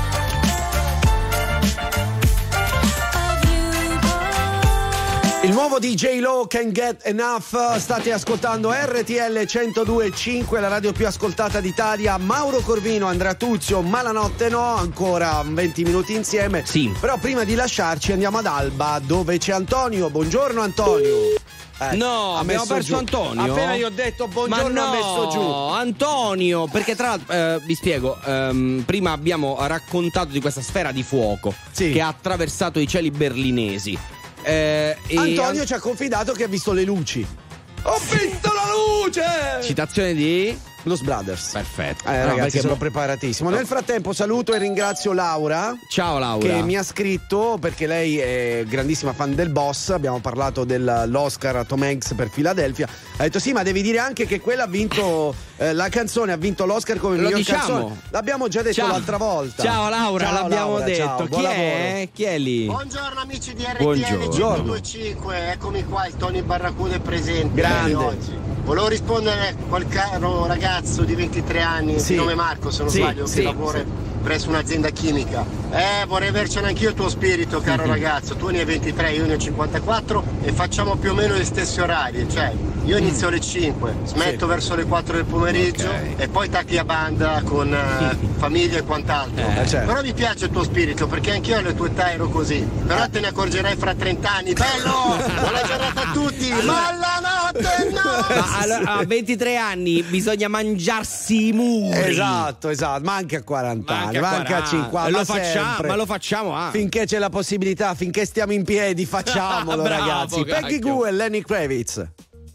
of you, boy. Il nuovo DJ Lo, Can't Get Enough. State ascoltando RTL 102.5, la radio più ascoltata d'Italia. Mauro Corvino, Andrea Tuzio, Malanotte no, ancora 20 minuti insieme. Sì. Però prima di lasciarci andiamo ad Alba, dove c'è Antonio. Buongiorno Antonio. No, ha abbiamo messo perso giù. Antonio. Appena gli ho detto buongiorno Ma no, ha messo giù. Antonio, perché tra l'altro vi spiego, prima abbiamo raccontato di questa sfera di fuoco che ha attraversato i cieli berlinesi. Antonio ci ha confidato che ha visto le luci. Ho visto la luce! Citazione di Blues Brothers. Perfetto. Ragazzi, perché sono preparatissimo. Nel frattempo saluto e ringrazio Laura. Ciao Laura. Che mi ha scritto perché lei è grandissima fan del Boss. Abbiamo parlato dell'Oscar a Tom Hanks per Philadelphia. Ha detto sì, ma devi dire anche che quella ha vinto la canzone ha vinto l'Oscar come miglior canzone. L'abbiamo già detto l'altra volta. Ciao Laura, l'abbiamo detto. Ciao, Chi è? Chi è lì? Buongiorno amici di RTL Buongiorno. 102.5, eccomi qua, il Tony Barracuda è presente. Grande. Oggi. Volevo rispondere a quel caro ragazzo di 23 anni, Sì. di nome Marco se non Sì, sbaglio, sì, che lavora presso un'azienda chimica. Vorrei avercene anch'io il tuo spirito, caro ragazzo. Tu ne hai 23, io ne ho 54 e facciamo più o meno gli stessi orari. Cioè, io inizio alle 5, smetto verso le 4 del pomeriggio e poi tacchi a banda con famiglia e quant'altro. certo. Però mi piace il tuo spirito perché anch'io alle tue età ero così. Però te ne accorgerai fra 30 anni. Bello! Buona giornata a tutti! Ma la notte no! Ma allora, a 23 anni bisogna mangiarsi i muri. Esatto, ma anche a 40 anni, ma anche a 50. Ma lo facciamo anche. Finché c'è la possibilità, finché stiamo in piedi, facciamolo, Bravo, ragazzi. Peggy cacchio. Goo e Lenny Kravitz.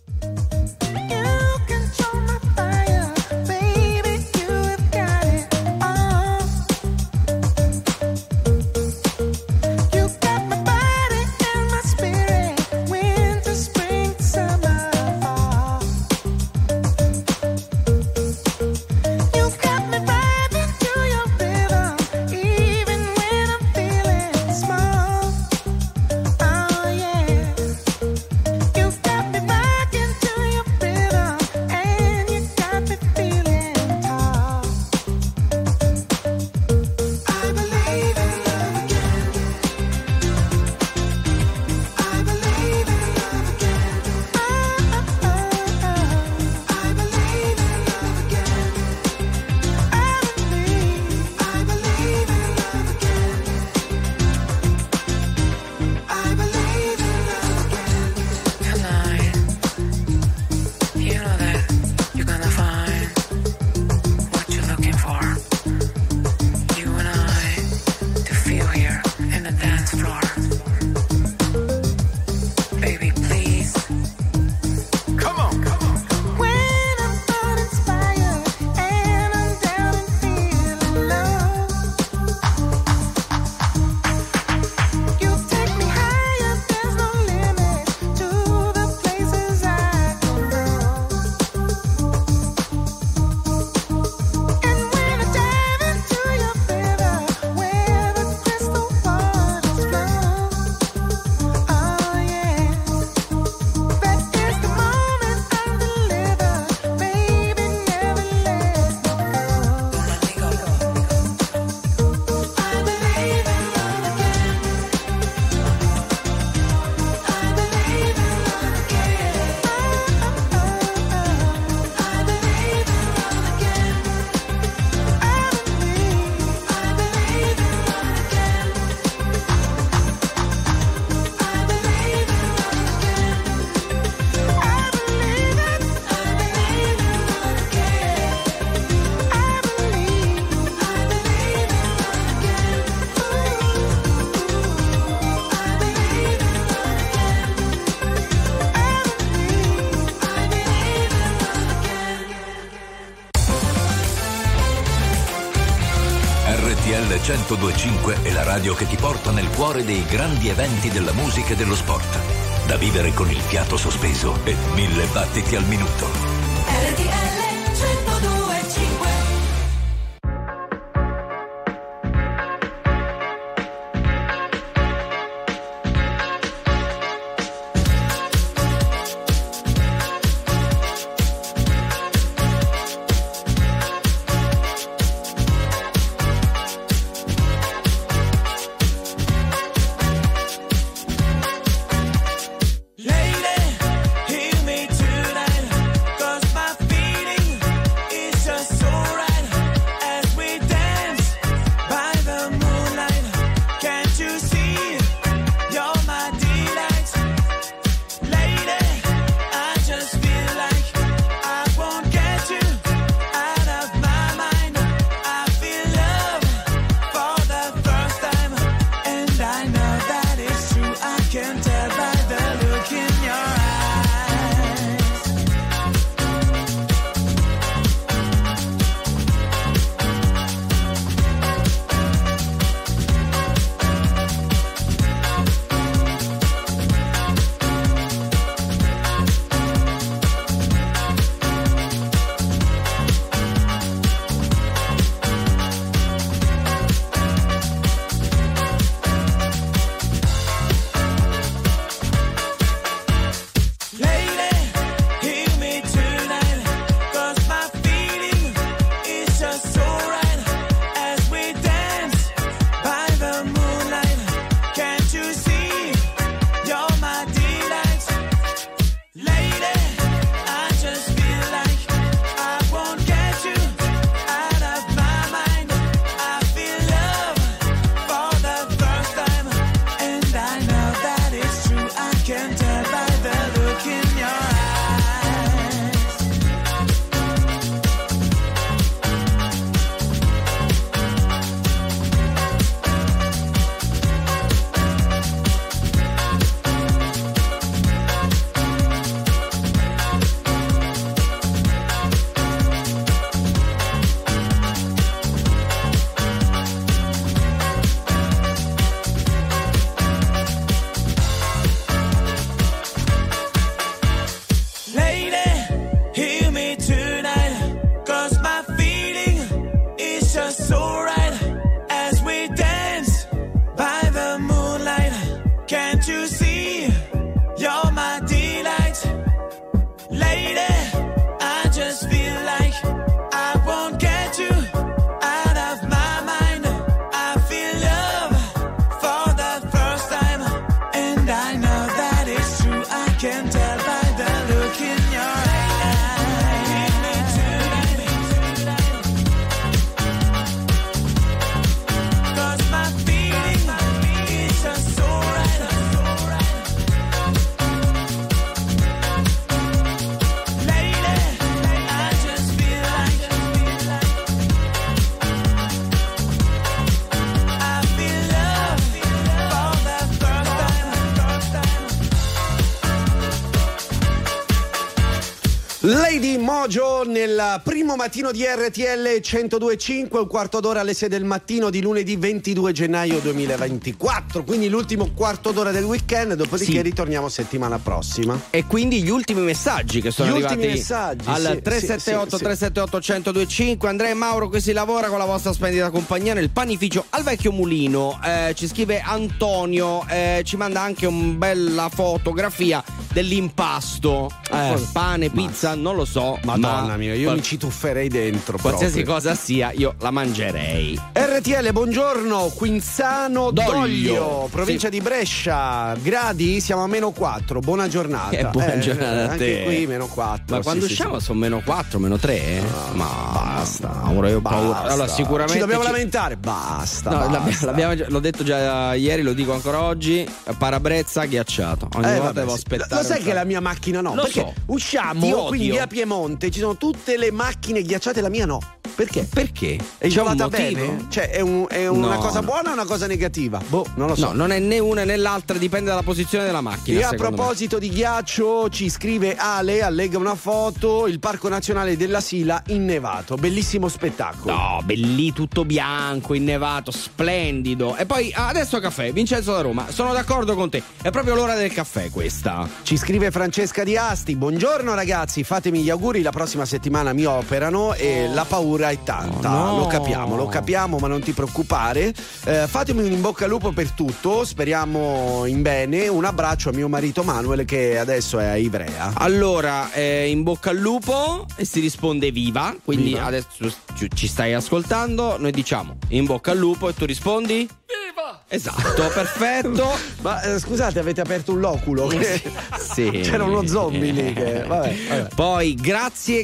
RTL 102.5 è la radio che ti porta nel cuore dei grandi eventi della musica e dello sport. Da vivere con il fiato sospeso e 1000 battiti al minuto. RTL 102.5. Lady, hear me tonight, 'cause my feeling Lady Mojo nel primo mattino di RTL 102.5, un quarto d'ora alle 6 del mattino di lunedì 22 gennaio 2024, quindi l'ultimo quarto d'ora del weekend, dopodiché ritorniamo settimana prossima. E quindi gli ultimi messaggi che sono arrivati al 378 1025. Andrea e Mauro, qui si lavora con la vostra splendida compagnia nel panificio al Vecchio Mulino. Ci scrive Antonio, ci manda anche una bella fotografia dell'impasto, pane, pizza, non lo so. Madonna mia, io mi ci tufferei dentro. Qualsiasi proprio. cosa sia, io la mangerei. RTL, buongiorno. Quinzano Doglio, provincia di Brescia. Gradi, siamo a -4. Buona giornata. Buona giornata a anche te. qui -4. Ma quando usciamo sono -4, -3? Ma basta. Ora io ho paura. Allora sicuramente ci dobbiamo lamentare. Basta. No, basta. l'ho detto già ieri, lo dico ancora oggi. Parabrezza ghiacciato. Ogni volta devo aspettare. Lo sai che la mia macchina no? Lo perché so. usciamo qui via Piemonte, ci sono tutte le macchine ghiacciate, la mia no. Perché? Perché? È C'è un isolata motivo? bene? Cioè è una cosa buona o una cosa negativa? Boh, non lo so. No, non è né una né l'altra, dipende dalla posizione della macchina. E a proposito di ghiaccio, ci scrive Ale, allega una foto, il Parco Nazionale della Sila innevato, bellissimo spettacolo. No, belli, tutto bianco, innevato, splendido. E poi adesso caffè, Vincenzo da Roma, sono d'accordo con te, è proprio l'ora del caffè questa. Ci scrive Francesca Di Asti, buongiorno ragazzi, fatemi gli auguri, la prossima settimana mi operano e la paura è tanta. No. Lo capiamo, ma non ti preoccupare. Fatemi un in bocca al lupo per tutto, speriamo in bene. Un abbraccio a mio marito Manuel che adesso è a Ivrea. Allora, in bocca al lupo e si risponde viva, quindi Viva. adesso ci stai ascoltando, noi diciamo in bocca al lupo e tu rispondi viva! Esatto, perfetto. Ma scusate, avete aperto un loculo? Sì. C'era uno zombie lì che... Vabbè. Poi grazie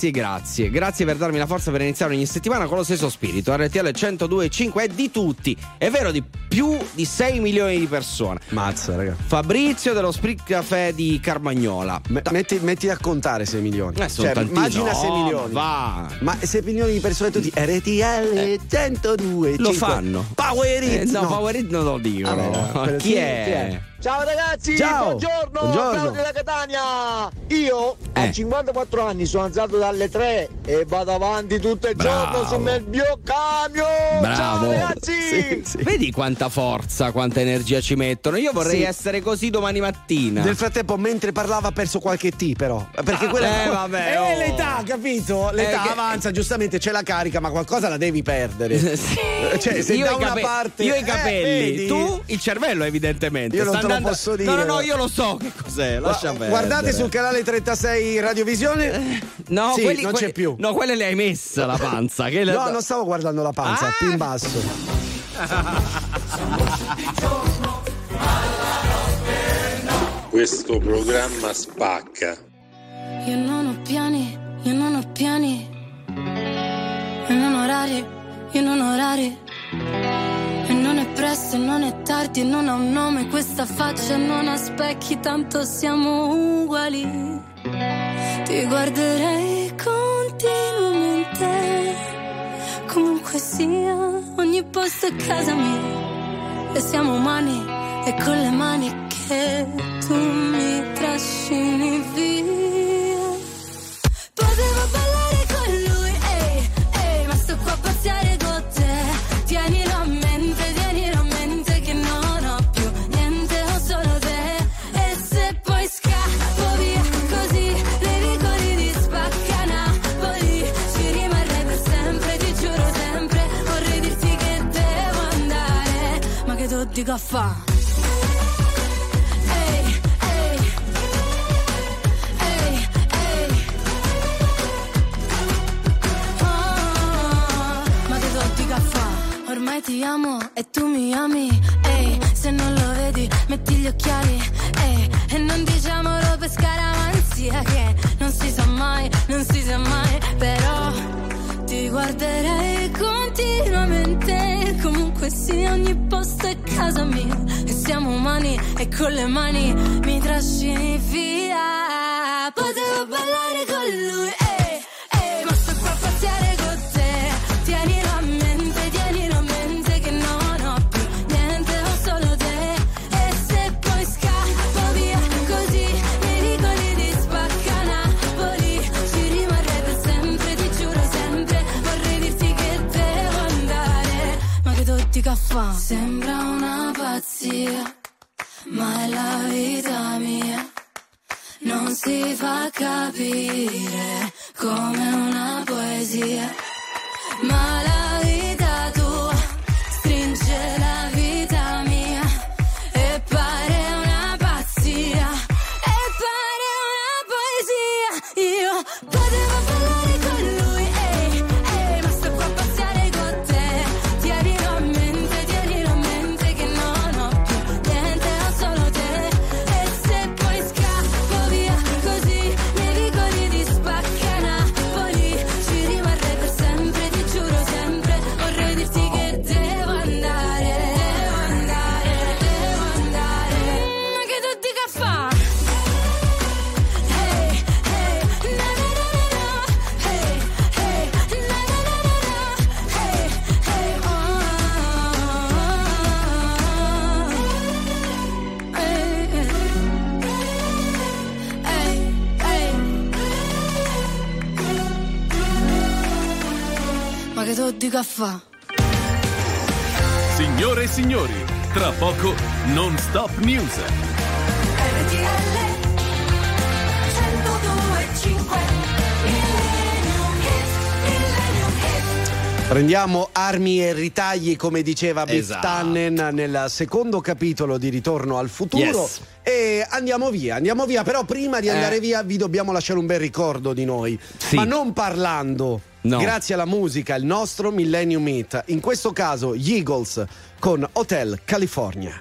per darmi la forza per iniziare ogni settimana con lo stesso spirito. RTL 102.5 è di tutti, è vero, di più di 6 milioni di persone. Mazza, raga. Fabrizio dello Sprit Café di Carmagnola. Metti a contare 6 milioni. Sono tanti, immagina no, 6 milioni. Va. Ma 6 milioni di persone tutti RTL 102. Lo fanno. Power It. No, Power It non lo dicono. Vabbè, chi è? Ciao ragazzi, Ciao. buongiorno, Claudio da Catania. Io a 54 anni sono alzato dalle 3 e vado avanti tutto il giorno sul mio camion. Bravo. Ciao ragazzi. Sì. Vedi quanta forza, quanta energia ci mettono. Io vorrei essere così domani mattina. Nel frattempo, mentre parlava, ha perso qualche T, però. Perché quella vabbè, l'età, capito? L'età avanza, giustamente c'è la carica, ma qualcosa la devi perdere. Cioè, se io da i una cape- parte. io i capelli, vedi? tu il cervello, evidentemente. Io non Sta te lo andando- posso dire. No, io lo so che cos'è. Lascia perdere. Guardate sul canale 36 Radiovisione. No, sì, quelli, non c'è più. No, quelle le hai messa la panza. No, non stavo guardando la panza, più in basso. Questo programma spacca. Io non ho piani, io non ho piani. E non orari, io non ho orari. E non è presto, e non è tardi, e non ha un nome questa faccia, non ha specchi, tanto siamo uguali. Ti guarderei continuamente, comunque sia, ogni posto è casa mia. E siamo umani, e con le mani che tu mi trascini via. Potevo ballare con lui, ehi, ehi, ma sto qua a pazziare con te. Tienilo a mente che non ho più niente, ho solo te. E se poi scappo via così, nei vicoli di Spacca Napoli, ci rimarrei per sempre, ti giuro sempre. Vorrei dirti che devo andare, ma che tu dico a fa'? Ormai ti amo e tu mi ami, ehi, se non lo vedi metti gli occhiali, ehi, e non diciamolo per scaramanzia che non si sa mai, però ti guarderei continuamente, comunque sia, ogni posto è casa mia, e siamo umani e con le mani mi trascini via. Potevo ballare con lui, ehi, ma sto qua a pazziare con te, tienilo a mente che non ho più niente, ho solo te. E se poi scappo via così, nei vicoli di Spacca Napoli, Sembra una pazzia, ma è la vita mia. Non si fa capire come una poesia, ma la vita tua stringe la vita mia e pare una pazzia, e pare una poesia. Io potevo parlare con lui, ma sto qua a passare con te. Tienilo a mente che non ho più niente, ho solo te. E se poi scappo via così nei vicoli di Spacca Napoli, ci rimarrei per sempre, ti giuro sempre. Vorrei dirti che devo andare. Ma che tu dica fa? Hey, hey, na na na na, hey, hey, na na na na, hey, hey, oh, hey, ma che tu dica fa? Signore e signori, tra poco Non Stop News. RTL 102.5 Millennium Hit. Prendiamo armi e ritagli, come diceva Biff Esatto. Tannen nel secondo capitolo di Ritorno al futuro. Yes. E andiamo via, però prima di andare via vi dobbiamo lasciare un bel ricordo di noi, Sì. ma non parlando. No. Grazie alla musica, il nostro Millennium Hit, in questo caso gli Eagles con Hotel California.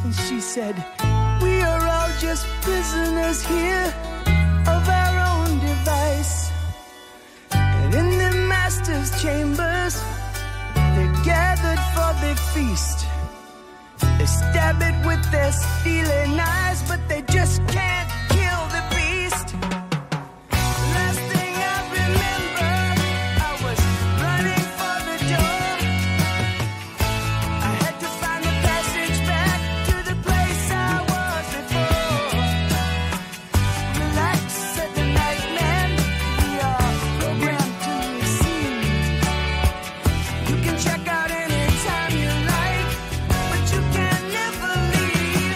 And she said, we are all just prisoners here of our own device. And in the master's chambers, they're gathered for the feast. They stab it with their steely knives, but they just can't kill the beast. Last thing I remember, I was running for the door. I had to find the passage back to the place I was before. Relax, said the night man, we are programmed to receive. You can check out anytime you like, but you can never leave.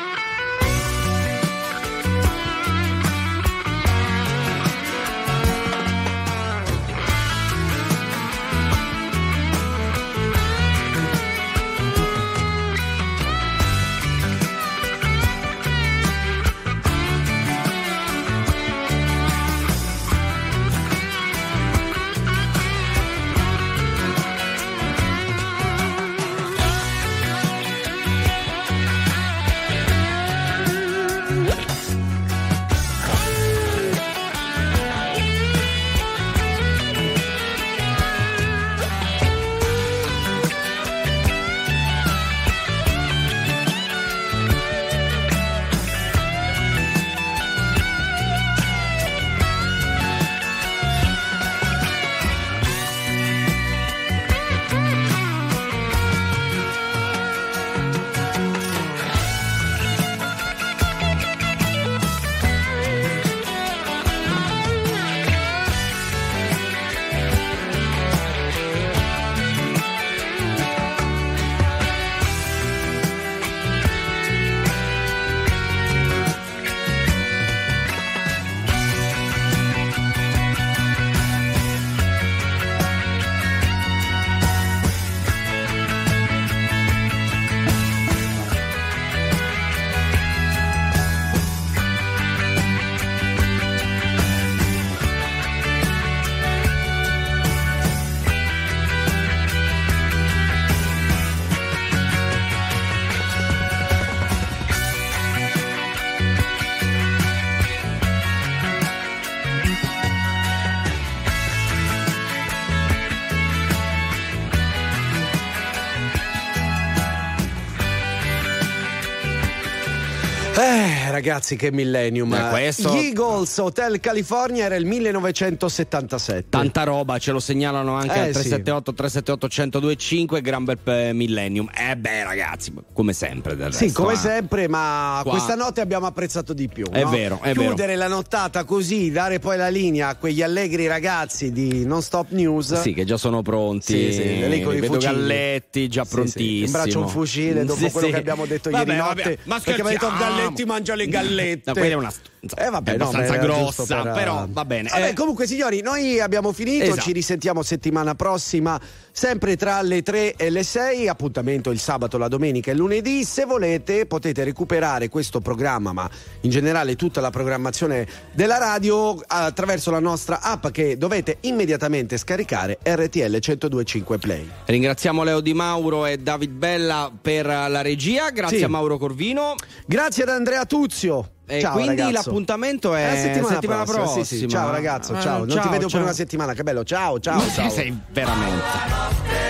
Ragazzi, che millennium. Questo... Gli Eagles, Hotel California, era il 1977. Tanta roba, ce lo segnalano anche al 378 378 1025, gran bel millennium. Beh ragazzi, come sempre del resto. Sì, come sempre, ma questa notte abbiamo apprezzato di più. È no? vero, è Chiudere vero. la nottata così, dare poi la linea a quegli allegri ragazzi di Non Stop News. Sì, che già sono pronti. Sì, lì con i vedo fucili. Galletti già prontissimo. In braccio un fucile dopo quello che abbiamo detto ieri notte. Ma perché mi ha detto Galletti mangia le gallette. No, quella è una vabbè, è abbastanza grossa, per... però va bene. Comunque signori, noi abbiamo finito, Esatto. Ci risentiamo settimana prossima, sempre tra le 3 e le 6, appuntamento il sabato, la domenica e il lunedì. Se volete potete recuperare questo programma, ma in generale tutta la programmazione della radio attraverso la nostra app che dovete immediatamente scaricare, RTL 102.5 Play. Ringraziamo Leo Di Mauro e David Bella per la regia, grazie a Mauro Corvino. Grazie ad Andrea Tuzio. E ciao, quindi ragazzo. L'appuntamento è settimana prossima. Sì. Ciao ragazzo, ciao. Non ti vedo per una settimana, che bello. Ciao. Sei veramente.